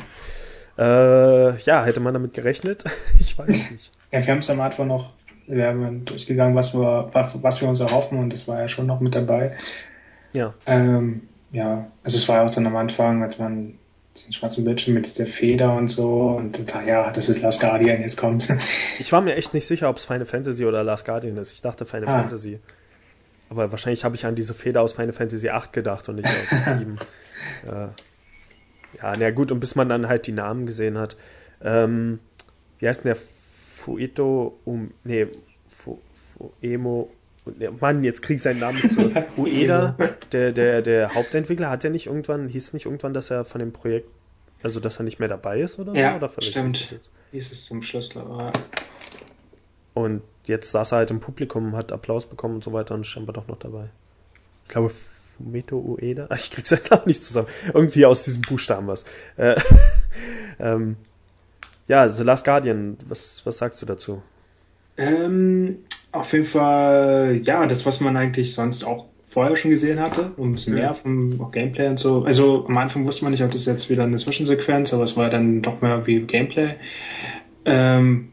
Speaker 1: Äh, ja, hätte man damit gerechnet? Ich weiß nicht.
Speaker 2: Ja, wir haben es am Anfang noch, wir haben durchgegangen, was wir, was wir uns erhoffen und das war ja schon noch mit dabei.
Speaker 1: Ja.
Speaker 2: Ähm, ja, also es war ja auch dann am Anfang, als man diesen schwarzen Bildschirm mit der Feder und so und ja, das ist Last Guardian, jetzt kommt.
Speaker 1: Ich war mir echt nicht sicher, ob es Final Fantasy oder Last Guardian ist. Ich dachte Final ah. Fantasy. Aber wahrscheinlich habe ich an diese Feder aus Final Fantasy acht gedacht und nicht aus sieben. äh, Ja, na gut, und bis man dann halt die Namen gesehen hat. Ähm, wie heißt denn der? Fuito, um, nee, Fu, Fuemo, nee, Mann, jetzt krieg ich seinen Namen nicht so. Ueda, der, der, der Hauptentwickler, hat ja nicht irgendwann, hieß es nicht irgendwann, dass er von dem Projekt, also dass er nicht mehr dabei ist oder
Speaker 2: ja,
Speaker 1: so? Oder
Speaker 2: stimmt. Hieß es zum Schluss, glaube ich.
Speaker 1: Und jetzt saß er halt im Publikum, hat Applaus bekommen und so weiter und ist scheinbar doch noch dabei. Ich glaube, Fumeto Ueda? Ach, ich krieg's ja gar nicht zusammen. Irgendwie aus diesem Buchstaben was. Äh, ähm, ja, The Last Guardian, was, was sagst du dazu?
Speaker 2: Ähm, auf jeden Fall, ja, das, was man eigentlich sonst auch vorher schon gesehen hatte, und ein bisschen mehr vom Gameplay und so. Also am Anfang wusste man nicht, ob das jetzt wieder eine Zwischensequenz, aber es war dann doch mehr wie Gameplay. Ähm,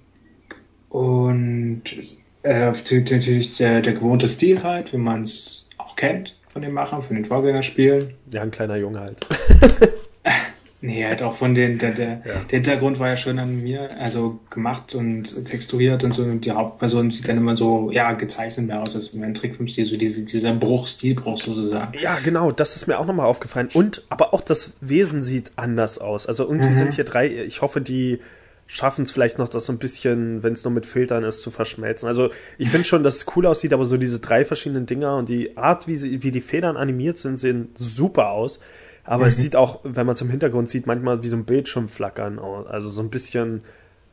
Speaker 2: und äh, natürlich der, der gewohnte Stil halt, wie man es auch kennt von den Machern, von den Vorgängerspielen.
Speaker 1: Ja, ein kleiner Junge halt.
Speaker 2: Nee, halt auch von den, der, der,
Speaker 1: ja.
Speaker 2: der Hintergrund war ja schön an mir, also gemacht und texturiert und so, und die Hauptperson sieht dann immer so, ja, gezeichnet mehr aus, als ein Trickfilmstil, so diese, dieser Bruch, Stilbruch sozusagen.
Speaker 1: Ja, genau, das ist mir auch nochmal aufgefallen. Und, aber auch das Wesen sieht anders aus. Also irgendwie mhm. sind hier drei, ich hoffe, die schaffen es vielleicht noch, das so ein bisschen, wenn es nur mit Filtern ist, zu verschmelzen. Also ich finde schon, dass es cool aussieht, aber so diese drei verschiedenen Dinger und die Art, wie sie, wie die Federn animiert sind, sehen super aus. Aber mhm. es sieht auch, wenn man es im Hintergrund sieht, manchmal wie so ein Bildschirm flackern aus. Also so ein bisschen,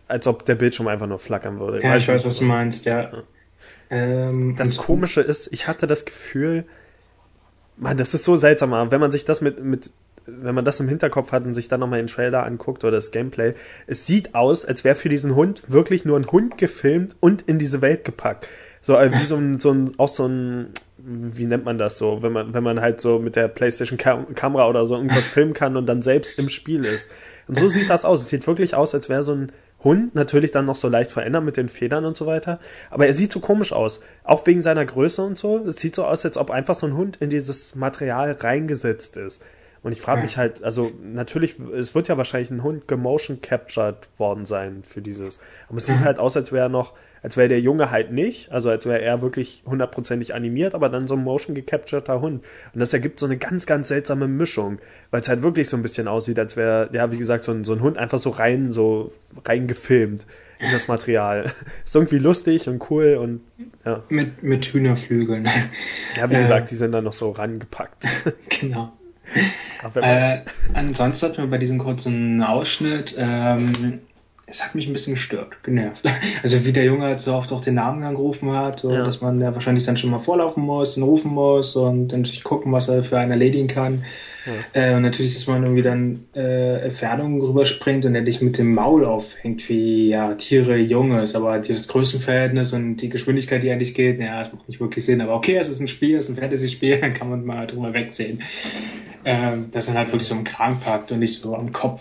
Speaker 1: als ob der Bildschirm einfach nur flackern würde.
Speaker 2: Ja, ich weiß, was du meinst, ja. ja.
Speaker 1: Ähm, das Komische ist, ich hatte das Gefühl, man, das ist so seltsam, wenn man sich das mit, mit wenn man das im Hinterkopf hat und sich dann nochmal den Trailer anguckt oder das Gameplay, es sieht aus, als wäre für diesen Hund wirklich nur ein Hund gefilmt und in diese Welt gepackt. So wie so ein, so ein, auch so ein, wie nennt man das so, wenn man, wenn man halt so mit der PlayStation Kam- Kamera oder so irgendwas filmen kann und dann selbst im Spiel ist. Und so sieht das aus. Es sieht wirklich aus, als wäre so ein Hund, natürlich dann noch so leicht verändert mit den Federn und so weiter, aber er sieht so komisch aus, auch wegen seiner Größe und so. Es sieht so aus, als ob einfach so ein Hund in dieses Material reingesetzt ist. Und ich frage mich halt, also natürlich, es wird ja wahrscheinlich ein Hund gemotion captured worden sein für dieses. Aber es sieht mhm. halt aus, als wäre noch, als wäre der Junge halt nicht, also als wäre er wirklich hundertprozentig animiert, aber dann so ein motion gecapturter Hund. Und das ergibt so eine ganz, ganz seltsame Mischung, weil es halt wirklich so ein bisschen aussieht, als wäre, ja, wie gesagt, so ein, so ein Hund einfach so rein, so rein gefilmt in das Material. Ist irgendwie lustig und cool und ja.
Speaker 2: Mit, mit Hühnerflügeln.
Speaker 1: Ja, wie äh, gesagt, die sind dann noch so rangepackt.
Speaker 2: Genau. Äh, ansonsten hat mir bei diesem kurzen Ausschnitt, ähm, es hat mich ein bisschen gestört, genervt. Also wie der Junge halt so oft auch den Namen angerufen hat, so, ja. dass man ja wahrscheinlich dann schon mal vorlaufen muss und rufen muss und dann natürlich gucken, was er für einen erledigen kann. Ja. Äh, und natürlich, dass man irgendwie dann äh, Entfernungen rüberspringt und endlich mit dem Maul aufhängt, wie ja Tiere Junges, aber das Größenverhältnis und die Geschwindigkeit, die eigentlich geht, naja, das macht nicht wirklich Sinn. Aber okay, es ist ein Spiel, es ist ein Fantasy-Spiel, dann kann man mal drüber wegsehen. Äh, dass er halt wirklich so im Kragen packt und nicht so am Kopf.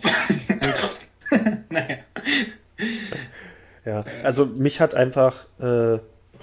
Speaker 2: Naja.
Speaker 1: Ja, also mich hat einfach äh,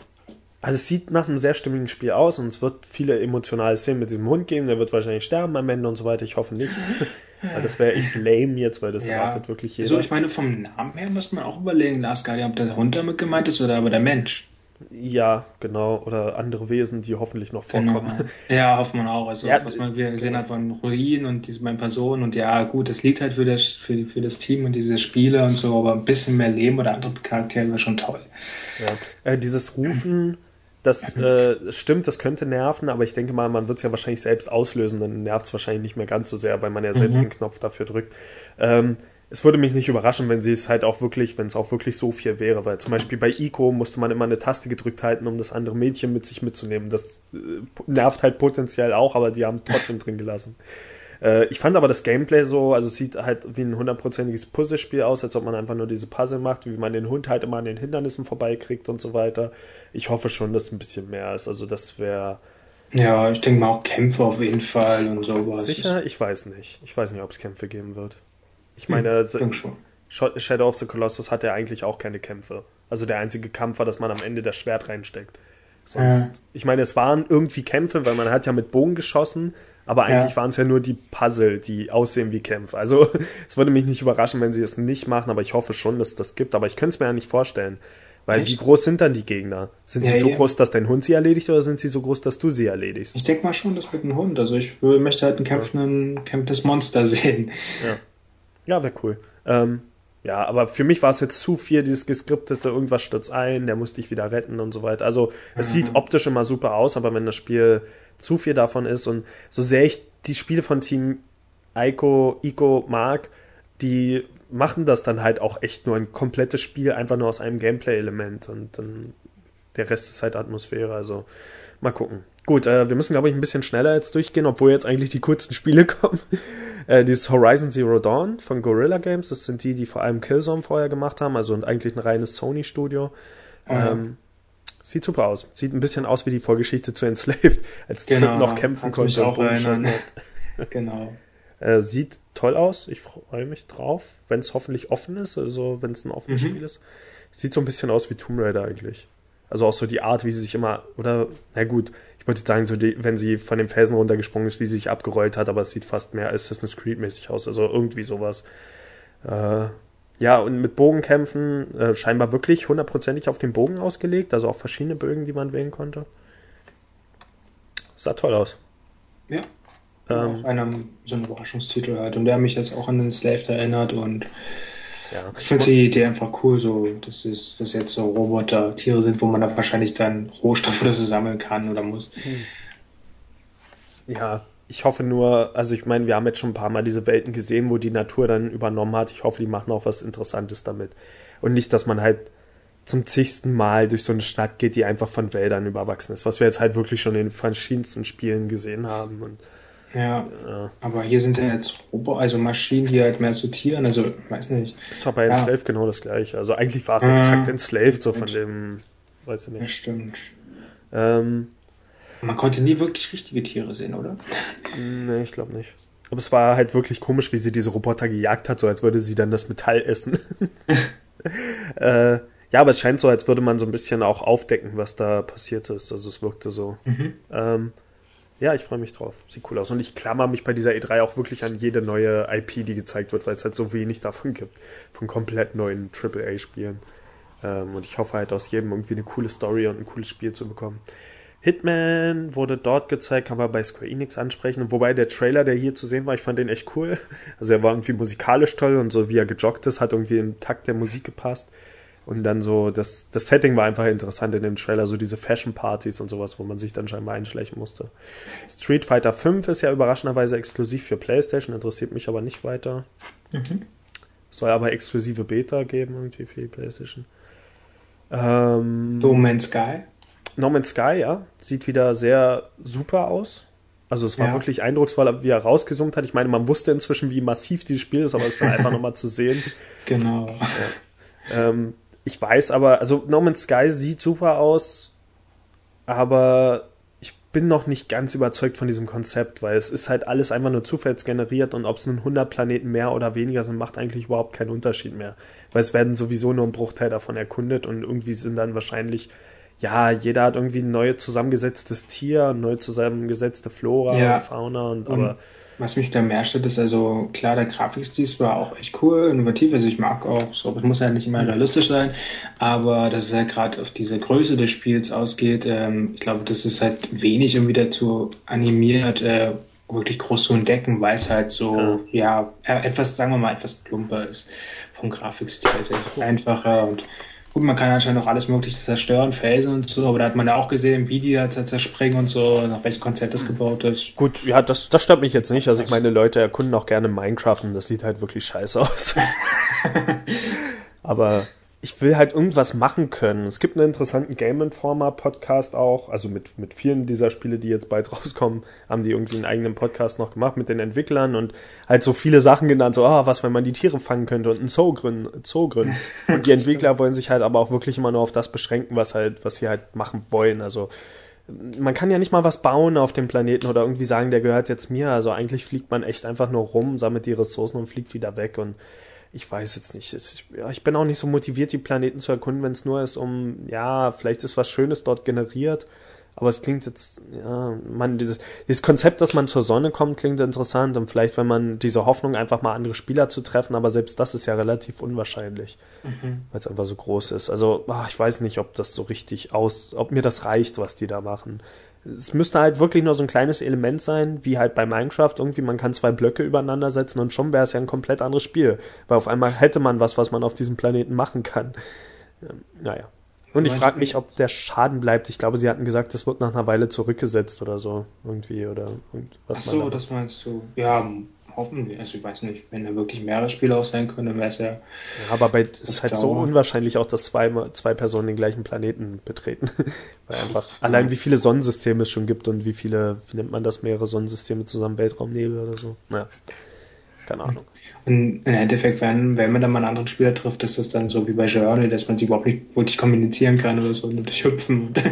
Speaker 1: also es sieht nach einem sehr stimmigen Spiel aus und es wird viele emotionale Szenen mit diesem Hund geben, der wird wahrscheinlich sterben am Ende und so weiter, ich hoffe nicht. Weil das wäre echt lame jetzt, weil das ja. erwartet wirklich jeder.
Speaker 2: So, ich meine, vom Namen her muss man auch überlegen, Lars Guardian, ob der Hund damit gemeint ist oder aber der Mensch.
Speaker 1: Ja, genau. Oder andere Wesen, die hoffentlich noch vorkommen.
Speaker 2: Genau. Ja, hoffen wir auch. Also, ja, was man wir gesehen hat von Ruinen und diese beiden Personen und ja, gut, das liegt halt für das, für, für das Team und diese Spiele und so, aber ein bisschen mehr Leben oder andere Charaktere wäre schon toll.
Speaker 1: Ja. Äh, dieses Rufen, das äh, stimmt, das könnte nerven, aber ich denke mal, man wird es ja wahrscheinlich selbst auslösen, dann nervt es wahrscheinlich nicht mehr ganz so sehr, weil man ja selbst mhm. den Knopf dafür drückt. Ähm, Es würde mich nicht überraschen, wenn sie es halt auch wirklich, wenn es auch wirklich so viel wäre, weil zum Beispiel bei Ico musste man immer eine Taste gedrückt halten, um das andere Mädchen mit sich mitzunehmen. Das äh, nervt halt potenziell auch, aber die haben es trotzdem drin gelassen. Äh, ich fand aber das Gameplay so, also es sieht halt wie ein hundertprozentiges Puzzlespiel aus, als ob man einfach nur diese Puzzle macht, wie man den Hund halt immer an den Hindernissen vorbeikriegt und so weiter. Ich hoffe schon, dass ein bisschen mehr ist, also das wäre...
Speaker 2: Ja, ich denke mal auch Kämpfe auf jeden Fall und sowas.
Speaker 1: Sicher? Ich weiß nicht. Ich weiß nicht, ob es Kämpfe geben wird. Ich meine, hm, Shadow of the Colossus hat ja eigentlich auch keine Kämpfe. Also der einzige Kampf war, dass man am Ende das Schwert reinsteckt. Sonst, ja. Ich meine, es waren irgendwie Kämpfe, weil man hat ja mit Bogen geschossen, aber eigentlich ja. waren es ja nur die Puzzle, die aussehen wie Kämpfe. Also es würde mich nicht überraschen, wenn sie es nicht machen, aber ich hoffe schon, dass es das gibt. Aber ich könnte es mir ja nicht vorstellen. Weil Echt? Wie groß sind dann die Gegner? Sind ja, sie so ja. groß, dass dein Hund sie erledigt oder sind sie so groß, dass du sie erledigst?
Speaker 2: Ich denke mal schon, das wird ein Hund. Also ich möchte halt ein kämpfenden, ja. kämpfendes Monster sehen.
Speaker 1: Ja. Ja, wäre cool. Ähm, ja, aber für mich war es jetzt zu viel, dieses geskriptete, irgendwas stürzt ein, der muss dich wieder retten und so weiter. Also es mhm. sieht optisch immer super aus, aber wenn das Spiel zu viel davon ist und so sehr ich die Spiele von Team Ico, Ico mag, die machen das dann halt auch echt nur ein komplettes Spiel, einfach nur aus einem Gameplay-Element und dann der Rest ist halt Atmosphäre, also mal gucken. Gut, äh, wir müssen, glaube ich, ein bisschen schneller jetzt durchgehen, obwohl jetzt eigentlich die kurzen Spiele kommen. Äh, dieses Horizon Zero Dawn von Guerrilla Games, das sind die, die vor allem Killzone vorher gemacht haben, also eigentlich ein reines Sony-Studio. Mhm. Ähm, sieht super aus. Sieht ein bisschen aus wie die Vorgeschichte zu Enslaved, als
Speaker 2: genau,
Speaker 1: Trip noch kämpfen konnte und rumgeschossen hat.
Speaker 2: Genau.
Speaker 1: Äh, sieht toll aus. Ich freue mich drauf, wenn es hoffentlich offen ist, also wenn es ein offenes mhm. Spiel ist. Sieht so ein bisschen aus wie Tomb Raider eigentlich. Also auch so die Art, wie sie sich immer, oder, na gut, ich wollte jetzt sagen, so die, wenn sie von dem Felsen runtergesprungen ist, wie sie sich abgerollt hat, aber es sieht fast mehr Assassin's Creed-mäßig aus, also irgendwie sowas. Äh, ja, und mit Bogenkämpfen äh, scheinbar wirklich hundertprozentig auf den Bogen ausgelegt, also auch verschiedene Bögen, die man wählen konnte. Sah toll aus.
Speaker 2: Ja. Ähm, auch einer, so ein Überraschungstitel halt, und der hat mich jetzt auch an den Enslaved erinnert und ja. Ich finde die Idee einfach cool, so, dass es, dass jetzt so Roboter, Tiere sind, wo man da wahrscheinlich dann Rohstoffe oder so sammeln kann oder muss.
Speaker 1: Ja, ich hoffe nur, also ich meine, wir haben jetzt schon ein paar Mal diese Welten gesehen, wo die Natur dann übernommen hat. Ich hoffe, die machen auch was Interessantes damit. Und nicht, dass man halt zum zigsten Mal durch so eine Stadt geht, die einfach von Wäldern überwachsen ist, was wir jetzt halt wirklich schon in verschiedensten Spielen gesehen haben. Und,
Speaker 2: ja, ja, aber hier sind ja jetzt Roboter, also Maschinen, die halt mehr sortieren, also weiß nicht.
Speaker 1: Das war bei ja. Enslaved genau das gleiche. Also eigentlich war es ah, exakt Enslaved, so von dem, weiß ich nicht.
Speaker 2: Ja, stimmt.
Speaker 1: Ähm,
Speaker 2: Man konnte nie wirklich richtige Tiere sehen, oder?
Speaker 1: Nee, ich glaube nicht. Aber es war halt wirklich komisch, wie sie diese Roboter gejagt hat, so als würde sie dann das Metall essen. äh, Ja, aber es scheint so, als würde man so ein bisschen auch aufdecken, was da passiert ist. Also es wirkte so. Mhm. Ähm, ja, ich freue mich drauf. Sieht cool aus. Und ich klammer mich bei dieser E drei auch wirklich an jede neue I P, die gezeigt wird, weil es halt so wenig davon gibt. Von komplett neuen Triple A-Spielen. Ähm, und ich hoffe halt aus jedem irgendwie eine coole Story und ein cooles Spiel zu bekommen. Hitman wurde dort gezeigt, kann man bei Square Enix ansprechen. Wobei der Trailer, der hier zu sehen war, ich fand den echt cool. Also er war irgendwie musikalisch toll und so wie er gejoggt ist, hat irgendwie im Takt der Musik gepasst. Und dann so, das, das Setting war einfach interessant in dem Trailer, so diese Fashion-Partys und sowas, wo man sich dann scheinbar einschleichen musste. Street Fighter fünf ist ja überraschenderweise exklusiv für PlayStation, interessiert mich aber nicht weiter. Mhm. Soll aber exklusive Beta geben irgendwie für die PlayStation. Ähm,
Speaker 2: No Man's Sky?
Speaker 1: No Man's Sky, ja. Sieht wieder sehr super aus. Also es war ja. wirklich eindrucksvoll, wie er rausgezoomt hat. Ich meine, man wusste inzwischen, wie massiv dieses Spiel ist, aber es ist dann einfach nochmal zu sehen.
Speaker 2: Genau.
Speaker 1: Ja. Ähm, Ich weiß aber, also No Man's Sky sieht super aus, aber ich bin noch nicht ganz überzeugt von diesem Konzept, weil es ist halt alles einfach nur zufallsgeneriert und ob es nun hundert Planeten mehr oder weniger sind, macht eigentlich überhaupt keinen Unterschied mehr. Weil es werden sowieso nur ein Bruchteil davon erkundet und irgendwie sind dann wahrscheinlich, ja, jeder hat irgendwie ein neu zusammengesetztes Tier, eine neu zusammengesetzte Flora
Speaker 2: ja.
Speaker 1: und Fauna und,
Speaker 2: und
Speaker 1: aber
Speaker 2: was mich da mehr stört, ist also, klar, der Grafikstil war auch echt cool, innovativ, also ich mag auch so, es muss halt nicht immer realistisch sein, aber dass es halt gerade auf diese Größe des Spiels ausgeht, ähm, ich glaube, das ist halt wenig irgendwie dazu animiert, äh, wirklich groß zu entdecken, weil es halt so, ja, ja etwas, sagen wir mal, etwas plumper ist vom Grafikstil, also einfacher und gut, man kann anscheinend auch alles Mögliche zerstören, Felsen und so, aber da hat man ja auch gesehen, wie die da zerspringen und so, nach welchem Konzept das gebaut ist.
Speaker 1: Gut, ja, das, das stört mich jetzt nicht. Also ich meine, Leute erkunden auch gerne Minecraft und das sieht halt wirklich scheiße aus. Aber ich will halt irgendwas machen können. Es gibt einen interessanten Game Informer-Podcast auch, also mit, mit vielen dieser Spiele, die jetzt bald rauskommen, haben die irgendwie einen eigenen Podcast noch gemacht mit den Entwicklern und halt so viele Sachen genannt, so, ah, was, wenn man die Tiere fangen könnte und einen Zoo gründen, Zoo gründen. Und die Entwickler wollen sich halt aber auch wirklich immer nur auf das beschränken, was halt, was sie halt machen wollen. Also man kann ja nicht mal was bauen auf dem Planeten oder irgendwie sagen, der gehört jetzt mir. Also eigentlich fliegt man echt einfach nur rum, sammelt die Ressourcen und fliegt wieder weg und ich weiß jetzt nicht. Es, ja, ich bin auch nicht so motiviert, die Planeten zu erkunden, wenn es nur ist, um, ja, vielleicht ist was Schönes dort generiert, aber es klingt jetzt, ja, man, dieses, dieses Konzept, dass man zur Sonne kommt, klingt interessant und vielleicht, wenn man diese Hoffnung, einfach mal andere Spieler zu treffen, aber selbst das ist ja relativ unwahrscheinlich, mhm. weil es einfach so groß ist. Also, ach, ich weiß nicht, ob das so richtig aus, ob mir das reicht, was die da machen. Es müsste halt wirklich nur so ein kleines Element sein, wie halt bei Minecraft irgendwie, man kann zwei Blöcke übereinander setzen und schon wäre es ja ein komplett anderes Spiel, weil auf einmal hätte man was, was man auf diesem Planeten machen kann. Ähm, naja. Und ich frage mich, ob der Schaden bleibt. Ich glaube, sie hatten gesagt, das wird nach einer Weile zurückgesetzt oder so, irgendwie, oder irgendwas.
Speaker 2: Ach so, das meinst du. Ja, hoffen wir. Also ich weiß nicht, wenn da wirklich mehrere Spiele auch sein können, dann wäre es ja...
Speaker 1: Ja, aber bei, es ist halt so unwahrscheinlich auch, dass zwei, zwei Personen den gleichen Planeten betreten. Weil einfach, ja. allein wie viele Sonnensysteme es schon gibt und wie viele, wie nennt man das, mehrere Sonnensysteme zusammen, Weltraumnebel oder so. Naja, keine Ahnung.
Speaker 2: Und im Endeffekt, wenn, wenn man dann mal einen anderen Spieler trifft, ist das dann so wie bei Journey, dass man sich überhaupt nicht wirklich kommunizieren kann oder so, nur durch Hüpfen und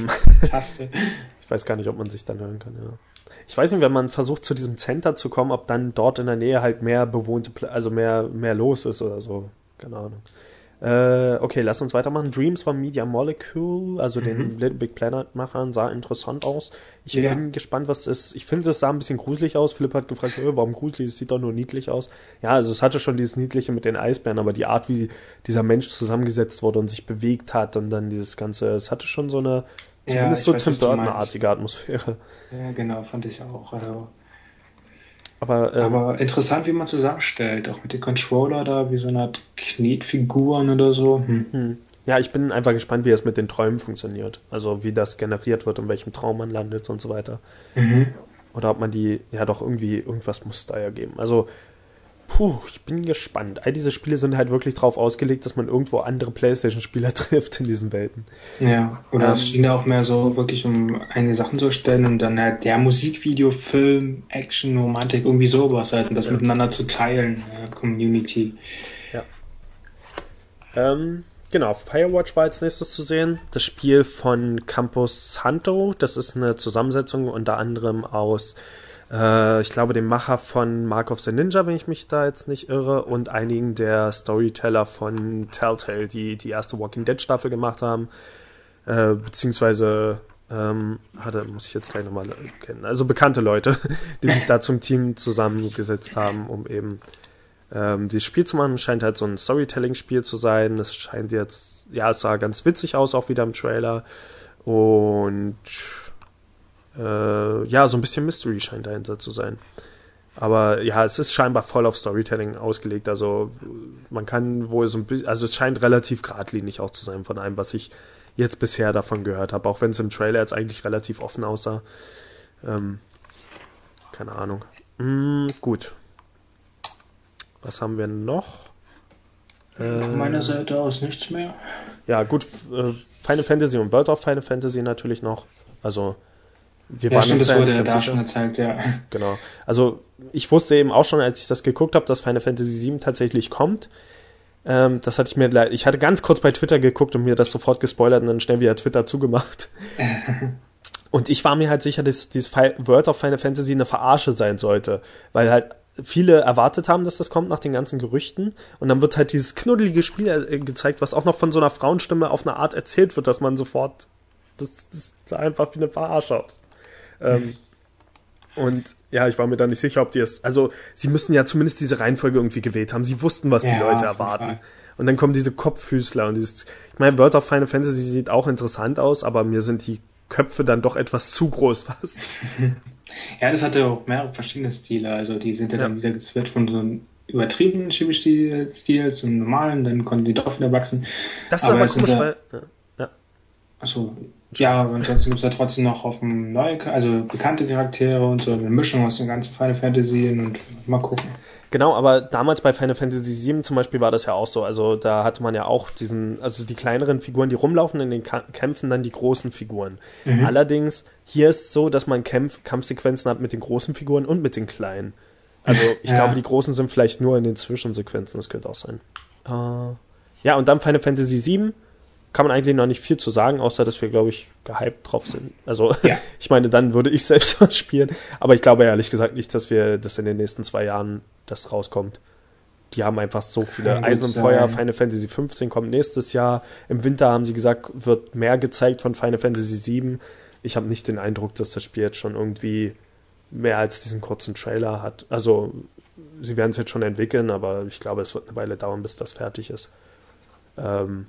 Speaker 2: Taste.
Speaker 1: Ich weiß gar nicht, ob man sich dann hören kann, ja. Ich weiß nicht, wenn man versucht, zu diesem Center zu kommen, ob dann dort in der Nähe halt mehr bewohnte, Pla- also mehr, mehr los ist oder so. Keine Ahnung. Äh, okay, lass uns weitermachen. Dreams von Media Molecule, also mhm. den Little Big Planet-Machern, sah interessant aus. Ich ja. bin gespannt, was es ist. Ich finde, es sah ein bisschen gruselig aus. Philipp hat gefragt, äh, warum gruselig? Es sieht doch nur niedlich aus. Ja, also es hatte schon dieses Niedliche mit den Eisbären, aber die Art, wie dieser Mensch zusammengesetzt wurde und sich bewegt hat und dann dieses Ganze, es hatte schon so eine zumindest ja, so Tim Burton-artige Atmosphäre.
Speaker 2: Ja, genau, fand ich auch. Also,
Speaker 1: aber, ähm,
Speaker 2: aber interessant, wie man zusammenstellt, auch mit den Controller da, wie so eine Art Knetfiguren oder so. Hm.
Speaker 1: Hm. Ja, ich bin einfach gespannt, wie das mit den Träumen funktioniert. Also wie das generiert wird, in welchem Traum man landet und so weiter. Mhm. Oder ob man die, ja doch irgendwie, irgendwas muss es da ja geben. Also, puh, ich bin gespannt. All diese Spiele sind halt wirklich drauf ausgelegt, dass man irgendwo andere PlayStation-Spieler trifft in diesen Welten.
Speaker 2: Ja, oder
Speaker 1: Ähm,
Speaker 2: es ging da auch mehr so wirklich um einige Sachen zu erstellen und dann halt der Musikvideo, Film, Action, Romantik, irgendwie sowas halt und das
Speaker 1: Ja.
Speaker 2: miteinander zu teilen, ja, Community.
Speaker 1: Ja. Ähm, genau, Firewatch war als nächstes zu sehen. Das Spiel von Campus Santo. Das ist eine Zusammensetzung unter anderem aus, äh, ich glaube, dem Macher von Mark of the Ninja, wenn ich mich da jetzt nicht irre, und einigen der Storyteller von Telltale, die die erste Walking Dead Staffel gemacht haben. Äh, beziehungsweise, ähm, hatte, muss ich jetzt gleich nochmal kennen. Also bekannte Leute, die sich da zum Team zusammengesetzt haben, um eben ähm, dieses Spiel zu machen. Scheint halt so ein Storytelling-Spiel zu sein. Es scheint jetzt, ja, es sah ganz witzig aus, auch wieder im Trailer. Und äh, ja, so ein bisschen Mystery scheint dahinter zu sein. Aber ja, es ist scheinbar voll auf Storytelling ausgelegt. Also man kann wohl so ein bisschen, also es scheint relativ geradlinig auch zu sein von allem, was ich jetzt bisher davon gehört habe. Auch wenn es im Trailer jetzt eigentlich relativ offen aussah. Ähm, keine Ahnung. Mm, gut. Was haben wir noch?
Speaker 2: Von meiner Seite aus nichts mehr.
Speaker 1: Ja, gut, äh, Final Fantasy und World of Final Fantasy natürlich noch. Also, wir
Speaker 2: Ja,
Speaker 1: waren
Speaker 2: stimmt,
Speaker 1: uns
Speaker 2: das
Speaker 1: ja
Speaker 2: wurde
Speaker 1: nicht
Speaker 2: ja
Speaker 1: ganz
Speaker 2: da
Speaker 1: sicher.
Speaker 2: schon gezeigt, ja.
Speaker 1: Genau. Also, ich wusste eben auch schon, als ich das geguckt habe, dass Final Fantasy sieben tatsächlich kommt. Ähm, das hatte ich mir, le- ich hatte ganz kurz bei Twitter geguckt und mir das sofort gespoilert und dann schnell wieder Twitter zugemacht. Und ich war mir halt sicher, dass dieses Fi- World of Final Fantasy eine Verarsche sein sollte, weil halt viele erwartet haben, dass das kommt nach den ganzen Gerüchten und dann wird halt dieses knuddelige Spiel äh, gezeigt, was auch noch von so einer Frauenstimme auf eine Art erzählt wird, dass man sofort, das, das sah einfach wie eine Verarsche aus. Ähm, und ja, ich war mir da nicht sicher, ob die es, also sie müssen ja zumindest diese Reihenfolge irgendwie gewählt haben, sie wussten, was die
Speaker 2: Ja,
Speaker 1: Leute
Speaker 2: auf jeden
Speaker 1: erwarten.
Speaker 2: Fall.
Speaker 1: Und dann kommen diese Kopffüßler und dieses, ich meine, World of Final Fantasy sieht auch interessant aus, aber mir sind die Köpfe dann doch etwas zu groß fast.
Speaker 2: Ja, das hatte auch mehrere verschiedene Stile. Also die sind ja,
Speaker 1: Ja.
Speaker 2: dann wieder geswitcht von so einem übertriebenen Chibi-Stil Stil zum normalen, dann konnten die doch wieder wachsen.
Speaker 1: Das ist aber,
Speaker 2: es sind
Speaker 1: komisch,
Speaker 2: ja-
Speaker 1: weil, ja, ja.
Speaker 2: Achso, ja, aber ansonsten gibt es ja trotzdem noch auf dem neue, also bekannte Charaktere und so eine Mischung aus den ganzen Final Fantasy und mal gucken.
Speaker 1: Genau, aber damals bei Final Fantasy sieben zum Beispiel war das ja auch so. Also da hatte man ja auch diesen, also die kleineren Figuren, die rumlaufen in den Ka- Kämpfen, dann die großen Figuren.
Speaker 2: Mhm.
Speaker 1: Allerdings, hier ist es so, dass man Kämpf- Kampfsequenzen hat mit den großen Figuren und mit den kleinen. Also ich
Speaker 2: Ja.
Speaker 1: glaube, die großen sind vielleicht nur in den Zwischensequenzen, das könnte auch sein. Äh, ja, und dann Final Fantasy sieben kann man eigentlich noch nicht viel zu sagen, außer dass wir, glaube ich, gehypt drauf sind. Also,
Speaker 2: Ja.
Speaker 1: ich meine, dann würde ich selbst was spielen. Aber ich glaube ehrlich gesagt nicht, dass wir das in den nächsten zwei Jahren das rauskommt. Die haben einfach so viele
Speaker 2: Kann gut
Speaker 1: Eisen im
Speaker 2: sein.
Speaker 1: Feuer. Final Fantasy fünfzehn kommt nächstes Jahr. Im Winter haben sie gesagt, wird mehr gezeigt von Final Fantasy sieben. Ich habe nicht den Eindruck, dass das Spiel jetzt schon irgendwie mehr als diesen kurzen Trailer hat. Also, sie werden es jetzt schon entwickeln, aber ich glaube, es wird eine Weile dauern, bis das fertig ist. Ähm,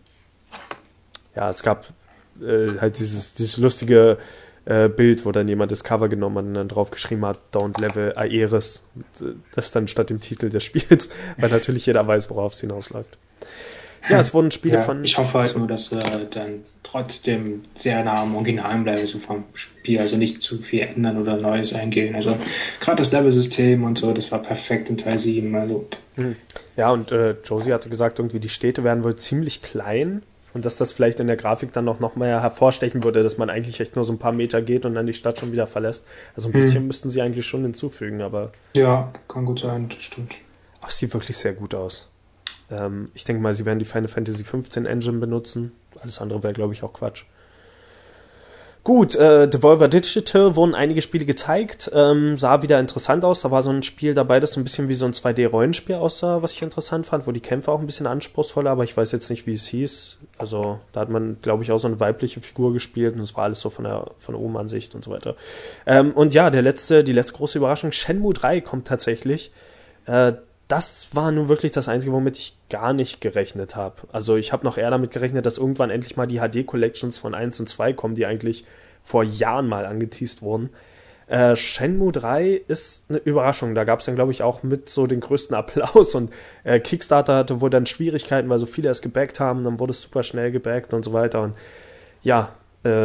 Speaker 1: ja, es gab äh, halt dieses, dieses lustige äh, Bild, wo dann jemand das Cover genommen hat und dann drauf geschrieben hat, Don't Level Aeris. Und, äh, das dann statt dem Titel des Spiels, weil natürlich jeder weiß, worauf es hinausläuft. Ja, es wurden Spiele
Speaker 2: Ja,
Speaker 1: von...
Speaker 2: ich hoffe halt nur, dass äh, dann trotzdem sehr nah am Originalen bleiben, so vom Spiel, also nicht zu viel ändern oder Neues eingehen. Also gerade das Level-System und so, das war perfekt in Teil sieben. Also
Speaker 1: Hm. Ja, und äh, Josie hatte gesagt, irgendwie die Städte werden wohl ziemlich klein und dass das vielleicht in der Grafik dann noch, noch mehr hervorstechen würde, dass man eigentlich echt nur so ein paar Meter geht und dann die Stadt schon wieder verlässt. Also ein
Speaker 2: Hm.
Speaker 1: bisschen müssten sie eigentlich schon hinzufügen, aber
Speaker 2: ja, kann gut sein, das stimmt.
Speaker 1: oh, es sieht wirklich sehr gut aus. Ähm, ich denke mal, sie werden die Final Fantasy fünfzehn Engine benutzen. Alles andere wäre, glaube ich, auch Quatsch. Gut, äh, Devolver Digital wurden einige Spiele gezeigt, ähm, sah wieder interessant aus. Da war so ein Spiel dabei, das so ein bisschen wie so ein zwei D-Rollenspiel aussah, was ich interessant fand, wo die Kämpfe auch ein bisschen anspruchsvoller, aber ich weiß jetzt nicht, wie es hieß. Also da hat man, glaube ich, auch so eine weibliche Figur gespielt und es war alles so von der von der Obenansicht und so weiter. Ähm, und ja, der letzte, die letzte große Überraschung, Shenmue drei kommt tatsächlich. Äh, das war nun wirklich das Einzige, womit ich gar nicht gerechnet habe. Also ich habe noch eher damit gerechnet, dass irgendwann endlich mal die H D-Collections von eins und zwei kommen, die eigentlich vor Jahren mal angeteast wurden. Äh, Shenmue drei ist eine Überraschung. Da gab es dann, glaube ich, auch mit so den größten Applaus und äh, Kickstarter hatte wohl dann Schwierigkeiten, weil so viele es gebackt haben. Dann wurde es super schnell gebackt und so weiter. Und ja, äh,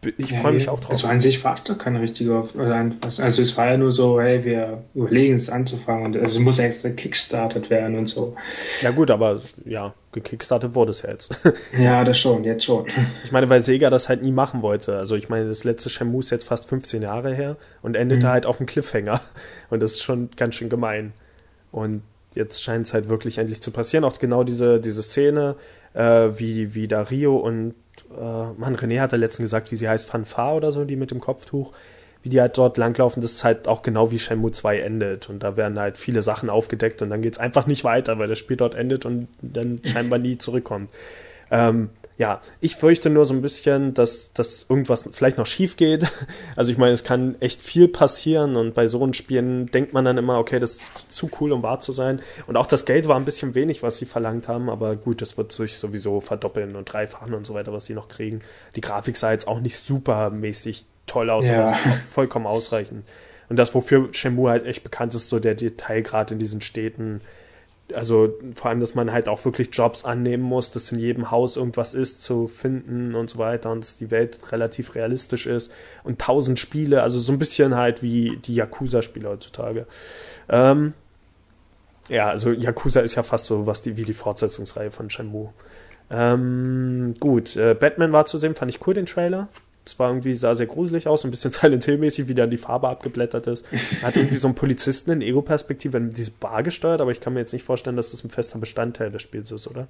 Speaker 1: ich
Speaker 2: Ja,
Speaker 1: freue mich
Speaker 2: ja.
Speaker 1: auch drauf.
Speaker 2: Also an sich war es doch keine richtige, also es war ja nur so, hey, wir überlegen es anzufangen und also es muss extra kickstartet werden und so.
Speaker 1: Ja gut, aber ja, gekickstartet wurde es ja jetzt.
Speaker 2: Ja, das schon, jetzt schon.
Speaker 1: Ich meine, weil Sega das halt nie machen wollte. Also ich meine, das letzte Shenmue ist jetzt fast fünfzehn Jahre her und endete mhm. halt auf dem Cliffhanger. Und das ist schon ganz schön gemein. Und jetzt scheint es halt wirklich endlich zu passieren. Auch genau diese, diese Szene, äh, wie, wie da Rio und äh, Mann, René hat da letztens gesagt, wie sie heißt, Fanfare oder so, die mit dem Kopftuch, wie die halt dort langlaufen, das ist halt auch genau wie Shenmue zwei endet. Und da werden halt viele Sachen aufgedeckt und dann geht's einfach nicht weiter, weil das Spiel dort endet und dann scheinbar nie zurückkommt. Ähm, ja, ich fürchte nur so ein bisschen, dass, dass irgendwas vielleicht noch schief geht. Also ich meine, es kann echt viel passieren und bei so einem Spielen denkt man dann immer, okay, das ist zu cool, um wahr zu sein. Und auch das Geld war ein bisschen wenig, was sie verlangt haben, aber gut, das wird sich sowieso verdoppeln und dreifachen und so weiter, was sie noch kriegen. Die Grafik sah jetzt auch nicht supermäßig toll aus, ja. aber es ist vollkommen ausreichend. Und das, wofür Shenmue halt echt bekannt ist, so der Detailgrad in diesen Städten. Also vor allem, dass man halt auch wirklich Jobs annehmen muss, dass in jedem Haus irgendwas ist zu finden und so weiter und dass die Welt relativ realistisch ist und tausend Spiele, also so ein bisschen halt wie die Yakuza-Spiele heutzutage. Ähm, ja, also Yakuza ist ja fast so was die, wie die Fortsetzungsreihe von Shenmue. Ähm, gut, äh, Batman war zu sehen, fand ich cool, den Trailer. Es war irgendwie, sah sehr gruselig aus, ein bisschen Silent Hill-mäßig, wie dann die Farbe abgeblättert ist. Er hat irgendwie so einen Polizisten in Ego-Perspektive in diese Bar gesteuert, aber ich kann mir jetzt nicht vorstellen, dass das ein fester Bestandteil des Spiels ist, oder?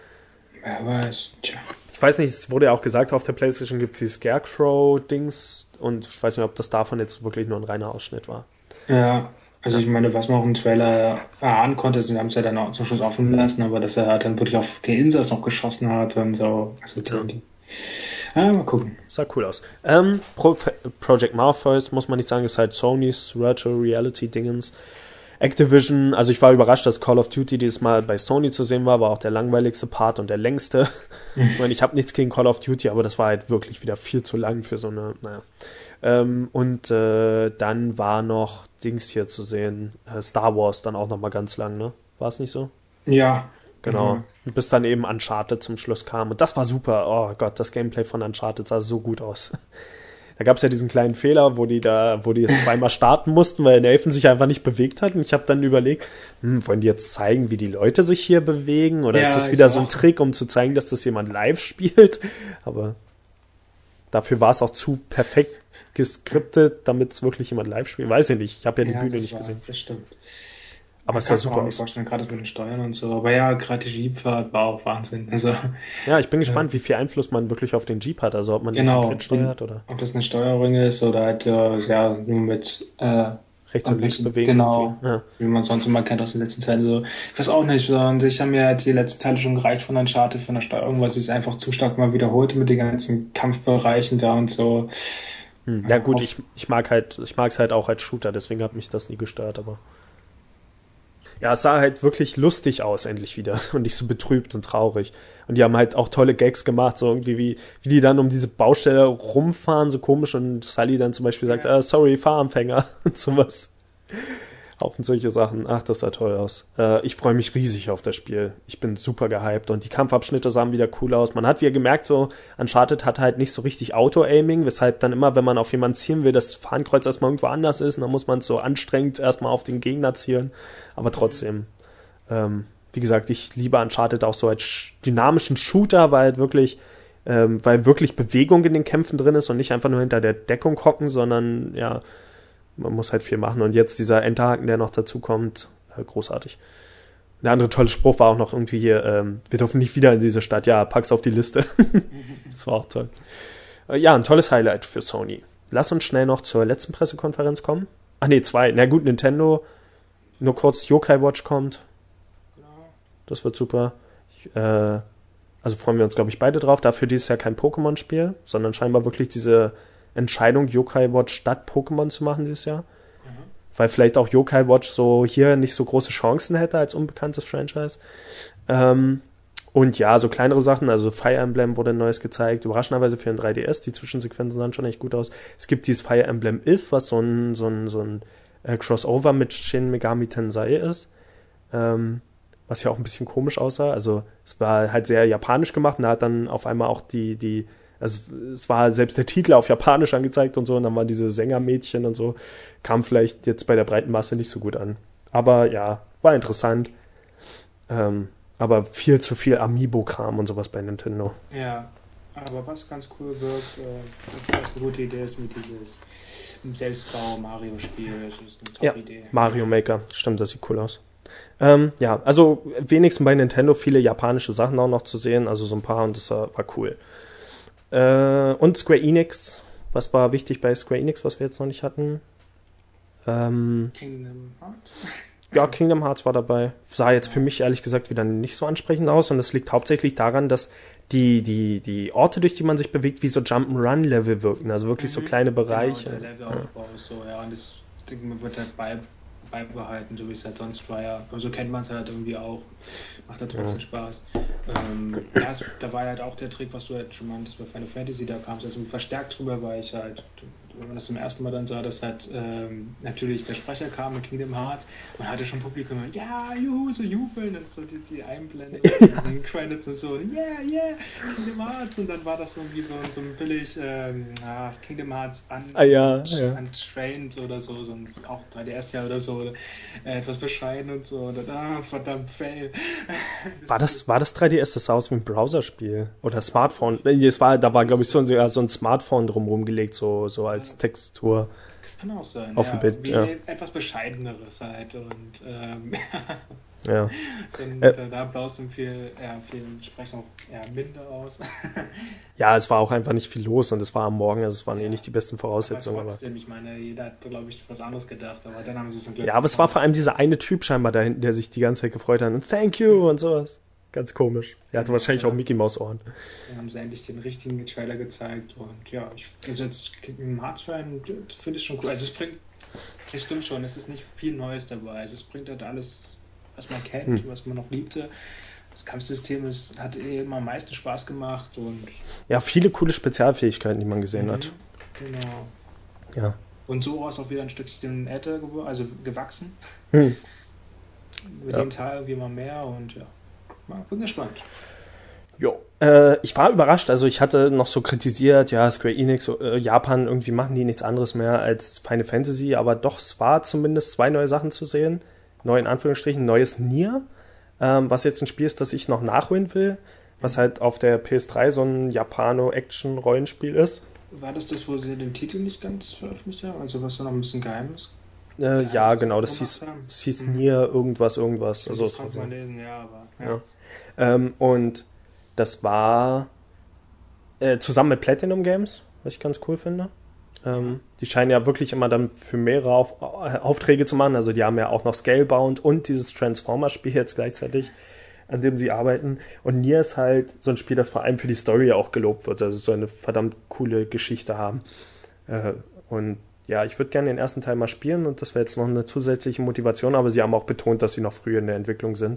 Speaker 2: Wer weiß, tja.
Speaker 1: Ich weiß nicht, es wurde ja auch gesagt, auf der PlayStation gibt es die Scarecrow-Dings und ich weiß nicht, ob das davon jetzt wirklich nur ein reiner Ausschnitt war.
Speaker 2: Ja, also ich meine, was man auch im Trailer erahnen konnte, wir haben es ja dann auch zum Schluss offen gelassen, aber dass er halt dann wirklich auf die Insel noch geschossen hat und so. Also ja. die Ja, mal gucken.
Speaker 1: Sah cool aus. Ähm, Pro- Project Morpheus, muss man nicht sagen, ist halt Sonys Virtual Reality Dingens. Activision, also ich war überrascht, dass Call of Duty dieses Mal bei Sony zu sehen war, war auch der langweiligste Part und der längste. Mhm. Ich meine, ich habe nichts gegen Call of Duty, aber das war halt wirklich wieder viel zu lang für so eine, naja. Ähm, und äh, dann war noch Dings hier zu sehen, äh, Star Wars dann auch nochmal ganz lang, ne? War es nicht so?
Speaker 2: Ja.
Speaker 1: Genau.
Speaker 2: Mhm.
Speaker 1: Bis dann eben Uncharted zum Schluss kam. Und das war super. Oh Gott, das Gameplay von Uncharted sah so gut aus. Da gab es ja diesen kleinen Fehler, wo die da, wo die es zweimal starten mussten, weil Nathan sich einfach nicht bewegt hat. Und ich habe dann überlegt, hm, wollen die jetzt zeigen, wie die Leute sich hier bewegen? Oder ja, ist das wieder so ein Trick, um zu zeigen, dass das jemand live spielt? Aber dafür war es auch zu perfekt geskriptet, damit es wirklich jemand live spielt. Weiß ich nicht. Ich habe ja die
Speaker 2: ja,
Speaker 1: Bühne nicht
Speaker 2: war's,
Speaker 1: gesehen.
Speaker 2: Das stimmt.
Speaker 1: Aber es sah super aus.
Speaker 2: Ich vorstellen, gerade mit den Steuern und so. Aber ja, gerade die Jeep-Fahrt war auch Wahnsinn. Also,
Speaker 1: ja, ich bin gespannt, äh, wie viel Einfluss man wirklich auf den Jeep hat. Also ob man
Speaker 2: genau,
Speaker 1: den komplett steuert oder.
Speaker 2: Ob das eine Steuerung ist oder halt äh, ja nur mit äh,
Speaker 1: rechts und links bewegen.
Speaker 2: Genau. Ja. Wie man sonst immer kennt aus den letzten Teilen. So, ich weiß auch nicht. An sich haben mir halt die letzten Teile schon gereicht von Uncharted, von der Steuerung, weil sie es einfach zu stark mal wiederholte mit den ganzen Kampfbereichen da und so.
Speaker 1: Hm. Ja gut, ich, ich mag halt, ich mag es halt auch als Shooter, deswegen hat mich das nie gestört, aber ja, es sah halt wirklich lustig aus, endlich wieder. Und nicht so betrübt und traurig. Und die haben halt auch tolle Gags gemacht, so irgendwie wie, wie die dann um diese Baustelle rumfahren, so komisch. Und Sully dann zum Beispiel sagt, ja. äh, sorry, Fahranfänger und sowas. Haufen solche Sachen. Ach, das sah toll aus. Äh, ich freue mich riesig auf das Spiel. Ich bin super gehypt. Und die Kampfabschnitte sahen wieder cool aus. Man hat wieder gemerkt, so Uncharted hat halt nicht so richtig Auto-Aiming, weshalb dann immer, wenn man auf jemanden zielen will, das Fahnenkreuz erstmal irgendwo anders ist. Und dann muss man so anstrengend erstmal auf den Gegner zielen. Aber trotzdem, ähm, wie gesagt, ich liebe Uncharted auch so als dynamischen Shooter, weil halt wirklich, ähm, weil wirklich Bewegung in den Kämpfen drin ist und nicht einfach nur hinter der Deckung hocken, sondern ja, man muss halt viel machen. Und jetzt dieser Enterhaken, der noch dazu kommt, äh, großartig. Der andere tolle Spruch war auch noch irgendwie hier, ähm, wir dürfen nicht wieder in diese Stadt. Ja, pack's auf die Liste. Das war auch toll. Äh, ja, ein tolles Highlight für Sony. Lass uns schnell noch zur letzten Pressekonferenz kommen. Ach nee, zwei. Na gut, Nintendo. Nur kurz, Yokai Watch kommt. Das wird super. Ich, äh, also freuen wir uns, glaube ich, beide drauf. Dafür dieses Jahr kein Pokémon-Spiel, sondern scheinbar wirklich diese Entscheidung, Yokai Watch statt Pokémon zu machen dieses Jahr. Mhm. Weil vielleicht auch Yokai Watch so hier nicht so große Chancen hätte als unbekanntes Franchise. Ähm, und ja, so kleinere Sachen, also Fire Emblem wurde ein neues gezeigt, überraschenderweise für den drei D S, die Zwischensequenzen sahen schon echt gut aus. Es gibt dieses Fire Emblem If, was so ein, so ein, so ein äh, Crossover mit Shin Megami Tensei ist. Ähm, was ja auch ein bisschen komisch aussah. Also es war halt sehr japanisch gemacht und da hat dann auf einmal auch die, die Also es war selbst der Titel auf Japanisch angezeigt und so, und dann waren diese Sängermädchen und so, kam vielleicht jetzt bei der breiten Masse nicht so gut an. Aber ja, war interessant. Ähm, aber viel zu viel Amiibo-Kram und sowas bei Nintendo.
Speaker 2: Ja, aber was ganz cool wirkt, äh, was eine gute Idee ist mit dieses Selbstbau-Mario-Spiel, das ist eine
Speaker 1: Ja,
Speaker 2: Top-Idee.
Speaker 1: Mario Maker, stimmt, das sieht cool aus. Ähm, ja, also wenigstens bei Nintendo viele japanische Sachen auch noch zu sehen, also so ein paar, und das war, war cool. Äh, und Square Enix, was war wichtig bei Square Enix, was wir jetzt noch nicht hatten? Ähm,
Speaker 2: Kingdom Hearts?
Speaker 1: ja, Kingdom Hearts war dabei. Sah jetzt für mich ehrlich gesagt wieder nicht so ansprechend aus, und das liegt hauptsächlich daran, dass die, die, die Orte, durch die man sich bewegt, wie so Jump'n'Run-Level wirken, also wirklich so kleine Bereiche.
Speaker 2: Genau, der Levelaufbau ist so, ja, und das Ding wird halt bei, beibehalten, so wie es halt sonst war, ja. Aber so kennt man es halt irgendwie auch. Macht halt trotzdem ja. Spaß. Ähm, ja, es, da war halt auch der Trick, was du halt schon meintest bei Final Fantasy, da kam es also verstärkt drüber, weil ich halt, wenn man das zum ersten Mal dann sah, dass halt ähm, natürlich der Sprecher kam mit Kingdom Hearts, man hatte schon Publikum, ja, juhu, so jubeln und so die, die Einblendung, die Credits und so, yeah, yeah, Kingdom Hearts, und dann war das irgendwie so, so ein billig ähm, ah, Kingdom Hearts un,
Speaker 1: ah, ja, ja.
Speaker 2: Untrained oder so, so ein, auch drei D S-Jahr oder so, äh, etwas bescheiden und so, und dann, ah, verdammt, fail.
Speaker 1: War das, war das drei D S, das sah aus wie ein Browserspiel? Oder Smartphone? Nee, es war, da war, glaube ich, so ein, so ein Smartphone drumherum gelegt, so, so als Textur.
Speaker 2: Kann auch sein.
Speaker 1: Auf
Speaker 2: ja,
Speaker 1: dem Bild,
Speaker 2: wie
Speaker 1: ja.
Speaker 2: Etwas bescheideneres halt. Und ähm,
Speaker 1: ja.
Speaker 2: und,
Speaker 1: äh,
Speaker 2: äh, da blaust du viel, ja, viel sprechen auch eher minder aus.
Speaker 1: Ja, es war auch einfach nicht viel los, und es war am Morgen, also es waren ja. eh nicht die besten Voraussetzungen.
Speaker 2: Aber trotzdem, aber ich meine, jeder hat, glaube ich, was anderes gedacht, aber dann haben sie es im Glück.
Speaker 1: Ja, aber es war vor allem dieser eine Typ scheinbar da hinten, der sich die ganze Zeit gefreut hat und Thank you und sowas. Ganz komisch. Er hatte ja, wahrscheinlich ja. auch Mickey Maus Ohren.
Speaker 2: Dann haben sie endlich den richtigen Trailer gezeigt, und ja, ich also jetzt im Hearts-Fan finde ich schon cool. Also es bringt, es stimmt schon, es ist nicht viel Neues dabei. Also es bringt halt alles, was man kennt, hm. was man noch liebte. Das Kampfsystem ist, hat eh immer am meisten Spaß gemacht, und
Speaker 1: ja, viele coole Spezialfähigkeiten, die man gesehen mhm, hat.
Speaker 2: Genau.
Speaker 1: Ja.
Speaker 2: Und so ist auch wieder ein Stückchen älter geworden, also gewachsen.
Speaker 1: Hm.
Speaker 2: Mit
Speaker 1: ja.
Speaker 2: dem Teil wie immer mehr, und ja. Bin gespannt.
Speaker 1: Jo, äh, ich war überrascht, also ich hatte noch so kritisiert, ja, Square Enix, äh, Japan, irgendwie machen die nichts anderes mehr als Final Fantasy, aber doch, es war zumindest zwei neue Sachen zu sehen, neu in Anführungsstrichen, neues Nier, ähm, was jetzt ein Spiel ist, das ich noch nachholen will, was halt auf der P S drei so ein Japano-Action-Rollenspiel ist.
Speaker 2: War das das, wo sie den Titel nicht ganz veröffentlicht haben, also was da noch ein bisschen geheim ist?
Speaker 1: Äh, ja, genau, das hieß, das hieß mhm. Nier irgendwas, irgendwas. Also,
Speaker 2: das kannst du mal lesen, ja, aber... Ja.
Speaker 1: Ja. Ähm, und das war äh, zusammen mit Platinum Games, was ich ganz cool finde. Ähm, die scheinen ja wirklich immer dann für mehrere Auf, äh, Aufträge zu machen. Also die haben ja auch noch Scalebound und dieses Transformers-Spiel jetzt gleichzeitig, an dem sie arbeiten. Und Nier ist halt so ein Spiel, das vor allem für die Story auch gelobt wird. Also so eine verdammt coole Geschichte haben. Äh, und ja, ich würde gerne den ersten Teil mal spielen, und das wäre jetzt noch eine zusätzliche Motivation, aber sie haben auch betont, dass sie noch früh in der Entwicklung sind.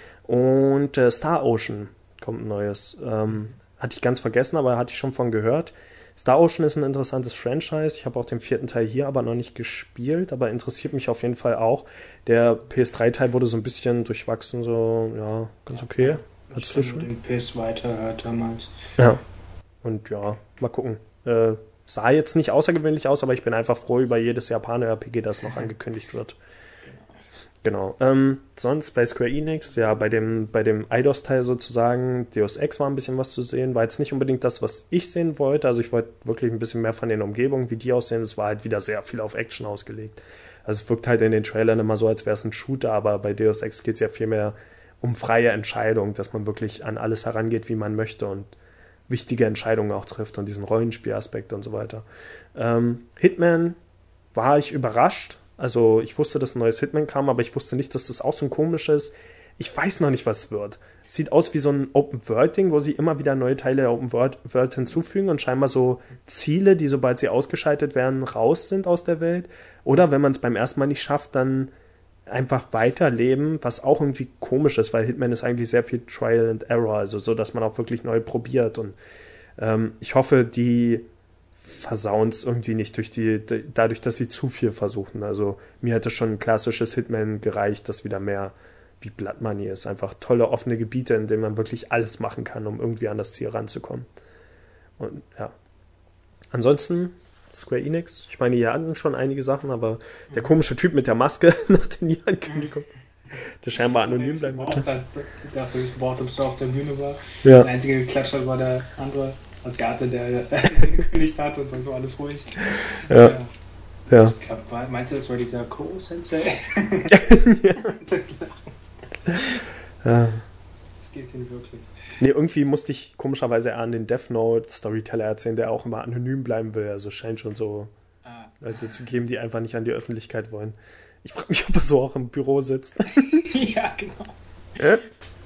Speaker 1: Und äh, Star Ocean kommt ein neues. Ähm, hatte ich ganz vergessen, aber hatte ich schon von gehört. Star Ocean ist ein interessantes Franchise. Ich habe auch den vierten Teil hier aber noch nicht gespielt, aber interessiert mich auf jeden Fall auch. Der P S drei Teil wurde so ein bisschen durchwachsen, so, ja, ganz okay.
Speaker 2: Hattest du schon? Den P S weiter damals.
Speaker 1: Ja. Und ja, mal gucken. Äh, Sah jetzt nicht außergewöhnlich aus, aber ich bin einfach froh über jedes Japaner-R P G, das noch angekündigt wird. Genau. Ähm, sonst bei Square Enix, ja, bei dem, bei dem Eidos-Teil sozusagen, Deus Ex war ein bisschen was zu sehen. War jetzt nicht unbedingt das, was ich sehen wollte. Also ich wollte wirklich ein bisschen mehr von den Umgebungen, wie die aussehen. Es war halt wieder sehr viel auf Action ausgelegt. Also es wirkt halt in den Trailern immer so, als wäre es ein Shooter, aber bei Deus Ex geht es ja viel mehr um freie Entscheidung, dass man wirklich an alles herangeht, wie man möchte, und wichtige Entscheidungen auch trifft und diesen Rollenspielaspekt und so weiter. Ähm, Hitman war ich überrascht. Also ich wusste, dass ein neues Hitman kam, aber ich wusste nicht, dass das auch so ein komisches, ich weiß noch nicht, was es wird. Sieht aus wie so ein Open-World-Ding, wo sie immer wieder neue Teile der Open-World hinzufügen und scheinbar so Ziele, die, sobald sie ausgeschaltet werden, raus sind aus der Welt. Oder wenn man es beim ersten Mal nicht schafft, dann einfach weiterleben, was auch irgendwie komisch ist, weil Hitman ist eigentlich sehr viel Trial and Error, also so, dass man auch wirklich neu probiert, und ähm, ich hoffe, die versauen es irgendwie nicht durch die, dadurch, dass sie zu viel versuchen. Also mir hätte schon ein klassisches Hitman gereicht, das wieder mehr wie Blood Money ist. Einfach tolle offene Gebiete, in denen man wirklich alles machen kann, um irgendwie an das Ziel ranzukommen. Und ja. Ansonsten Square Enix, ich meine, die hatten schon einige Sachen, aber der komische Typ mit der Maske nach der Nie-Ankündigung, der scheinbar anonym bleiben wollte.
Speaker 2: Dafür ich brauchte, bis er auf der Bühne war.
Speaker 1: Ja.
Speaker 2: Der einzige Geklatscher war der andere Asiate, der gekündigt hat und so alles ruhig.
Speaker 1: Ja.
Speaker 2: Ja.
Speaker 1: Ja.
Speaker 2: Ich glaub, meinst du, das war dieser Ko-Sensei?
Speaker 1: Ja. Ja.
Speaker 2: Das geht hin wirklich.
Speaker 1: Nee, irgendwie musste ich komischerweise eher an den Death Note Storyteller erzählen, der auch immer anonym bleiben will. Also scheint schon so
Speaker 2: Ah.
Speaker 1: Leute zu geben, die einfach nicht an die Öffentlichkeit wollen. Ich frage mich, ob er so auch im Büro sitzt.
Speaker 2: Ja, genau.
Speaker 1: Äh?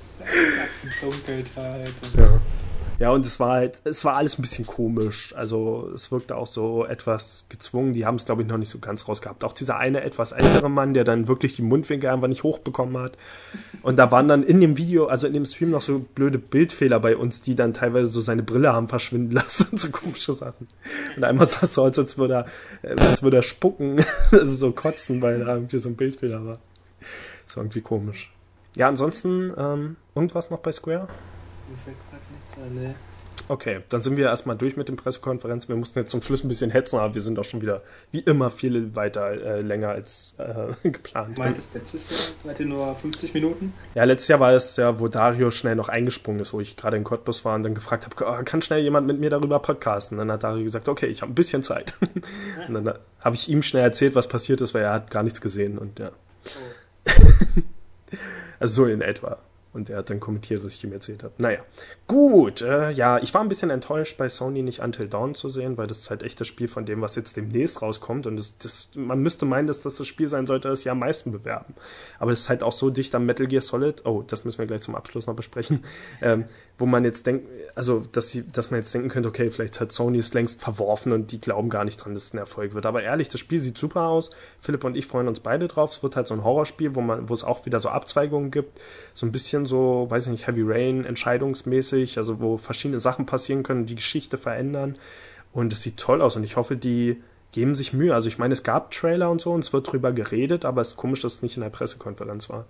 Speaker 2: Dunkelheit. Und
Speaker 1: Ja. Ja, und es war halt, es war alles ein bisschen komisch. Also es wirkte auch so etwas gezwungen. Die haben es, glaube ich, noch nicht so ganz rausgehabt. Auch dieser eine etwas ältere Mann, der dann wirklich die Mundwinkel einfach nicht hochbekommen hat. Und da waren dann in dem Video, also in dem Stream noch so blöde Bildfehler bei uns, die dann teilweise so seine Brille haben verschwinden lassen und so komische Sachen. Und einmal sah es so aus, als würde er, als würde er spucken, also so kotzen, weil da irgendwie so ein Bildfehler war. Das war irgendwie komisch. Ja, ansonsten, ähm, irgendwas noch bei Square?
Speaker 2: mir fällt grad nichts ein, ne.
Speaker 1: Okay, dann sind wir erstmal durch mit den Pressekonferenzen. Wir mussten jetzt zum Schluss ein bisschen hetzen, aber wir sind auch schon wieder, wie immer, viel weiter äh, länger als äh, geplant.
Speaker 2: Du meintest, letztes Jahr seid ihr nur fünfzig Minuten?
Speaker 1: Ja, letztes Jahr war es ja, wo Dario schnell noch eingesprungen ist, wo ich gerade in Cottbus war und dann gefragt habe, oh, kann schnell jemand mit mir darüber podcasten? Und dann hat Dario gesagt, okay, ich habe ein bisschen Zeit. Und dann habe ich ihm schnell erzählt, was passiert ist, weil er hat gar nichts gesehen und ja.
Speaker 2: Oh.
Speaker 1: Also so in etwa. Und er hat dann kommentiert, was ich ihm erzählt habe. Naja, gut. Äh, ja, ich war ein bisschen enttäuscht, bei Sony nicht Until Dawn zu sehen, weil das ist halt echt das Spiel von dem, was jetzt demnächst rauskommt. Und das, das, man müsste meinen, dass das das Spiel sein sollte, das ja am meisten bewerben. Aber es ist halt auch so dicht am Metal Gear Solid. Oh, das müssen wir gleich zum Abschluss noch besprechen. Ähm, wo man jetzt denkt, also, dass, sie, dass man jetzt denken könnte, okay, vielleicht hat Sony es längst verworfen und die glauben gar nicht dran, dass es ein Erfolg wird. Aber ehrlich, das Spiel sieht super aus. Philipp und ich freuen uns beide drauf. Es wird halt so ein Horrorspiel, wo man, wo es auch wieder so Abzweigungen gibt. So ein bisschen so, weiß ich nicht, Heavy Rain, entscheidungsmäßig, also wo verschiedene Sachen passieren können, die Geschichte verändern. Und es sieht toll aus und ich hoffe, die geben sich Mühe. Also ich meine, es gab Trailer und so und es wird drüber geredet, aber es ist komisch, dass es nicht in der Pressekonferenz war.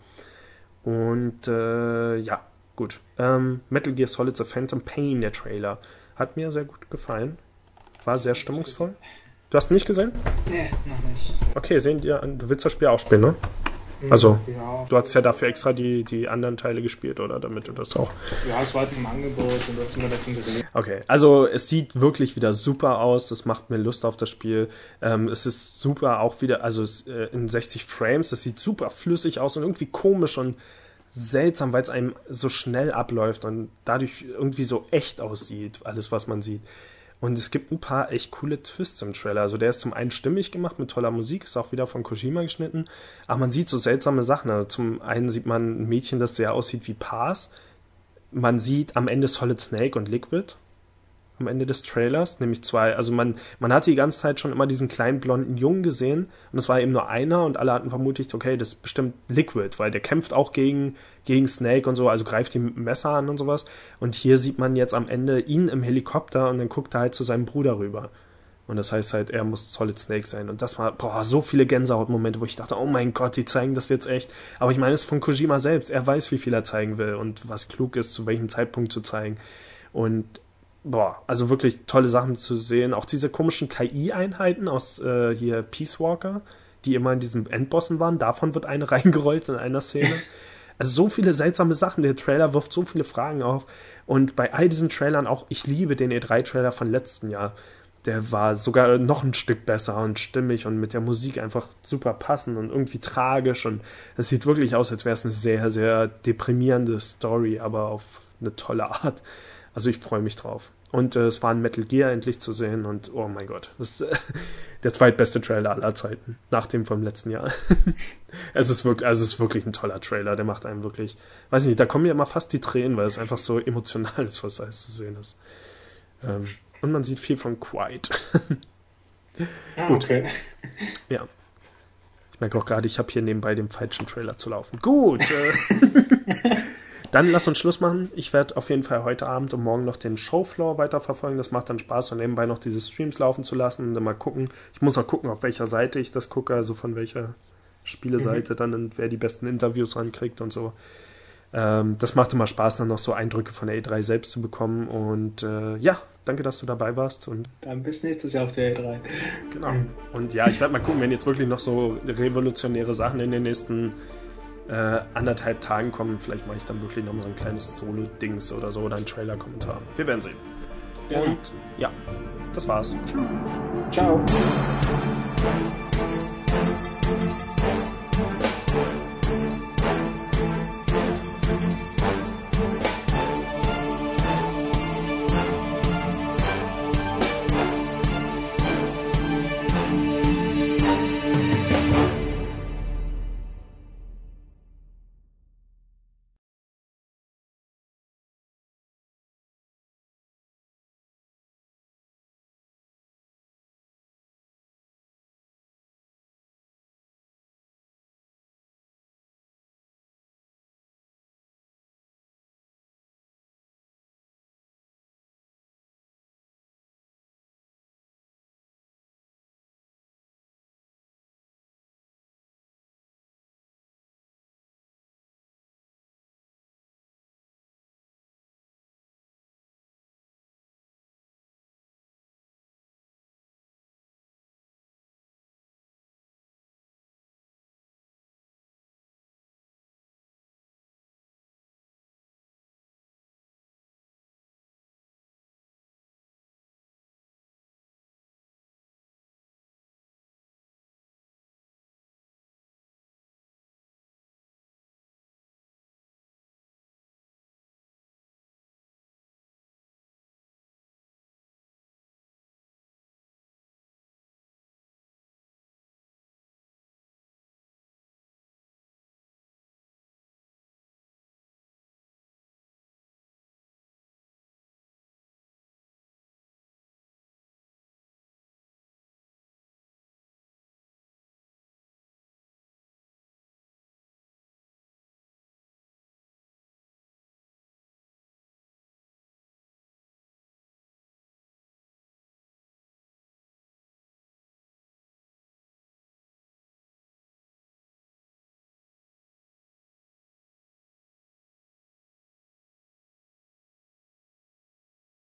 Speaker 1: Und äh, ja, gut. Ähm, Metal Gear Solid The Phantom Pain, der Trailer, hat mir sehr gut gefallen. War sehr stimmungsvoll. Du hast ihn nicht gesehen?
Speaker 2: Nee, noch nicht.
Speaker 1: Okay, sehen dir an. Du willst das Spiel auch spielen, ne? Also,
Speaker 2: ja,
Speaker 1: du hast ja dafür extra die, die anderen Teile gespielt, oder? Damit du das auch...
Speaker 2: ja, es war halt im Angebot und du hast immer davon geredet.
Speaker 1: Okay, also es sieht wirklich wieder super aus. Das macht mir Lust auf das Spiel. Ähm, es ist super auch wieder, also es, äh, in sechzig Frames. Das sieht super flüssig aus und irgendwie komisch und seltsam, weil es einem so schnell abläuft und dadurch irgendwie so echt aussieht, alles, was man sieht. Und es gibt ein paar echt coole Twists im Trailer. Also der ist zum einen stimmig gemacht mit toller Musik, ist auch wieder von Kojima geschnitten. Aber man sieht so seltsame Sachen. Also zum einen sieht man ein Mädchen, das sehr aussieht wie Paz. Man sieht am Ende Solid Snake und Liquid. Am Ende des Trailers, nämlich zwei. Also man, man hat die ganze Zeit schon immer diesen kleinen blonden Jungen gesehen und es war eben nur einer und alle hatten vermutet, okay, das ist bestimmt Liquid, weil der kämpft auch gegen, gegen Snake und so, also greift ihm mit dem Messer an und sowas. Und hier sieht man jetzt am Ende ihn im Helikopter und dann guckt er halt zu seinem Bruder rüber. Und das heißt halt, er muss Solid Snake sein. Und das war, boah, so viele Gänsehautmomente, wo ich dachte, oh mein Gott, die zeigen das jetzt echt. Aber ich meine, es ist von Kojima selbst. Er weiß, wie viel er zeigen will und was klug ist, zu welchem Zeitpunkt zu zeigen. Und boah, also wirklich tolle Sachen zu sehen. Auch diese komischen K I-Einheiten aus äh, hier Peace Walker, die immer in diesen Endbossen waren, davon wird eine reingerollt in einer Szene. Also so viele seltsame Sachen. Der Trailer wirft so viele Fragen auf. Und bei all diesen Trailern auch, ich liebe den E drei Trailer von letztem Jahr. Der war sogar noch ein Stück besser und stimmig und mit der Musik einfach super passend und irgendwie tragisch. Und es sieht wirklich aus, als wäre es eine sehr, sehr deprimierende Story, aber auf eine tolle Art. Also ich freue mich drauf. Und äh, es war ein Metal Gear endlich zu sehen und oh mein Gott, das ist äh, der zweitbeste Trailer aller Zeiten, nach dem vom letzten Jahr. es ist wirklich, also es ist wirklich ein toller Trailer, der macht einem wirklich, weiß nicht, da kommen mir immer fast die Tränen, weil es einfach so emotional ist, was da alles zu sehen ist. Ähm, und man sieht viel von Quiet.
Speaker 2: Ah,
Speaker 1: Gut.
Speaker 2: okay.
Speaker 1: Ja. Ich merke auch gerade, ich habe hier nebenbei den falschen Trailer zu laufen. Gut. Äh, Dann lass uns Schluss machen. Ich werde auf jeden Fall heute Abend und morgen noch den Showfloor weiterverfolgen. Das macht dann Spaß, und nebenbei noch diese Streams laufen zu lassen und dann mal gucken. Ich muss noch gucken, auf welcher Seite ich das gucke, also von welcher Spieleseite mhm. dann und wer die besten Interviews rankriegt und so. Ähm, das macht immer Spaß, dann noch so Eindrücke von der E drei selbst zu bekommen. Und äh, ja, danke, dass du dabei warst. Und
Speaker 2: dann bis nächstes Jahr auf der E drei.
Speaker 1: Genau. Und ja, ich werde mal gucken, wenn jetzt wirklich noch so revolutionäre Sachen in den nächsten äh, anderthalb Tagen kommen. Vielleicht mache ich dann wirklich noch mal so ein kleines Solo-Dings oder so oder einen Trailer-Kommentar. Wir werden sehen. Ja. Und ja, das war's.
Speaker 2: Ciao.